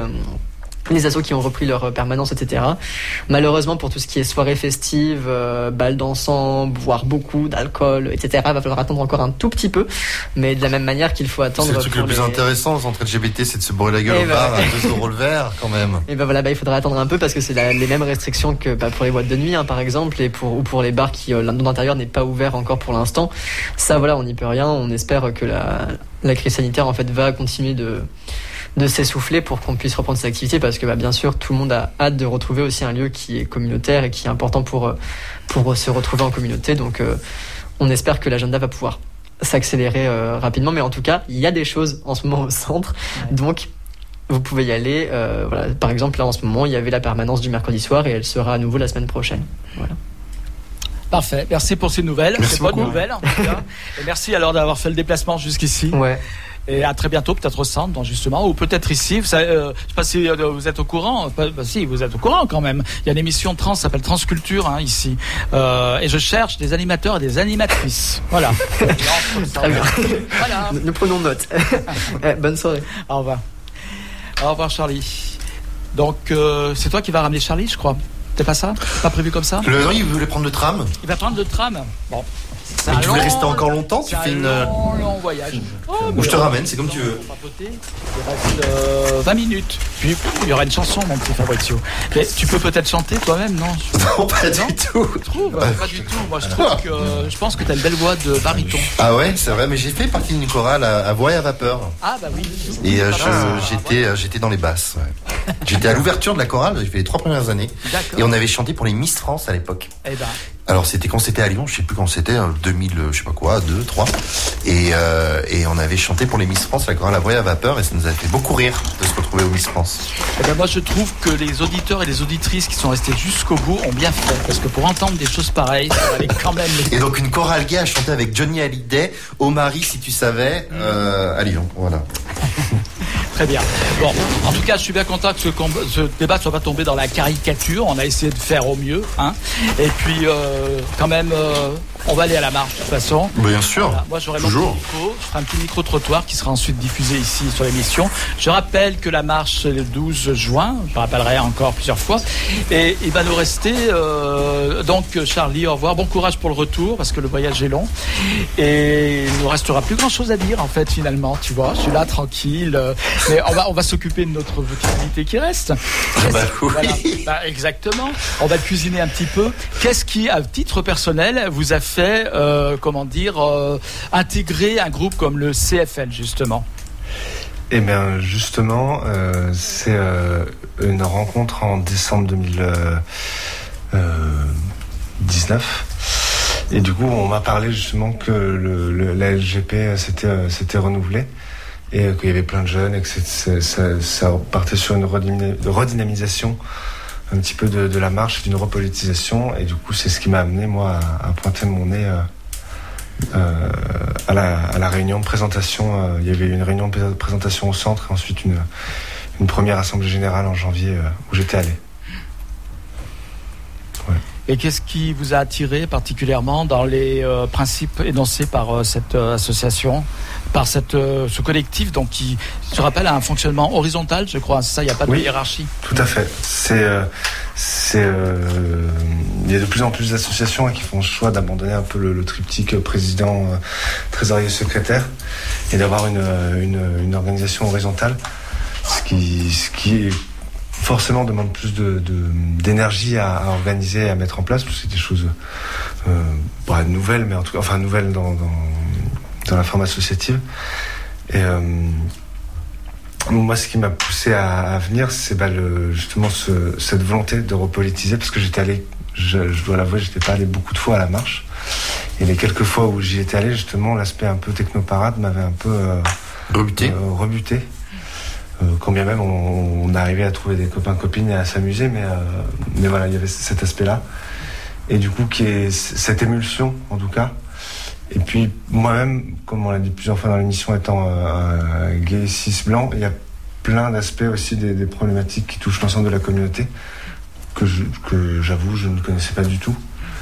les assos qui ont repris leur permanence, etc. Malheureusement, pour tout ce qui est soirée festive, bal dansant, boire beaucoup d'alcool, etc., il va falloir attendre encore un tout petit peu. Mais de la même manière qu'il faut attendre. C'est le truc le plus intéressant, les entrées LGBT, c'est de se bourrer la gueule au bar à 2 € le verre, quand même. Et voilà, il faudra attendre un peu parce que c'est les mêmes restrictions que pour les boîtes de nuit, hein, par exemple, ou pour les bars qui, l'intérieur n'est pas ouvert encore pour l'instant. Ça, voilà, on n'y peut rien. On espère que la crise sanitaire, en fait, va continuer de s'essouffler pour qu'on puisse reprendre ses activités parce que bien sûr tout le monde a hâte de retrouver aussi un lieu qui est communautaire et qui est important pour se retrouver en communauté. Donc on espère que l'agenda va pouvoir s'accélérer rapidement, mais en tout cas il y a des choses en ce moment au centre, donc vous pouvez y aller. Par exemple là en ce moment il y avait la permanence du mercredi soir et elle sera à nouveau la semaine prochaine. Voilà. Parfait, merci pour ces nouvelles, merci c'est bonne nouvelle en tout cas. Et merci alors d'avoir fait le déplacement jusqu'ici. Ouais. Et à très bientôt, peut-être au centre, donc justement, ou peut-être ici. Je sais pas si vous êtes au courant. Si, vous êtes au courant quand même. Il y a une émission trans, ça s'appelle Transculture, ici. Et je cherche des animateurs et des animatrices. Voilà. Très bien. Voilà. Nous prenons note. Bonne soirée. Au revoir. Au revoir, Charlie. Donc, c'est toi qui vas ramener Charlie, je crois. C'est pas ça? Pas prévu comme ça? Non, il voulait prendre le tram. Il va prendre le tram. Bon. Mais tu voulais rester encore longtemps? Tu fais une long voyage. Ou je te ramène, c'est comme tu veux. Il reste 20 minutes. Puis il y aura une chanson, mon petit Fabrizio. Mais tu peux peut-être chanter toi-même, non? Non, pas du tout. Tu trouves? Pas du tout. Moi, je pense que tu as une belle voix de baryton. Ah ouais, c'est vrai, mais j'ai fait partie d'une chorale à voix et à vapeur. Ah bah oui. Et j'étais dans les basses. Ouais. J'étais à l'ouverture de la chorale, j'ai fait les 3 premières années. D'accord. Et on avait chanté pour les Miss France à l'époque. Eh ben. Alors c'était quand c'était à Lyon, je sais plus quand c'était, 2000, je sais pas quoi, 2, 3. Et on avait chanté pour les Miss France, la chorale à voix et à vapeur, et ça nous a fait beaucoup rire de se retrouver aux Miss France. Eh ben moi je trouve que les auditeurs et les auditrices qui sont restés jusqu'au bout ont bien fait, parce que pour entendre des choses pareilles, ça valait quand même. Et donc une chorale gay a chanté avec Johnny Hallyday, Oh Marie si tu savais, à Lyon, voilà. Très bien. Bon, en tout cas, je suis bien content que ce débat ne soit pas tombé dans la caricature. On a essayé de faire au mieux, Et puis, quand même, on va aller à la marche de toute façon. Bien sûr. Voilà. Moi, j'aurai mon petit micro. Je ferai un petit micro-trottoir qui sera ensuite diffusé ici sur l'émission. Je rappelle que la marche est le 12 juin. Je rappellerai encore plusieurs fois. Et il va nous rester, donc, Charlie, au revoir. Bon courage pour le retour parce que le voyage est long. Et il ne nous restera plus grand-chose à dire, en fait, finalement. Tu vois, je suis là, tranquille. Mais on va s'occuper de notre activité qui reste. Oui. Voilà. Exactement. On va cuisiner un petit peu. Qu'est-ce qui, à titre personnel, vous a fait, intégrer un groupe comme le CFL, justement? Eh bien, justement, c'est une rencontre en décembre 2019. Et du coup, on m'a parlé justement que la LGP s'était renouvelée. Et qu'il y avait plein de jeunes et que ça partait sur une redynamisation un petit peu de la marche, d'une repolitisation. Et du coup, c'est ce qui m'a amené, moi, à pointer mon nez à la réunion de présentation. Il y avait une réunion de présentation au centre et ensuite une première assemblée générale en janvier où j'étais allé. Ouais. Et qu'est-ce qui vous a attiré particulièrement dans les principes énoncés par cette association, par ce collectif, donc qui, je rappelle, a un fonctionnement horizontal, je crois, c'est ça, il n'y a pas de hiérarchie. Tout à fait. Il y a de plus en plus d'associations qui font le choix d'abandonner un peu le triptyque président, trésorier, secrétaire, et d'avoir une organisation horizontale, ce qui forcément demande plus d'énergie à organiser et à mettre en place, parce que c'est des choses nouvelles, mais en tout cas, nouvelles dans la forme associative. Et moi, ce qui m'a poussé à venir, c'est justement cette volonté de repolitiser, parce que j'étais allé, je dois l'avouer, j'étais pas allé beaucoup de fois à la marche. Et les quelques fois où j'y étais allé, justement, l'aspect un peu technoparade m'avait un peu rebuté. Quand bien même on arrivait à trouver des copains-copines et à s'amuser, mais voilà, il y avait cet aspect-là. Et du coup, qui est cette émulsion, en tout cas. Et puis moi-même, comme on l'a dit plusieurs fois dans l'émission, étant un gay cis blanc, il y a plein d'aspects aussi des problématiques qui touchent l'ensemble de la communauté que j'avoue je ne connaissais pas du tout,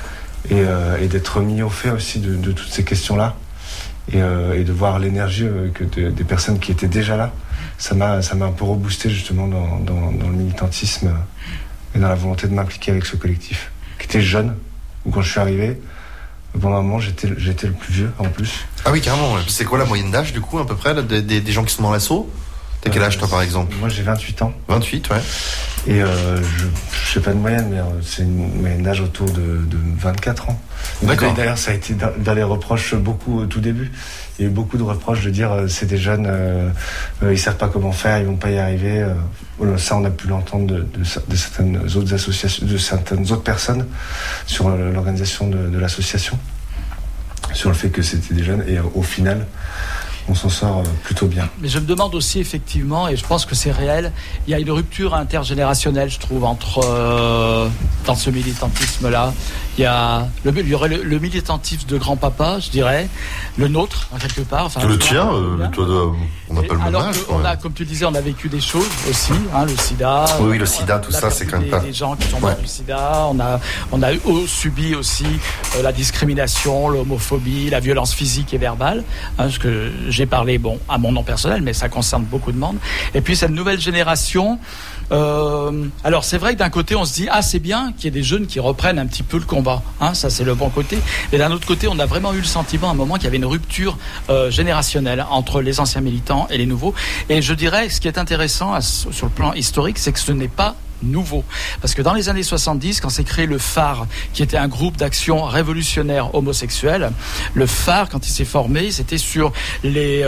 et d'être mis au fait aussi de toutes ces questions-là, et de voir l'énergie des personnes qui étaient déjà là, ça m'a un peu reboosté justement dans le militantisme et dans la volonté de m'impliquer avec ce collectif qui était jeune, où quand je suis arrivé, pendant un moment j'étais le plus vieux en plus. Ah oui, carrément. C'est quoi la moyenne d'âge du coup à peu près des gens qui sont dans l'assaut? T'as quel âge toi par exemple? Moi j'ai 28 ans. 28, ouais. Et je sais pas de moyenne, mais c'est une moyenne d'âge autour de 24 ans. D'accord. D'ailleurs ça a été dans les reproches beaucoup au tout début. Il y a eu beaucoup de reproches de dire c'est des jeunes, ils savent pas comment faire, ils vont pas y arriver. Ça on a pu l'entendre de certaines autres associations, de certaines autres personnes sur l'organisation de l'association, sur le fait que c'était des jeunes, et au final on s'en sort plutôt bien. Mais je me demande aussi effectivement, et je pense que c'est réel, il y a une rupture intergénérationnelle, je trouve, entre dans ce militantisme-là. Il y aurait le militantisme de grand-papa, je dirais, le nôtre, en quelque part. Enfin, le tien, toi, on n'a pas le même âge. Alors comme tu le disais, on a vécu des choses aussi, le sida. Oui, le sida, tout ça, c'est quand même pas... Des gens qui sont morts du sida. On a subi aussi la discrimination, l'homophobie, la violence physique et verbale, ce que j'ai parlé, à mon nom personnel, mais ça concerne beaucoup de monde. Et puis cette nouvelle génération, alors c'est vrai que d'un côté on se dit c'est bien qu'il y ait des jeunes qui reprennent un petit peu le combat, ça c'est le bon côté, mais d'un autre côté on a vraiment eu le sentiment à un moment qu'il y avait une rupture générationnelle entre les anciens militants et les nouveaux. Et je dirais ce qui est intéressant sur le plan historique, c'est que ce n'est pas nouveau. Parce que dans les années 70, quand s'est créé le Phare, qui était un groupe d'action révolutionnaire homosexuel, le Phare, quand il s'est formé, c'était sur le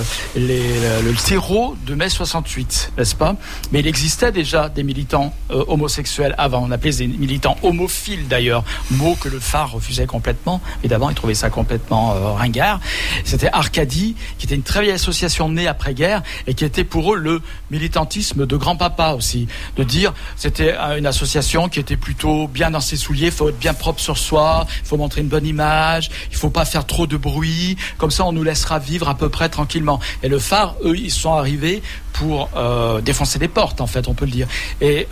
terreau de mai 68, n'est-ce pas? Mais il existait déjà des militants homosexuels avant. On appelait des militants homophiles d'ailleurs, mot que le Phare refusait complètement. Évidemment, il trouvait ça complètement ringard. C'était Arcadie, qui était une très vieille association née après-guerre et qui était pour eux le militantisme de grand-papa aussi, de dire c'était une association qui était plutôt bien dans ses souliers, il faut être bien propre sur soi, il faut montrer une bonne image, il ne faut pas faire trop de bruit, comme ça on nous laissera vivre à peu près tranquillement. Et le Phare, eux, ils sont arrivés pour défoncer des portes, en fait, on peut le dire. Et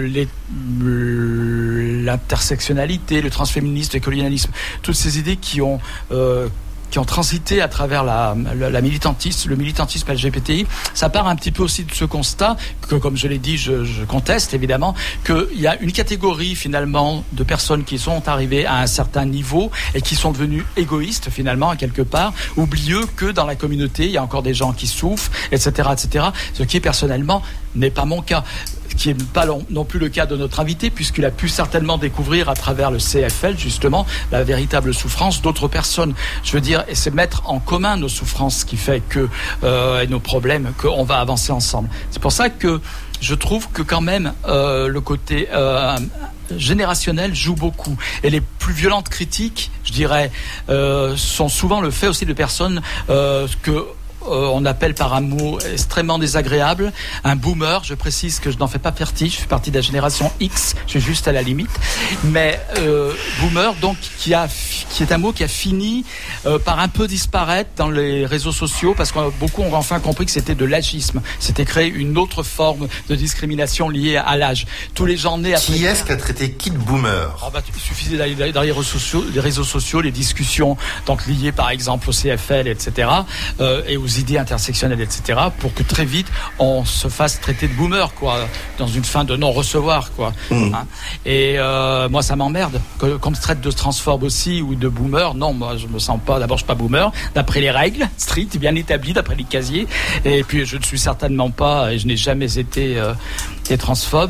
l'intersectionnalité, le transféminisme, l'écolonialisme, toutes ces idées qui ont transité à travers le militantisme LGBTI, ça part un petit peu aussi de ce constat que, comme je l'ai dit, je conteste évidemment, qu'il y a une catégorie finalement de personnes qui sont arrivées à un certain niveau et qui sont devenues égoïstes finalement à quelque part, oublieux que dans la communauté il y a encore des gens qui souffrent, etc., ce qui personnellement n'est pas mon cas, qui n'est pas non plus le cas de notre invité, puisqu'il a pu certainement découvrir à travers le CFL justement la véritable souffrance d'autres personnes. Je veux dire, et c'est mettre en commun nos souffrances qui fait que et nos problèmes, qu'on va avancer ensemble. C'est pour ça que je trouve que quand même le côté générationnel joue beaucoup. Et les plus violentes critiques, je dirais, sont souvent le fait aussi de personnes que on appelle par un mot extrêmement désagréable, un boomer. Je précise que je n'en fais pas partie, je fais partie de la génération X, je suis juste à la limite. Mais boomer, donc, qui est un mot qui a fini par un peu disparaître dans les réseaux sociaux, parce que beaucoup ont enfin compris que c'était de l'agisme. C'était créer une autre forme de discrimination liée à l'âge. Tous les gens nés après... Qui est-ce qui a traité qui de boomer? Il suffisait d'aller dans les réseaux sociaux, les discussions donc liées par exemple au CFL, etc., et aux idées intersectionnelles, etc., pour que très vite on se fasse traiter de boomer, quoi, dans une fin de non-recevoir, quoi. Et moi ça m'emmerde qu'on me traite de transphobe aussi ou de boomer. Non, moi je me sens pas, d'abord je suis pas boomer d'après les règles strictes bien établies, d'après les casiers, et puis je ne suis certainement pas, et je n'ai jamais été transphobe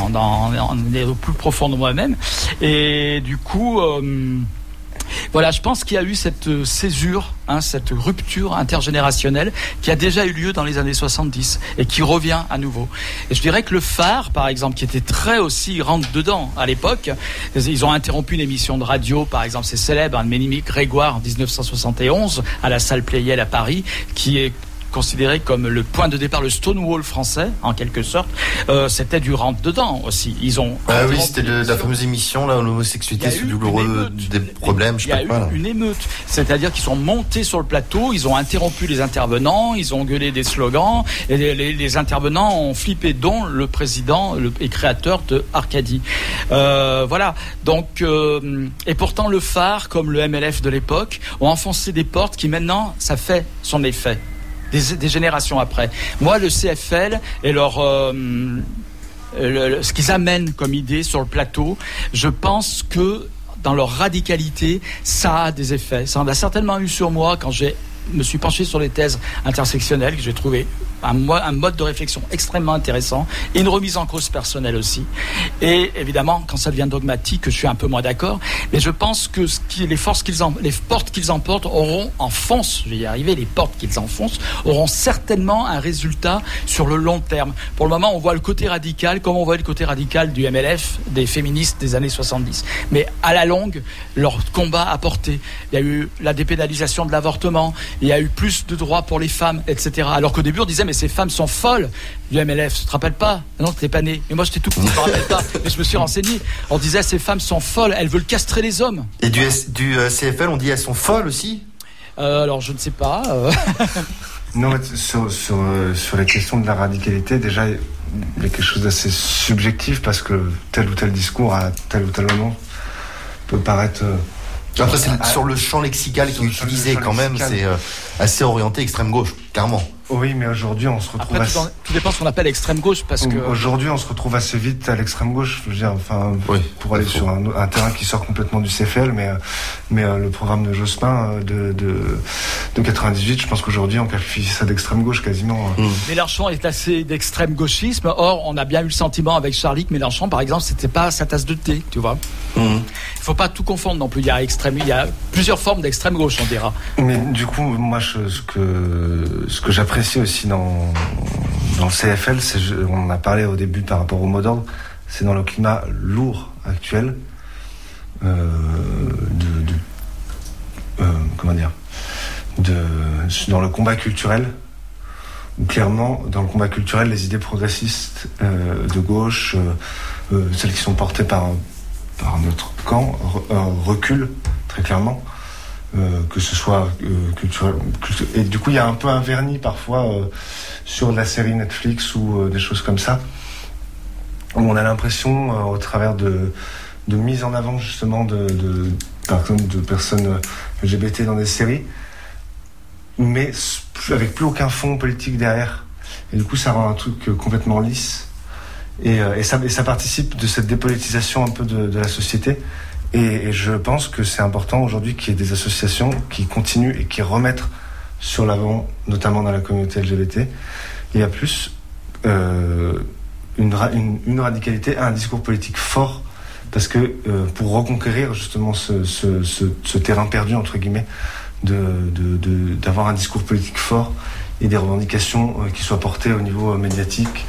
au plus profond de moi-même. Et du coup voilà, je pense qu'il y a eu cette césure, cette rupture intergénérationnelle qui a déjà eu lieu dans les années 70 et qui revient à nouveau. Et je dirais que le Phare, par exemple, qui était très aussi rentre-dedans à l'époque, ils ont interrompu une émission de radio, par exemple, c'est célèbre, de Ménimique Grégoire en 1971 à la salle Pleyel à Paris, qui est considéré comme le point de départ, le Stonewall français, en quelque sorte. C'était du rentre-dedans aussi. Ils ont. Ah oui, c'était la fameuse émission là, l'homosexualité sous douloureux des problèmes. Il y a eu une émeute, c'est-à-dire qu'ils sont montés sur le plateau, ils ont interrompu les intervenants, ils ont gueulé des slogans, et les intervenants ont flippé, dont le président et créateur de Arcadie. Voilà. Donc, et pourtant le Phare, comme le MLF de l'époque, ont enfoncé des portes qui maintenant, ça fait son effet. Des générations après. Moi, le CFL et leur ce qu'ils amènent comme idée sur le plateau, je pense que dans leur radicalité, ça a des effets. Ça en a certainement eu sur moi quand me suis penché sur les thèses intersectionnelles, que j'ai trouvé un mode de réflexion extrêmement intéressant et une remise en cause personnelle aussi. Et évidemment, quand ça devient dogmatique, je suis un peu moins d'accord. Mais je pense que les portes qu'ils emportent je vais y arriver, les portes qu'ils enfoncent auront certainement un résultat sur le long terme. Pour le moment, on voit le côté radical, comme on voit le côté radical du MLF, des féministes des années 70. Mais à la longue, leur combat a porté. Il y a eu la dépénalisation de l'avortement, il y a eu plus de droits pour les femmes, etc. Alors qu'au début, on disait mais ces femmes sont folles du MLF, tu te rappelles pas? Non, tu n'es pas né. Mais moi j'étais tout petit, je me rappelle pas. Mais je me suis renseigné. On disait ces femmes sont folles, elles veulent castrer les hommes. Et du CFL, on dit elles sont folles aussi? Alors je ne sais pas. Non, mais sur la question de la radicalité, déjà il y a quelque chose d'assez subjectif parce que tel ou tel discours à tel ou tel moment peut paraître. Après, c'est sur le champ lexical qui est utilisé quand même, c'est assez orienté extrême gauche, clairement. Oui, mais aujourd'hui, on se retrouve. Après, tout dépend de ce qu'on appelle extrême gauche, parce que. Aujourd'hui, on se retrouve assez vite à l'extrême gauche. Je veux dire, oui, pour aller sur un terrain qui sort complètement du CFL, mais le programme de Jospin de 98, je pense qu'aujourd'hui, on qualifie ça d'extrême gauche quasiment. Mélenchon est assez d'extrême gauchisme. Or, on a bien eu le sentiment avec Charlie que Mélenchon, par exemple, c'était pas sa tasse de thé, tu vois. Il faut pas tout confondre non plus. Il y a plusieurs formes d'extrême gauche, on dira. Mais du coup, moi, ce que j'apprécie aussi dans le CFL, on en a parlé au début par rapport au mot d'ordre, c'est dans le climat lourd actuel dans le combat culturel, où clairement dans le combat culturel les idées progressistes de gauche, celles qui sont portées par notre camp, reculent très clairement. Que ce soit culturel, et du coup il y a un peu un vernis parfois sur la série Netflix ou des choses comme ça, où on a l'impression au travers de mise en avant justement par exemple de personnes LGBT dans des séries, mais avec plus aucun fond politique derrière, et du coup ça rend un truc complètement lisse, et ça participe de cette dépolitisation un peu de la société. Et je pense que c'est important aujourd'hui qu'il y ait des associations qui continuent et qui remettent sur l'avant, notamment dans la communauté LGBT, il y a plus une radicalité, un discours politique fort, parce que pour reconquérir justement ce terrain perdu entre guillemets, d'avoir un discours politique fort et des revendications qui soient portées au niveau médiatique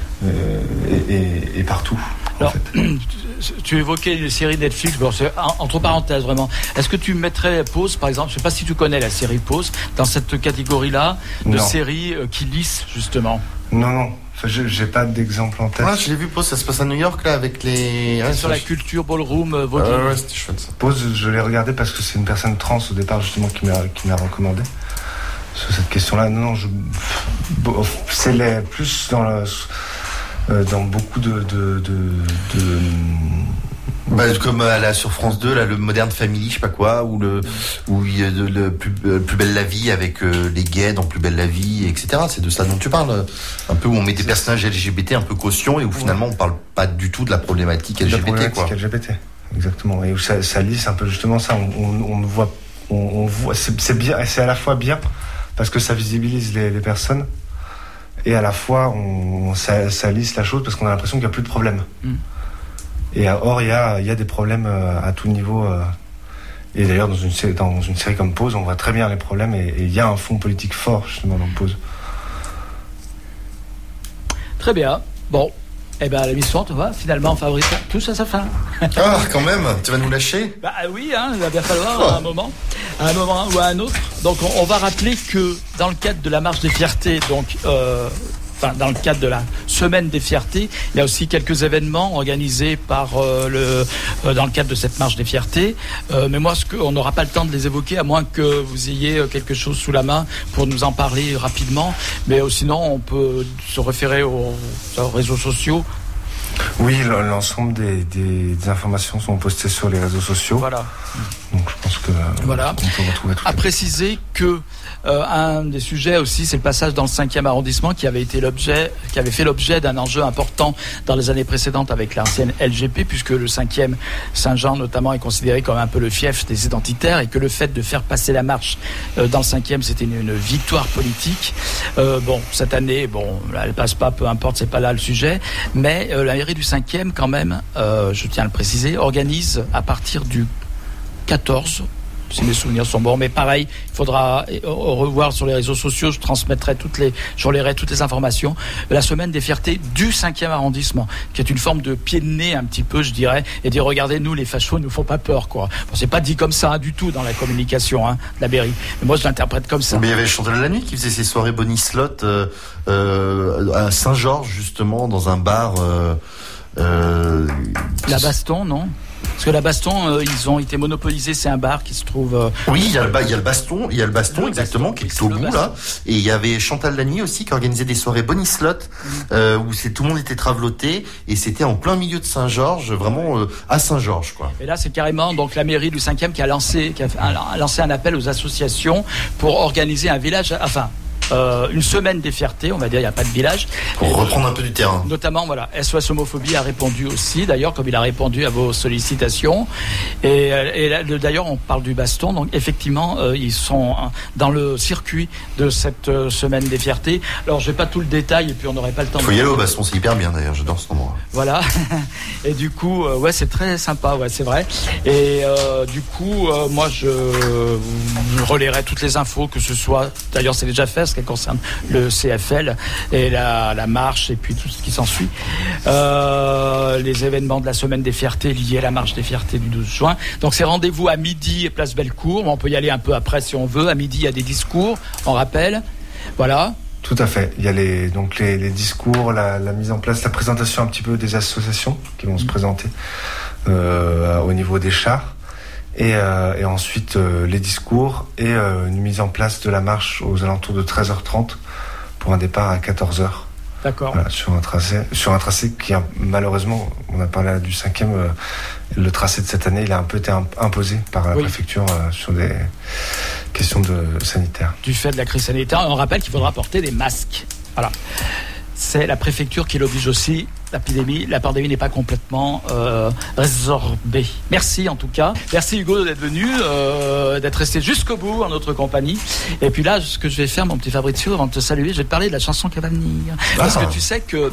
et partout. Alors, tu évoquais les séries Netflix, bon, c'est entre parenthèses vraiment. Est-ce que tu mettrais Pause, par exemple, je ne sais pas si tu connais la série Pause, dans cette catégorie-là de séries qui lissent justement? Non. Enfin, j'ai pas d'exemple en tête. Je l'ai vu Pause, ça se passe à New York là avec les. Sur la culture ballroom, voguing. Ouais, c'était chouette ça. Pause, je l'ai regardé parce que c'est une personne trans au départ justement qui m'a recommandé sur cette question-là. Non, c'est plus dans beaucoup comme là sur France 2, là, le Modern Family, je sais pas quoi, où il y a le plus belle la vie avec les gays dans Plus belle la vie, etc. C'est de ça dont tu parles, un peu où on met des personnages LGBT un peu caution et où finalement on parle pas du tout de la problématique LGBT. La problématique LGBT, exactement. Et où ça lisse un peu justement ça. On voit, c'est bien, c'est à la fois bien parce que ça visibilise les personnes. Et à la fois, ça lisse la chose parce qu'on a l'impression qu'il n'y a plus de problème. Et or, il y a des problèmes à tout niveau. Et d'ailleurs, dans une série comme Pause, on voit très bien les problèmes et il y a un fond politique fort justement dans Pause. Très bien. Bon. Eh bien, l'émission, tu vois, finalement, Fabrice, tout ça, ça fin. Ah, quand même, tu vas nous lâcher? Bah oui, il va bien falloir à un moment. à un moment ou à un autre. Donc on va rappeler que dans le cadre de la marche des fiertés, donc dans le cadre de la semaine des fiertés, il y a aussi quelques événements organisés par dans le cadre de cette marche des fiertés. Mais moi, on n'aura pas le temps de les évoquer, à moins que vous ayez quelque chose sous la main pour nous en parler rapidement. Mais sinon, on peut se référer aux réseaux sociaux. Oui, l'ensemble des informations sont postées sur les réseaux sociaux. Voilà. Donc je pense que voilà. on peut retrouver tout. À préciser que un des sujets aussi, c'est le passage dans le 5e arrondissement qui avait fait l'objet d'un enjeu important dans les années précédentes avec l'ancienne LGP, puisque le 5e Saint-Jean notamment est considéré comme un peu le fief des identitaires, et que le fait de faire passer la marche dans le 5e, c'était une victoire politique. Cette année, elle passe pas, peu importe, c'est pas là le sujet, mais la mairie du 5e quand même, je tiens à le préciser, organise à partir du 14, si mes souvenirs sont bons, mais pareil, il faudra revoir sur les réseaux sociaux, je relayerai toutes les informations, la semaine des fiertés du 5e arrondissement, qui est une forme de pied de nez un petit peu, je dirais, et dire regardez, nous les fachos nous font pas peur, quoi. Bon, c'est pas dit comme ça du tout dans la communication de la mairie, mais moi je l'interprète comme ça. Mais il y avait Chantal Lany qui faisait ses soirées Bonnie Slot à Saint-Georges, justement, dans un bar. La Baston, non? Parce que la Baston, ils ont été monopolisés. C'est un bar qui se trouve. Oui, il y a le Baston, exactement, qui est au bout là. Et il y avait Chantal Lany aussi qui organisait des soirées Bonnie Slot où tout le monde était traveloté, et c'était en plein milieu de Saint-Georges, vraiment à Saint-Georges, quoi. Et là, c'est carrément donc la mairie du 5e qui a lancé un appel aux associations pour organiser un village. Une semaine des fiertés, on va dire, il n'y a pas de village. Pour reprendre un peu du terrain. Notamment, voilà, SOS Homophobie a répondu aussi, d'ailleurs, comme il a répondu à vos sollicitations. Et d'ailleurs, on parle du Baston, donc effectivement, ils sont dans le circuit de cette semaine des fiertés. Alors, je n'ai pas tout le détail, et puis on n'aurait pas le temps. Il faut y aller au Baston, c'est hyper bien d'ailleurs, j'adore ce endroit. Voilà, et du coup, c'est très sympa, c'est vrai. Et du coup, moi, je relayerai toutes les infos, que ce soit, d'ailleurs, c'est déjà fait, qui concerne le CFL et la marche et puis tout ce qui s'ensuit. Les événements de la semaine des fiertés liés à la marche des fiertés du 12 juin. Donc c'est rendez-vous à midi et place Bellecour. On peut y aller un peu après si on veut. À midi, il y a des discours, on rappelle. Voilà. Tout à fait. Il y a les discours, la mise en place, la présentation un petit peu des associations qui vont se présenter au niveau des chars. Et ensuite les discours et une mise en place de la marche aux alentours de 13h30 pour un départ à 14h. D'accord. Voilà, sur un tracé qui a, malheureusement, on a parlé du 5e, le tracé de cette année, il a un peu été imposé par la préfecture sur des questions sanitaires. Du fait de la crise sanitaire, on rappelle qu'il faudra porter des masques. Voilà. C'est la préfecture qui l'oblige aussi. La pandémie n'est pas complètement résorbée. Merci en tout cas. Merci Hugo d'être venu, d'être resté jusqu'au bout en notre compagnie. Et puis là, ce que je vais faire, mon petit Fabrizio, avant de te saluer, je vais te parler de la chanson qui va venir. Parce que tu sais que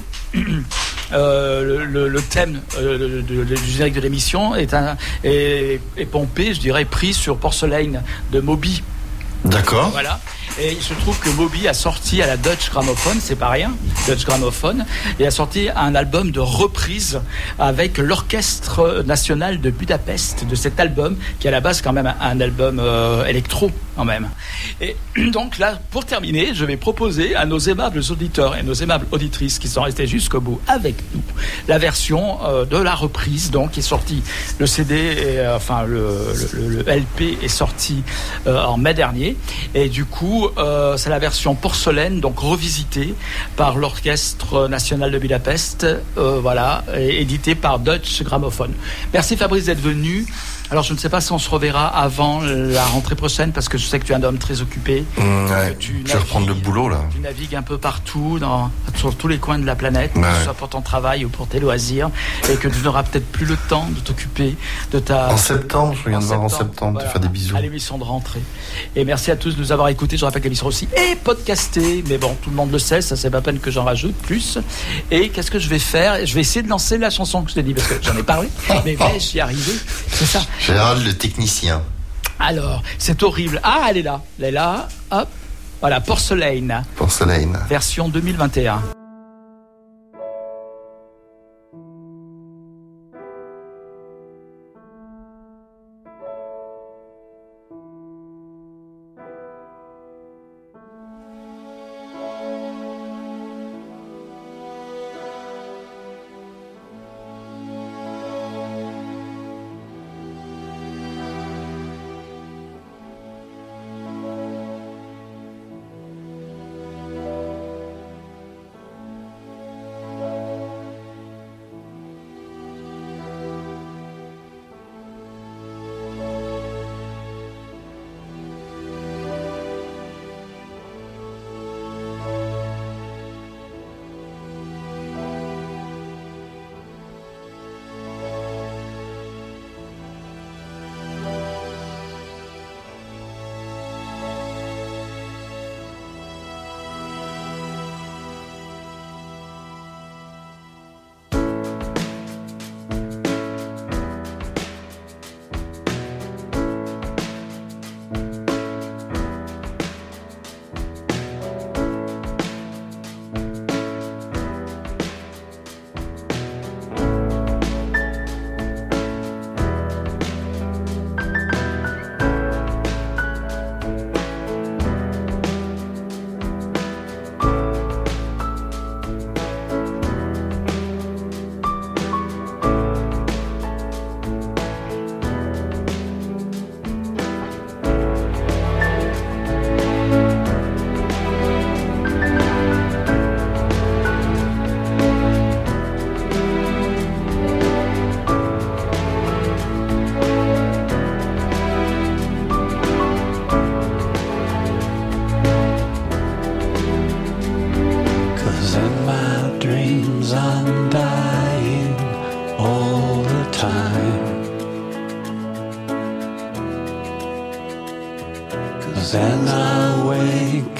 le thème du générique de l'émission est pompé, je dirais, pris sur Porcelaine de Moby. D'accord. Voilà. Et il se trouve que Moby a sorti à la Dutch Gramophone, c'est pas rien, Dutch Gramophone, et a sorti un album de reprise avec l'Orchestre National de Budapest de cet album, qui est à la base quand même un album électro quand même. Et donc là, pour terminer, je vais proposer à nos aimables auditeurs et nos aimables auditrices qui sont restés jusqu'au bout avec nous, la version de la reprise, donc qui est sortie, le CD, le LP est sorti en mai dernier, et du coup, c'est la version Porcelaine, donc revisitée par l'Orchestre National de Budapest, et éditée par Dutch Gramophone. Merci Fabrice d'être venu. Alors je ne sais pas si on se reverra avant la rentrée prochaine, parce que je sais que tu es un homme très occupé. Je vais reprendre le boulot là. Tu navigues un peu partout, sur tous les coins de la planète, que ce soit pour ton travail ou pour tes loisirs, et que tu n'auras peut-être plus le temps de t'occuper de ta... En septembre, je viens de voir en septembre, te faire des bisous. À l'émission de rentrée. Et merci à tous de nous avoir écoutés. Je rappelle que l'émission aussi est podcastée, mais bon, tout le monde le sait, ça c'est pas peine que j'en rajoute plus. Et qu'est-ce que je vais faire? Je vais essayer de lancer la chanson que je t'ai dit, parce que j'en ai parlé, mais vais-je y arriver? C'est ça. Gérald, le technicien. Alors, c'est horrible. Ah, elle est là. Hop. Voilà, Porcelaine. Version 2021.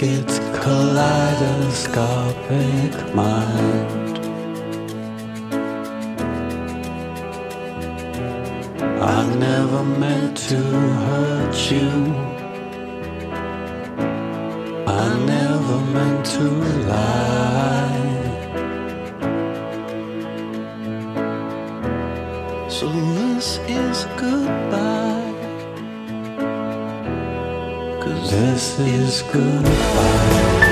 its kaleidoscopic mind. I never meant to hurt you. I never meant to lie. So this is goodbye. 'Cause this is goodbye.